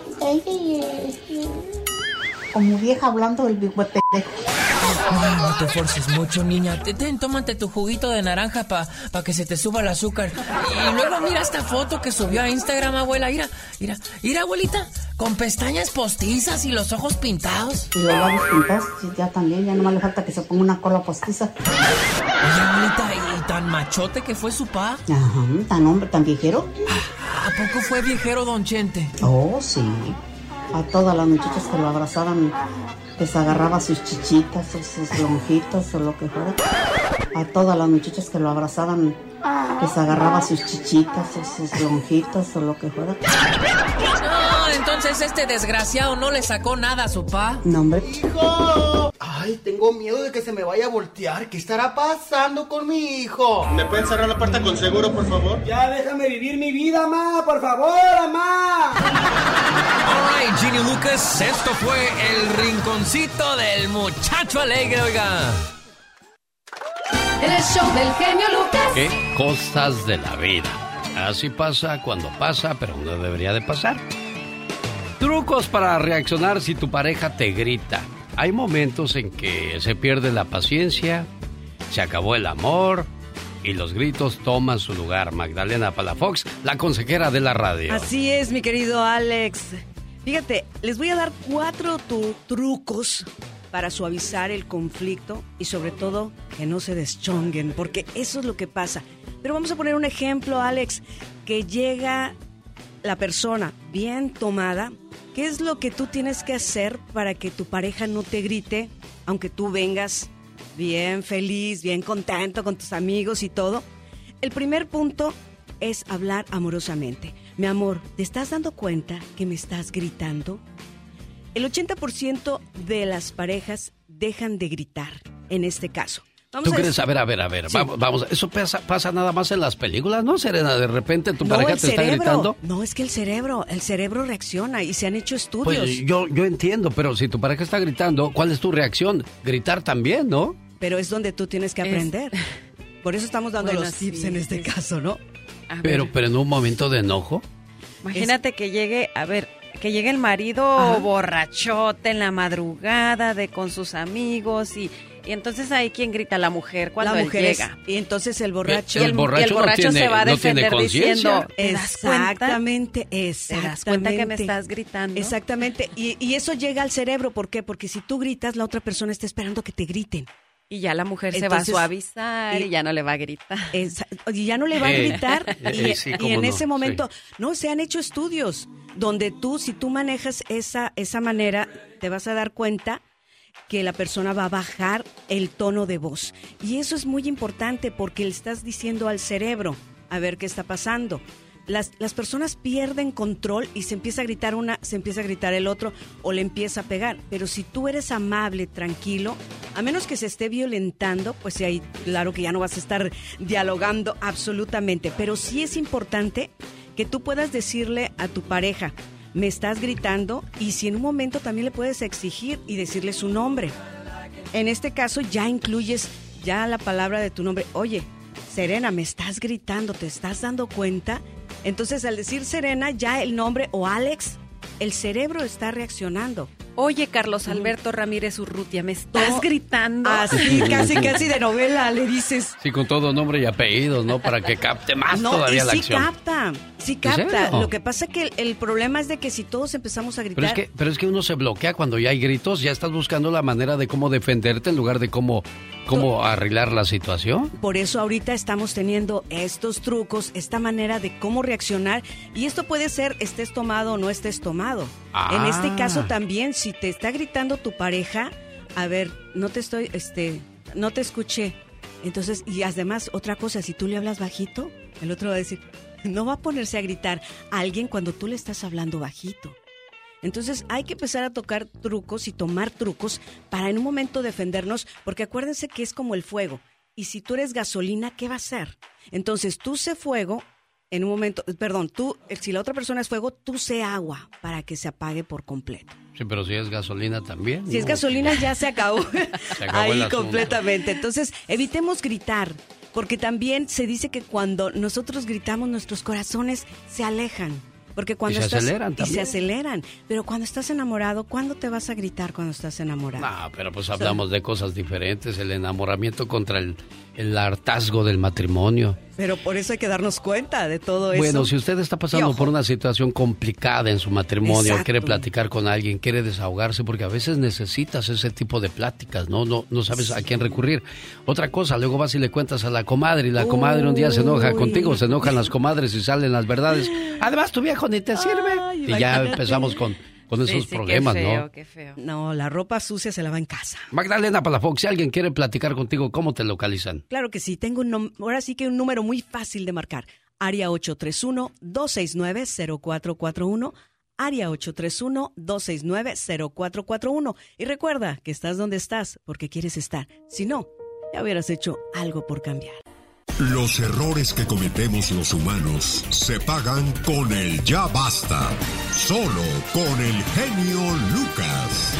S19: como vieja hablando del big pendejo.
S4: No te forces mucho, niña. Tómate tu juguito de naranja para que se te suba el azúcar. Y luego mira esta foto que subió a Instagram, abuela. Mira, abuelita, con pestañas postizas y los ojos pintados.
S19: Y los labios pintados, sí, ya también. Ya nomás le falta que se ponga una cola postiza.
S4: Oye, abuelita, ¿y tan machote que fue su pa?
S19: Ajá, tan viejero.
S4: ¿A poco fue viejero, don Chente?
S19: Oh, sí. A todas las muchachas que lo abrazaban, que se agarraba sus chichitas, sus lonjitas o lo que fuera. A todas las muchachas que lo abrazaban, que se agarraba sus chichitas o sus lonjitas o lo que fuera.
S4: No, entonces este desgraciado no le sacó nada a su pa.
S19: No, hombre. ¡Hijo! Ay, tengo miedo de que se me vaya a voltear. ¿Qué estará pasando con mi hijo?
S15: ¿Me pueden cerrar la puerta con seguro, por favor?
S19: Ya déjame vivir mi vida, ma, por favor, ma.
S4: Alright, Ginny Lucas, esto fue el rinconcito del Muchacho Alegre, oiga.
S20: El show del genio Lucas.
S1: Qué cosas de la vida. Así pasa cuando pasa, pero no debería de pasar. Trucos para reaccionar si tu pareja te grita. Hay momentos en que se pierde la paciencia, se acabó el amor y los gritos toman su lugar. Magdalena Palafox, la consejera de la radio.
S23: Así es, mi querido Alex. Fíjate, les voy a dar 4 trucos para suavizar el conflicto y sobre todo que no se deschonguen, porque eso es lo que pasa. Pero vamos a poner un ejemplo, Alex, que llega la persona bien tomada. ¿Qué es lo que tú tienes que hacer para que tu pareja no te grite, aunque tú vengas bien feliz, bien contento con tus amigos y todo? El primer punto es hablar amorosamente. Mi amor, ¿te estás dando cuenta que me estás gritando? El 80% de las parejas dejan de gritar en este caso.
S1: ¿Tú crees? A ver. Sí. Vamos. ¿Eso pasa nada más en las películas, no, Serena? De repente tu pareja te está gritando.
S23: No, es que el cerebro reacciona y se han hecho estudios.
S1: Pues yo entiendo, pero si tu pareja está gritando, ¿cuál es tu reacción? Gritar también, ¿no?
S23: Pero es donde tú tienes que aprender. Por eso estamos dando los tips en este caso, ¿no?
S1: Pero en un momento de enojo.
S21: Imagínate que llegue el marido borrachote en la madrugada con sus amigos y entonces ahí ¿quién grita? La mujer cuando él llega.
S23: Y entonces el borracho
S21: se va a defender diciendo,
S23: exactamente.
S21: ¿Te das cuenta que me estás gritando?
S23: Exactamente. Y eso llega al cerebro, ¿por qué? Porque si tú gritas, la otra persona está esperando que te griten.
S21: Y ya la mujer se va a suavizar y ya no le va a gritar.
S23: Y ya no le va a gritar.
S1: Sí,
S23: y en ese momento,
S1: sí.
S23: no, se han hecho estudios donde si tú manejas esa manera, te vas a dar cuenta que la persona va a bajar el tono de voz. Y eso es muy importante porque le estás diciendo al cerebro, a ver qué está pasando. Las personas pierden control y se empieza a gritar una, se empieza a gritar el otro o le empieza a pegar. Pero si tú eres amable, tranquilo, a menos que se esté violentando, pues ahí claro que ya no vas a estar dialogando absolutamente. Pero sí es importante que tú puedas decirle a tu pareja, me estás gritando, y si en un momento también le puedes exigir y decirle su nombre. En este caso ya incluyes ya la palabra de tu nombre. Oye, Serena, me estás gritando, ¿te estás dando cuenta? Entonces, al decir Serena, ya el nombre, o Alex, el cerebro está reaccionando.
S21: Oye, Carlos Alberto Ramírez Urrutia, ¿me estás gritando?
S23: Así, casi de novela, le dices.
S1: Sí, con todo nombre y apellidos, ¿no? Para que capte más todavía la acción.
S23: Sí capta. Lo que pasa es que el problema es de que si todos empezamos a gritar...
S1: Pero es que uno se bloquea cuando ya hay gritos, ya estás buscando la manera de cómo defenderte en lugar de cómo arreglar la situación.
S23: Por eso ahorita estamos teniendo estos trucos, esta manera de cómo reaccionar, y esto puede ser estés tomado o no estés tomado. En este caso también, si te está gritando tu pareja, a ver, no te escuché. Entonces, y además, otra cosa, si tú le hablas bajito, el otro va a decir, no va a ponerse a gritar a alguien cuando tú le estás hablando bajito. Entonces hay que empezar a tocar trucos y tomar trucos para en un momento defendernos, porque acuérdense que es como el fuego. Y si tú eres gasolina, ¿qué va a hacer? Entonces tú sé fuego, en un momento, si la otra persona es fuego, tú sé agua para que se apague por completo.
S1: Sí, pero si es gasolina también.
S23: Si es gasolina ya se acabó,
S1: se acabó
S23: ahí completamente. Entonces evitemos gritar, porque también se dice que cuando nosotros gritamos nuestros corazones se alejan. Porque cuando se aceleran. Pero cuando estás enamorado, ¿cuándo te vas a gritar cuando estás enamorado?
S1: No, pero pues hablamos de cosas diferentes. El enamoramiento contra el hartazgo del matrimonio.
S23: Pero por eso hay que darnos cuenta de todo eso.
S1: Bueno, si usted está pasando por una situación complicada en su matrimonio,
S23: Exacto.
S1: quiere platicar con alguien, quiere desahogarse, porque a veces necesitas ese tipo de pláticas, ¿no? No sabes a quién recurrir. Otra cosa, luego vas y le cuentas a la comadre, y la comadre un día se enoja contigo, se enojan las comadres y salen las verdades. Además, tu viejo ni te sirve.
S23: Ay,
S1: y ya empezamos con esos problemas,
S21: qué feo,
S1: ¿no?
S21: Qué feo.
S23: No, la ropa sucia se lava en casa.
S1: Magdalena Palafox, si alguien quiere platicar contigo, ¿cómo te localizan?
S23: Claro que sí, tengo ahora sí que un número muy fácil de marcar. Área 831-269-0441. Área 831-269-0441. Y recuerda que estás donde estás porque quieres estar. Si no, ya hubieras hecho algo por cambiar.
S17: Los errores que cometemos los humanos se pagan con el ya basta. Solo con el genio Lucas.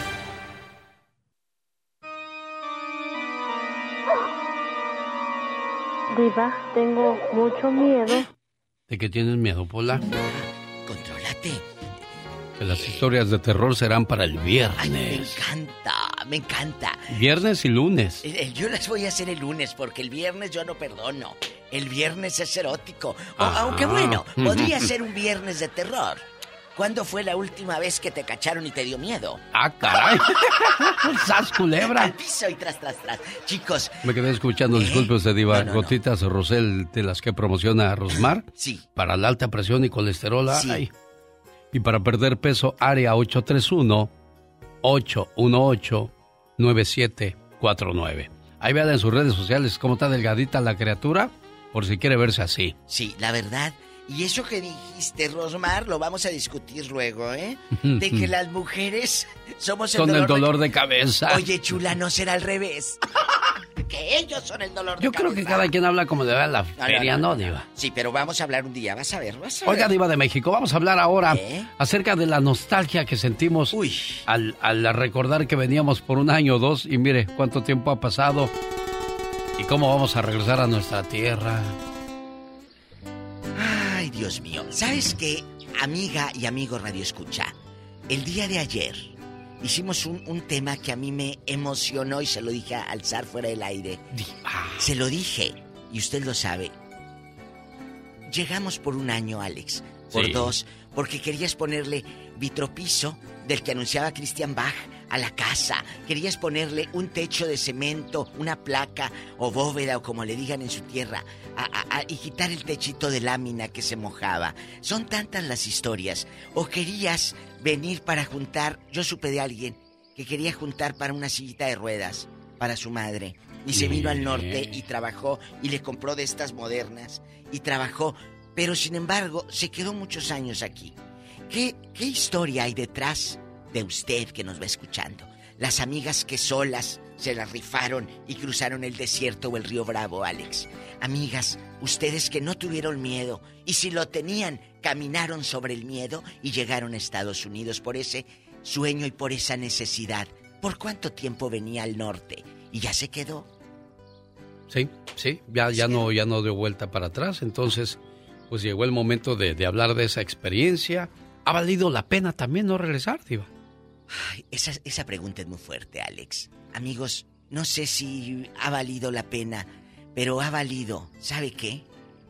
S22: Diva, tengo mucho miedo.
S1: ¿De qué tienes miedo, Pola?
S24: Contrólate.
S1: Que las historias de terror serán para el viernes.
S24: Ay, me encanta.
S1: Viernes y lunes.
S24: Yo las voy a hacer el lunes porque el viernes yo no perdono. El viernes es erótico. Aunque bueno, podría ser un viernes de terror. ¿Cuándo fue la última vez que te cacharon y te dio miedo?
S1: ¡Ah, caray! ¡Sas, culebra!
S24: Al piso y tras. Chicos.
S1: Me quedé escuchando, disculpe usted, Diva. Gotitas Rosel, de las que promociona Rosmar.
S24: Sí.
S1: Para la alta presión y colesterol.
S24: Sí.
S1: Ay. Y para perder peso, área 831-818-9749. Ahí vean en sus redes sociales cómo está delgadita la criatura, por si quiere verse así.
S24: Sí, la verdad. Y eso que dijiste, Rosmar, lo vamos a discutir luego, ¿eh? De que las mujeres somos
S1: el dolor de cabeza.
S24: Oye, chula, ¿no será al revés? Que ellos son el dolor de cabeza.
S1: Yo creo que cada quien habla como de la feria, ¿no, Diva?
S24: Sí, pero vamos a hablar un día, vas a ver.
S1: Oiga, Diva de México, vamos a hablar ahora acerca de la nostalgia que sentimos al recordar que veníamos por un año o dos y mire cuánto tiempo ha pasado y cómo vamos a regresar a nuestra tierra.
S24: Ay, Dios mío. ¿Sabes qué, amiga y amigo Radio Escucha? El día de ayer hicimos un tema que a mí me emocionó y se lo dije al zar fuera del aire. Se lo dije, y usted lo sabe. Llegamos por un año, Alex. Por dos, porque querías ponerle Vitropiso, del que anunciaba Christian Bach, a la casa, querías ponerle un techo de cemento, una placa o bóveda o como le digan en su tierra, y quitar el techito de lámina que se mojaba. Son tantas las historias. O querías venir para juntar, yo supe de alguien que quería juntar para una sillita de ruedas para su madre y se vino al norte y trabajó y le compró de estas modernas y trabajó, pero sin embargo se quedó muchos años aquí. ¿Qué historia hay detrás de usted que nos va escuchando? Las amigas que solas se las rifaron y cruzaron el desierto o el río Bravo, Alex. Amigas, ustedes que no tuvieron miedo y si lo tenían, caminaron sobre el miedo y llegaron a Estados Unidos por ese sueño y por esa necesidad. ¿Por cuánto tiempo venía al norte? ¿Y ya se quedó?
S1: Sí, ya no dio vuelta para atrás. Entonces, pues llegó el momento de hablar de esa experiencia. ¿Ha valido la pena también no regresar, Diva?
S24: Ay, esa pregunta es muy fuerte, Alex. Amigos, no sé si ha valido la pena, pero ha valido, ¿sabe qué?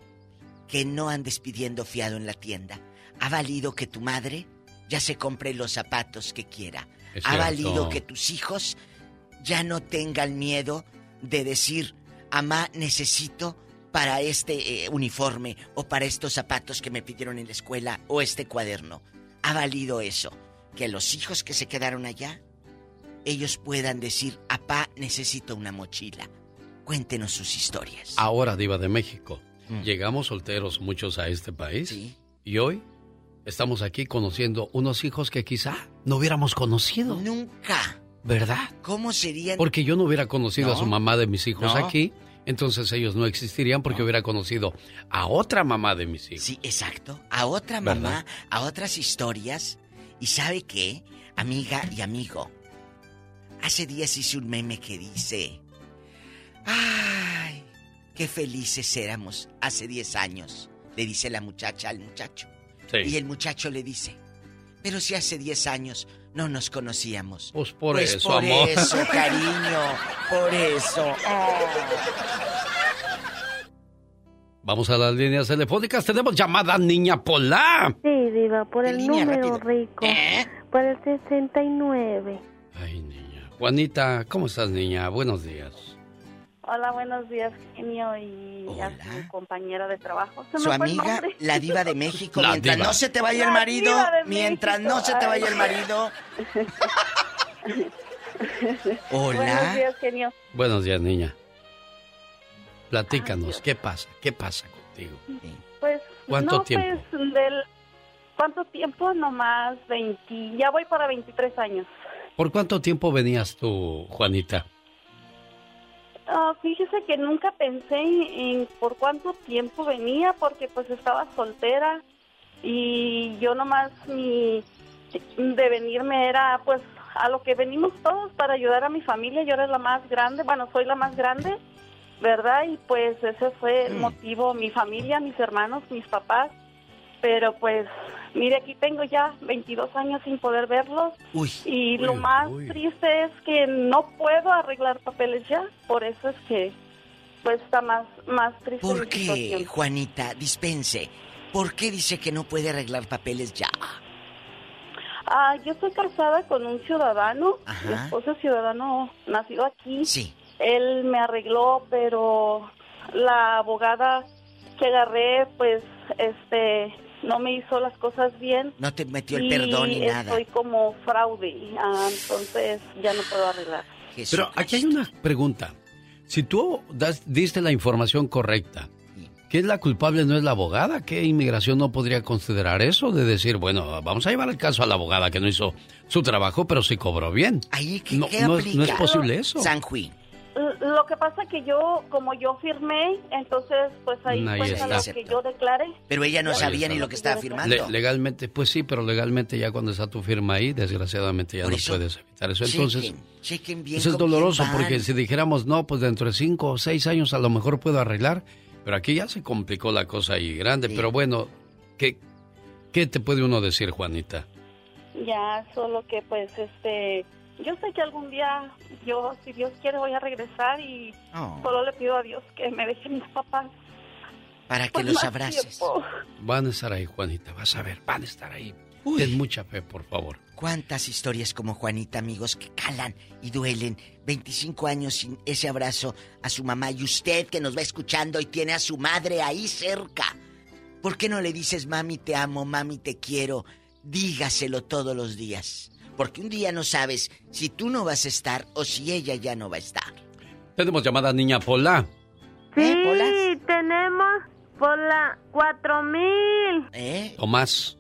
S24: Que no andes pidiendo fiado en la tienda. Ha valido que tu madre ya se compre los zapatos que quiera. Ha valido que tus hijos ya no tengan miedo de decir, amá, necesito para este uniforme o para estos zapatos que me pidieron en la escuela o este cuaderno. Ha valido eso. Que los hijos que se quedaron allá, ellos puedan decir, apá, necesito una mochila. Cuéntenos sus historias.
S1: Ahora, Diva de México, llegamos solteros muchos a este país.
S24: Sí.
S1: Y hoy estamos aquí conociendo unos hijos que quizá no hubiéramos conocido.
S24: Nunca.
S1: ¿Verdad?
S24: ¿Cómo serían?
S1: Porque yo no hubiera conocido a su mamá de mis hijos aquí, entonces ellos no existirían porque hubiera conocido a otra mamá de mis hijos.
S24: Sí, exacto. A otra mamá, a otras historias. ¿Y sabe qué, amiga y amigo? Hace días hice un meme que dice, ¡ay, qué felices éramos hace 10 años! Le dice la muchacha al muchacho.
S1: Sí.
S24: Y el muchacho le dice, pero si hace 10 años no nos conocíamos.
S1: Pues por eso, amor.
S24: Por eso, cariño, por eso.
S1: Vamos a las líneas telefónicas. Tenemos llamada, niña Pola.
S22: Sí, Diva, por el
S24: Niña,
S22: número
S24: rápido.
S22: rico. Por el 69.
S1: Ay, niña. Juanita, ¿cómo estás, niña? Buenos días.
S3: Hola, buenos días, genio, y a su compañera de trabajo. Se me
S24: Su
S3: fue el
S24: amiga,
S3: nombre.
S24: la diva de México.
S1: La
S24: Mientras
S1: diva.
S24: no se te vaya el
S3: La
S24: marido,
S3: diva de
S24: mientras
S3: México.
S24: no se te vaya
S3: Ay.
S24: el marido.
S3: Buenos
S24: Hola.
S3: días, genio.
S1: Buenos días, niña. Platícanos, ¿qué pasa? ¿Qué pasa contigo?
S3: Pues,
S1: ¿Cuánto
S3: no,
S1: tiempo?
S3: Pues, ¿cuánto tiempo? Nomás 20, ya voy para 23 años.
S1: ¿Por cuánto tiempo venías tú, Juanita?
S3: Fíjese que nunca pensé en por cuánto tiempo venía, porque pues estaba soltera y yo nomás mi de venirme era pues a lo que venimos todos para ayudar a mi familia. Yo era la más grande, bueno, soy la más grande, ¿verdad? Y pues ese fue el motivo, mi familia, mis hermanos, mis papás. Pero pues, mire, aquí tengo ya 22 años sin poder verlos. Y lo más triste es que no puedo arreglar papeles ya. Por eso es que pues está más triste.
S24: ¿Por
S3: mi
S24: qué,
S3: situación.
S24: Juanita? Dispense. ¿Por qué dice que no puede arreglar papeles ya?
S3: Yo estoy casada con un ciudadano.
S24: Ajá.
S3: Mi esposo es ciudadano nacido aquí.
S24: Sí.
S3: Él me arregló, pero la abogada que agarré, pues, no me hizo las cosas bien.
S24: No te metió el perdón ni nada.
S3: Estoy como fraude, entonces ya no puedo arreglar.
S1: Pero aquí hay una pregunta. Si tú diste la información correcta, ¿qué es la culpable? ¿No es la abogada? ¿Qué inmigración no podría considerar eso? De decir, bueno, vamos a llevar el caso a la abogada que no hizo su trabajo, pero sí cobró bien.
S24: Ahí, ¿qué
S1: no
S24: aplica?
S1: es posible eso.
S24: Sanjuí.
S3: Lo que pasa que como yo firmé, entonces pues ahí cuenta lo que yo declaré.
S24: Pero ella no sabía ni lo que estaba firmando.
S1: Legalmente, pues sí, pero legalmente ya cuando está tu firma ahí, desgraciadamente ya no puedes evitar eso. Entonces,
S24: chequen bien
S1: eso es doloroso porque si dijéramos, no, pues dentro de 5 o 6 años a lo mejor puedo arreglar, pero aquí ya se complicó la cosa ahí grande. Sí. Pero bueno, ¿qué te puede uno decir, Juanita?
S3: Ya, solo que pues yo sé que algún día yo, si Dios quiere, voy a regresar y solo le pido a Dios que me deje mis papás.
S24: Para que los abraces.
S1: Van a estar ahí, Juanita, vas a ver, van a estar ahí. Ten mucha fe, por favor.
S24: ¿Cuántas historias como Juanita, amigos, que calan y duelen? 25 años sin ese abrazo a su mamá. Y usted que nos va escuchando y tiene a su madre ahí cerca, ¿por qué no le dices, mami, te amo, mami, te quiero? Dígaselo todos los días. Porque un día no sabes si tú no vas a estar o si ella ya no va a estar.
S1: Tenemos llamada niña Pola.
S22: Sí, tenemos Pola 4000.
S1: Tomás.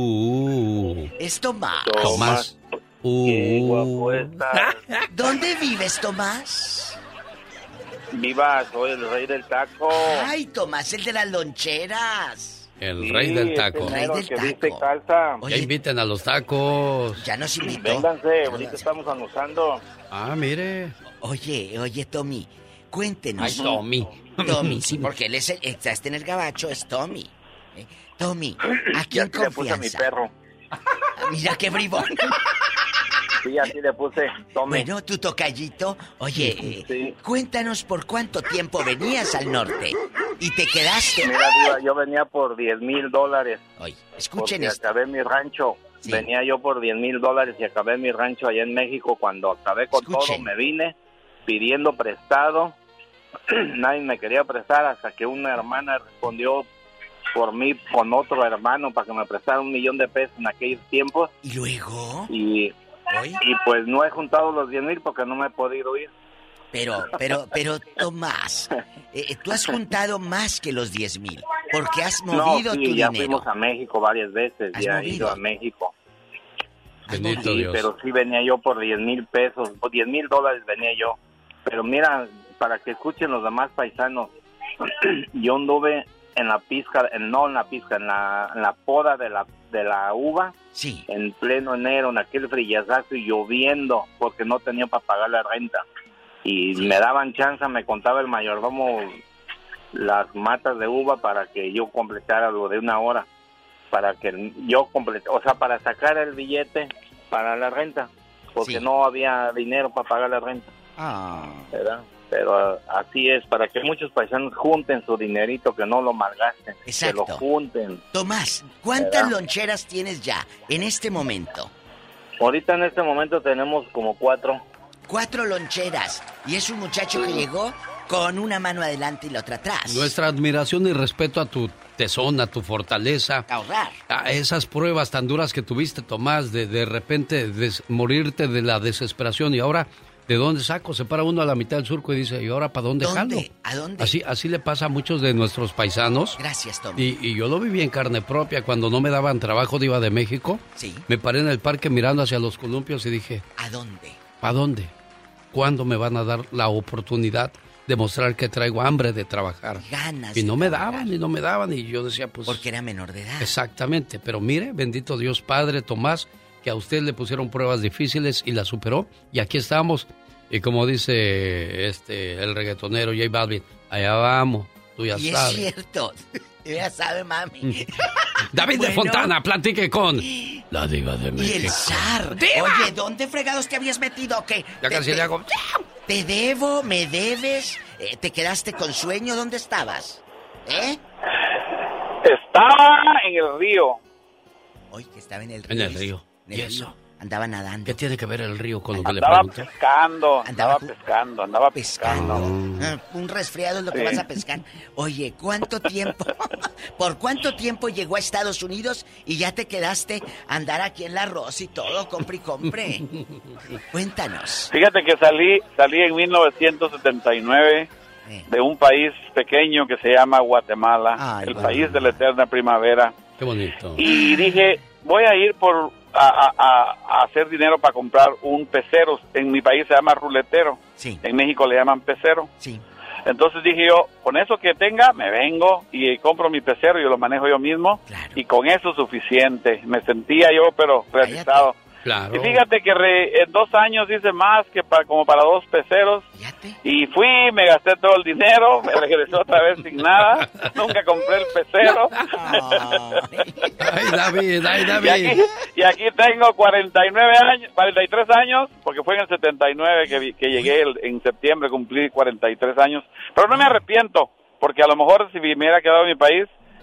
S24: Es Tomás.
S1: Tomás.
S5: Qué guapo estás.
S24: ¿Dónde vives, Tomás?
S5: Viva, soy el rey del taco.
S24: Ay, Tomás, el de las loncheras.
S1: El rey del taco.
S24: El rey del
S5: que
S24: taco.
S5: viste calza.
S1: Ya inviten a los tacos.
S24: Ya nos invitó.
S5: Vénganse, ahorita estamos almorzando.
S1: Mire.
S24: Oye, Tommy, cuéntenos.
S1: Ay, Tommy.
S24: Tommy, sí, porque él está en el gabacho, es Tommy. Tommy, aquí en
S5: le puse a mi perro.
S24: Mira qué bribón.
S5: Sí, así le puse, Tommy.
S24: Bueno, tu tocallito. Oye, cuéntanos por cuánto tiempo venías al norte y te quedaste.
S5: Mira, Diva, yo venía por $10,000.
S24: Oye, escuchen
S5: esto. Acabé mi rancho. Sí. Venía yo por $10,000 y acabé mi rancho allá en México. Cuando acabé con todo, me vine pidiendo prestado. Nadie me quería prestar hasta que una hermana respondió por mí con otro hermano para que me prestara $1,000,000 en aquellos tiempos.
S24: ¿Y luego?
S5: Y pues no he juntado los 10,000 porque no me he podido ir.
S24: Pero, Tomás, tú has juntado más que los 10,000 porque has movido tu
S5: ya
S24: dinero.
S5: Fuimos a México varias veces, ya he ido a México.
S1: Bendito Dios.
S5: Pero sí venía yo por $10,000, por $10,000 venía yo. Pero mira, para que escuchen los demás paisanos, yo anduve en la pizca, en la poda de la uva,
S24: sí,
S5: en pleno enero, en aquel frillazazo y lloviendo, porque no tenía para pagar la renta. Y me daban chance, me contaba el mayordomo las matas de uva para que yo completara lo de una hora, para que yo para sacar el billete para la renta, porque no había dinero para pagar la renta. ¿Verdad? Pero así es, para que muchos paisanos junten su dinerito, que no lo malgasten.
S24: Exacto.
S5: Que lo junten.
S24: Tomás, ¿cuántas loncheras tienes ya en este momento?
S5: Ahorita en este momento tenemos como 4.
S24: 4 loncheras. Y es un muchacho que llegó con una mano adelante y la otra atrás.
S1: Nuestra admiración y respeto a tu tesón, a tu fortaleza.
S24: Ahorrar.
S1: A esas pruebas tan duras que tuviste, Tomás, de repente morirte de la desesperación. Y ahora, ¿de dónde saco? Se para uno a la mitad del surco y dice, ¿y ahora para dónde jalo?
S24: ¿A dónde?
S1: Así le pasa a muchos de nuestros paisanos.
S24: Gracias, Tommy.
S1: Y yo lo viví en carne propia. Cuando no me daban trabajo de Iba de México, me paré en el parque mirando hacia los columpios y dije,
S24: ¿a dónde?
S1: ¿A dónde? ¿Cuándo me van a dar la oportunidad de mostrar que traigo hambre de trabajar?
S24: Ganas.
S1: Y no me daban, y yo decía, pues...
S24: Porque era menor de edad.
S1: Exactamente, pero mire, bendito Dios Padre, Tomás, que a usted le pusieron pruebas difíciles y la superó, y aquí estamos. Y como dice el reggaetonero J Balvin, allá vamos, tú ya sabes.
S24: Y es cierto, ya sabe, mami.
S1: David de Fontana, platique con la Diva de México.
S24: Y el zar.
S1: ¡Diva!
S24: Oye, ¿dónde fregados te habías metido? ¿Qué?
S1: Ya casi le hago...
S24: ¿Te debo? ¿Me debes? ¿Te quedaste con sueño? ¿Dónde estabas?
S5: Estaba en el río.
S24: Oye, que estaba en el río.
S1: En el río.
S24: ¿Y eso? Andaba nadando.
S1: ¿Qué tiene que ver el río con lo que le
S5: Andaba
S1: pregunto?
S5: Andaba pescando.
S24: Un resfriado es lo que vas a pescar. Oye, ¿cuánto tiempo? ¿Por cuánto tiempo llegó a Estados Unidos y ya te quedaste a andar aquí en la Rosa y todo, compre y compre? Cuéntanos.
S5: Fíjate que salí en 1979 de un país pequeño que se llama Guatemala, el país de la eterna primavera.
S1: Qué bonito.
S5: Y dije, voy a ir a hacer dinero para comprar un pecero. En mi país se llama ruletero.
S24: Sí.
S5: En México le llaman pecero.
S24: Sí.
S5: Entonces dije yo, con eso que tenga, me vengo y compro mi pecero, yo lo manejo yo mismo.
S24: Claro.
S5: Y con eso es suficiente. Me sentía yo, pero realizado.
S1: Claro.
S5: Y fíjate que en 2 años hice más que como para 2 peceros. Y fui, me gasté todo el dinero, me regresé otra vez sin nada. Nunca compré el pecero.
S1: Ay, David.
S5: Y aquí tengo 43 años, porque fue en el 79 que llegué, en septiembre cumplí 43 años. Pero no me arrepiento, porque a lo mejor si me hubiera quedado en mi país,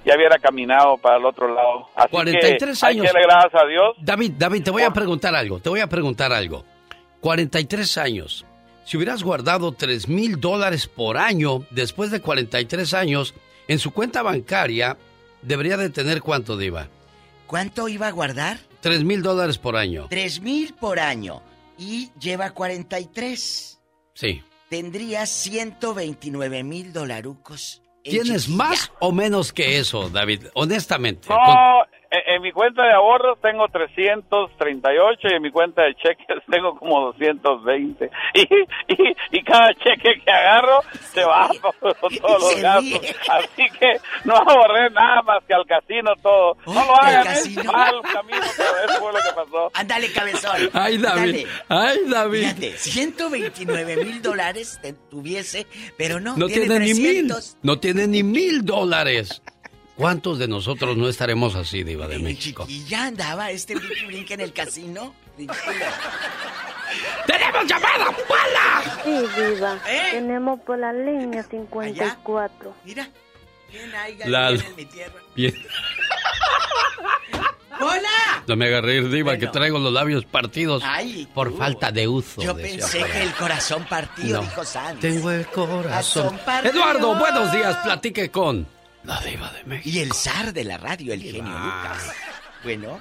S7: ya hubiera caminado para el otro lado. Así
S1: 43
S7: que,
S1: años.
S7: hay que darle gracias a Dios.
S1: David, te voy a preguntar algo. 43 años. Si hubieras guardado $3,000 por año, después de 43 años, en su cuenta bancaria, debería de tener ¿cuánto, Diva?
S24: ¿Cuánto iba a guardar?
S1: $3,000 por año.
S24: 3,000 por año. Y lleva 43.
S1: Sí.
S24: Tendría $129,000.
S1: ¿Tienes más o menos que eso, David? Honestamente.
S7: No, en mi cuenta de ahorros tengo 338 y en mi cuenta de cheques tengo como 220. Y cada cheque que agarro se va por todos los gastos. Así que no ahorré nada más que al casino todo. No lo hagan, es mal camino, pero eso fue lo que pasó.
S24: Ándale, cabezón.
S1: Ay, David.
S24: Dale.
S1: Ay, David.
S24: Fíjate, $129,000 tuviese, pero no
S1: tiene ni
S24: 300.
S1: $1,000. No tiene ni $1,000. ¿Cuántos de nosotros no estaremos así, Diva de México?
S24: Y ya andaba este brinque en el casino.
S1: ¡Tenemos llamada, Pola!
S22: Sí, Diva. Tenemos por la línea 54.
S24: Mira. Bien, ahí,
S1: en
S24: mi tierra.
S1: Bien.
S24: ¡Hola!
S1: No me haga reír, Diva, que traigo los labios partidos por falta de uso.
S24: Yo pensé que el corazón partido,
S1: No.
S24: dijo Sandy.
S1: Tengo el corazón
S24: partido.
S1: Eduardo, buenos días. Platique con la Diva de México.
S24: Y el zar de la radio, el genio Lucas. Bueno.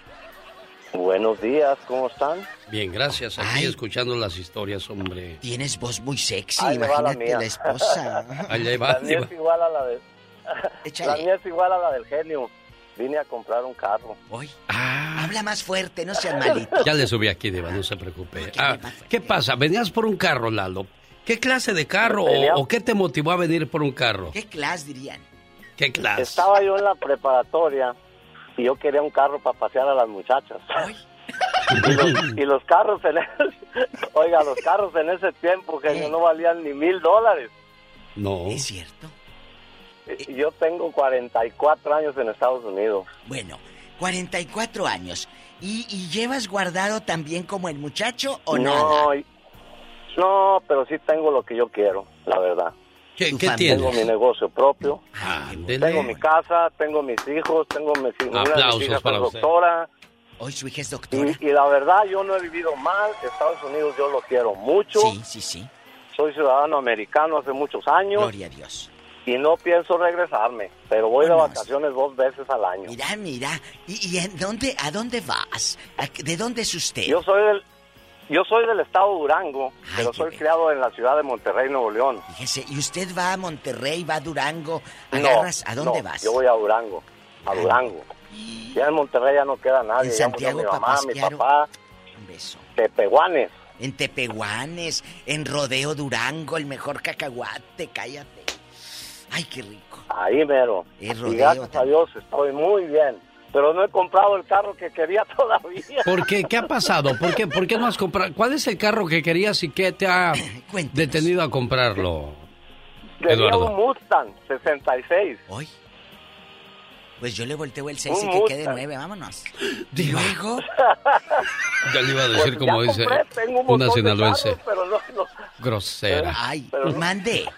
S11: Buenos días, ¿cómo están?
S1: Bien, gracias. Aquí escuchando las historias, hombre.
S24: Tienes voz muy sexy,
S11: Ahí me va la
S24: imagínate
S11: mía.
S24: la esposa.
S1: Ahí va,
S11: La mía es igual a la de... La mía es igual a la del genio. Vine a comprar un carro.
S24: Hoy. Habla más fuerte, no seas malito.
S1: Ya le subí aquí, Diva, no se preocupe. ¿Qué pasa? ¿Venías por un carro, Lalo? ¿Qué clase de carro o qué te motivó a venir por un carro?
S24: ¿Qué clase dirían?
S1: ¿Qué clase?
S11: Estaba yo en la preparatoria y yo quería un carro para pasear a las muchachas. Y los carros los carros en ese tiempo, genio, no valían ni $1,000.
S1: No.
S24: Es cierto.
S11: Yo tengo 44 años en Estados Unidos.
S24: Bueno, 44 años. ¿Y llevas guardado también como el muchacho o nada?
S11: No, pero sí tengo lo que yo quiero, la verdad.
S1: ¿Qué tienes?
S11: Tengo mi negocio propio.
S1: Ándele.
S11: Tengo mi casa, tengo mis hijos, tengo una de mis
S1: Aplausos
S11: hijas
S1: para
S11: es
S1: usted.
S11: doctora.
S24: Hoy su hija es doctora.
S11: Y la verdad, yo no he vivido mal. Estados Unidos yo lo quiero mucho.
S24: Sí.
S11: Soy ciudadano americano hace muchos años.
S24: Gloria a Dios.
S11: Y no pienso regresarme, pero voy de vacaciones 2 veces al año.
S24: Mira. ¿Y a dónde vas? ¿De dónde es usted?
S11: Yo soy del estado de Durango, pero soy criado en la ciudad de Monterrey, Nuevo León.
S24: Fíjese, ¿y usted va a Monterrey, va a Durango? ¿Agarras? ¿A dónde vas?
S11: Yo voy a Durango, Ya en Monterrey ya no queda nadie.
S24: En Santiago,
S11: mi mamá, mi papá.
S24: Un beso.
S11: Tepehuanes.
S24: En Tepehuanes, en Rodeo Durango, el mejor cacahuate, cállate. Ay, qué rico.
S11: Ahí mero.
S24: Es
S11: Y
S24: Rodeo
S11: gracias a Dios estoy muy bien. Pero no he comprado el carro que quería todavía.
S1: ¿Por qué? ¿Qué ha pasado? ¿Por qué no has comprado? ¿Cuál es el carro que querías y qué te ha detenido a comprarlo,
S11: Quería
S1: Eduardo?
S11: un Mustang 66.
S24: ¿Hoy? Pues yo le volteo el 6 y
S11: Un
S24: que quede
S11: Mustang.
S24: 9, vámonos.
S1: Diva.
S24: Luego.
S1: Ya le iba a decir
S11: Pues
S1: como
S11: ya
S1: dice
S11: compré, tengo un
S1: una
S11: montón de
S1: sinaloense.
S11: carros, pero no.
S1: Grosera.
S24: Ay,
S11: Pero no.
S24: mande.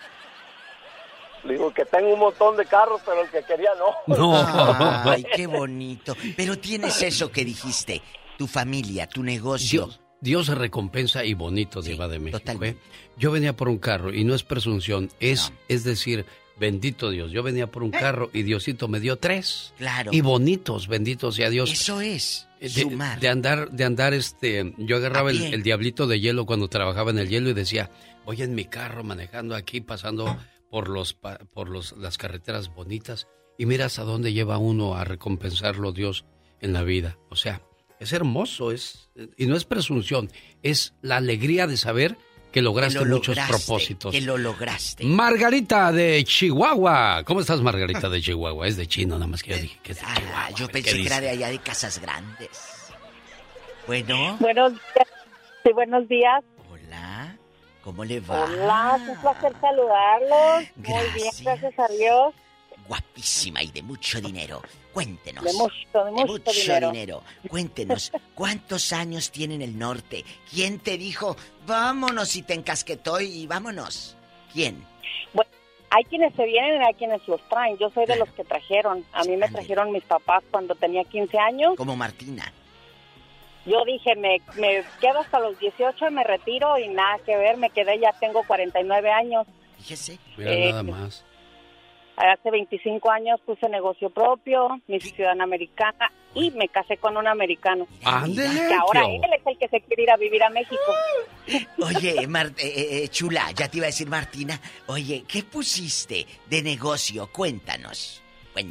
S11: Digo que tengo un montón de carros, pero el que quería no.
S1: No.
S24: Ay, qué bonito. Pero tienes eso que dijiste, tu familia, tu negocio.
S1: Dios se recompensa y bonito, Diva de México. Yo venía por un carro y no es presunción, es decir, bendito Dios. Yo venía por un carro y Diosito me dio 3.
S24: Claro.
S1: Y bonitos, benditos sea Dios.
S24: Eso es sumar.
S1: De andar, yo agarraba el diablito de hielo cuando trabajaba en el hielo y decía, voy en mi carro manejando aquí, pasando por las carreteras bonitas y miras a dónde lleva uno a recompensarlo Dios en la vida. O sea, es hermoso, y no es presunción, es la alegría de saber que lograste muchos propósitos.
S24: Que lo lograste.
S1: Margarita de Chihuahua. ¿Cómo estás, Margarita de Chihuahua? Es de chino, nada más que yo dije que es de Chihuahua.
S24: Yo pensé que era de allá de Casas Grandes. Bueno.
S8: Buenos días. Sí, buenos días.
S24: Hola. ¿Cómo le va?
S8: Hola, es un placer saludarlos. Muy bien, gracias a Dios.
S24: Guapísima y de mucho dinero. Cuéntenos.
S8: De mucho
S24: dinero. Cuéntenos, ¿cuántos años tiene en el norte? ¿Quién te dijo, vámonos y te encasquetó y vámonos? ¿Quién?
S3: Hay quienes se vienen y hay quienes los traen. Yo soy de los que trajeron. A mí me trajeron mis papás cuando tenía 15 años.
S24: Como Martina.
S3: Yo dije, me quedo hasta los 18 y me retiro y nada que ver. Me quedé, ya tengo 49 años.
S24: Fíjese.
S1: Mira, nada más.
S3: Hace 25 años puse negocio propio, mi ciudadana americana y me casé con un americano.
S1: ¡Ándele!
S3: Que ahora él es el que se quiere ir a vivir a México.
S24: Oye, chula, ya te iba a decir Martina. Oye, ¿qué pusiste de negocio? Cuéntanos.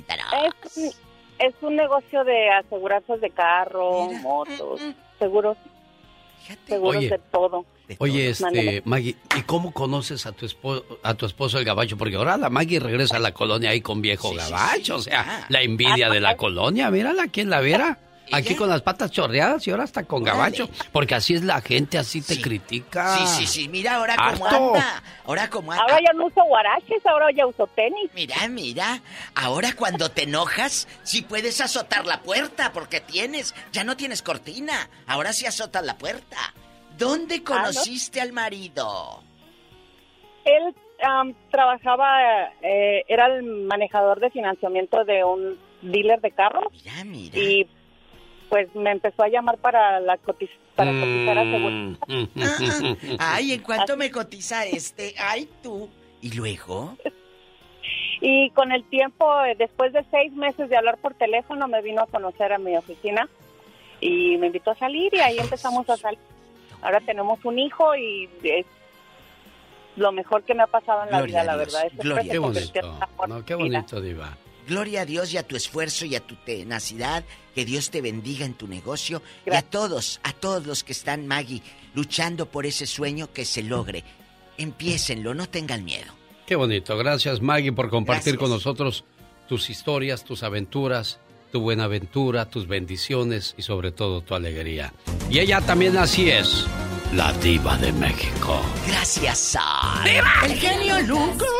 S3: Es un negocio de aseguranzas de carro, motos, seguros
S1: Oye,
S3: de todo.
S1: Oye, Maggie, ¿y cómo conoces a tu esposo el gabacho? Porque ahora la Maggie regresa a la colonia ahí con viejo gabacho, o sea, la envidia de la colonia, mírala, ¿quién la viera? Aquí con las patas chorreadas y ahora hasta con gabacho, porque así es la gente, así te critica.
S24: Sí, mira ahora cómo anda.
S3: Ahora ya no uso guaraches, ahora ya uso tenis.
S24: Mira, ahora cuando te enojas, sí puedes azotar la puerta, porque ya no tienes cortina, ahora sí azotas la puerta. ¿Dónde conociste al marido?
S3: Él trabajaba, era el manejador de financiamiento de un dealer de carros.
S24: Mira.
S3: Y pues me empezó a llamar para cotizar a seguridad.
S24: Ay, ¿en cuánto me cotiza este? Ay, tú. ¿Y luego?
S3: Y con el tiempo, después de 6 meses de hablar por teléfono, me vino a conocer a mi oficina y me invitó a salir y ahí empezamos a salir. Ahora tenemos un hijo y es lo mejor que me ha pasado en la vida, la verdad.
S1: Qué bonito. Qué bonito, Diva.
S24: Gloria a Dios y a tu esfuerzo y a tu tenacidad. Que Dios te bendiga en tu negocio. Gracias. Y a todos los que están, Maggie, luchando por ese sueño, que se logre. Empiécenlo, no tengan miedo.
S1: Qué bonito. Gracias, Maggie, por compartir con nosotros tus historias, tus aventuras, tu buena aventura, tus bendiciones y sobre todo tu alegría. Y ella también así es, la Diva de México.
S24: Gracias a...
S1: ¡Diva!
S24: ¡El genio Lucas!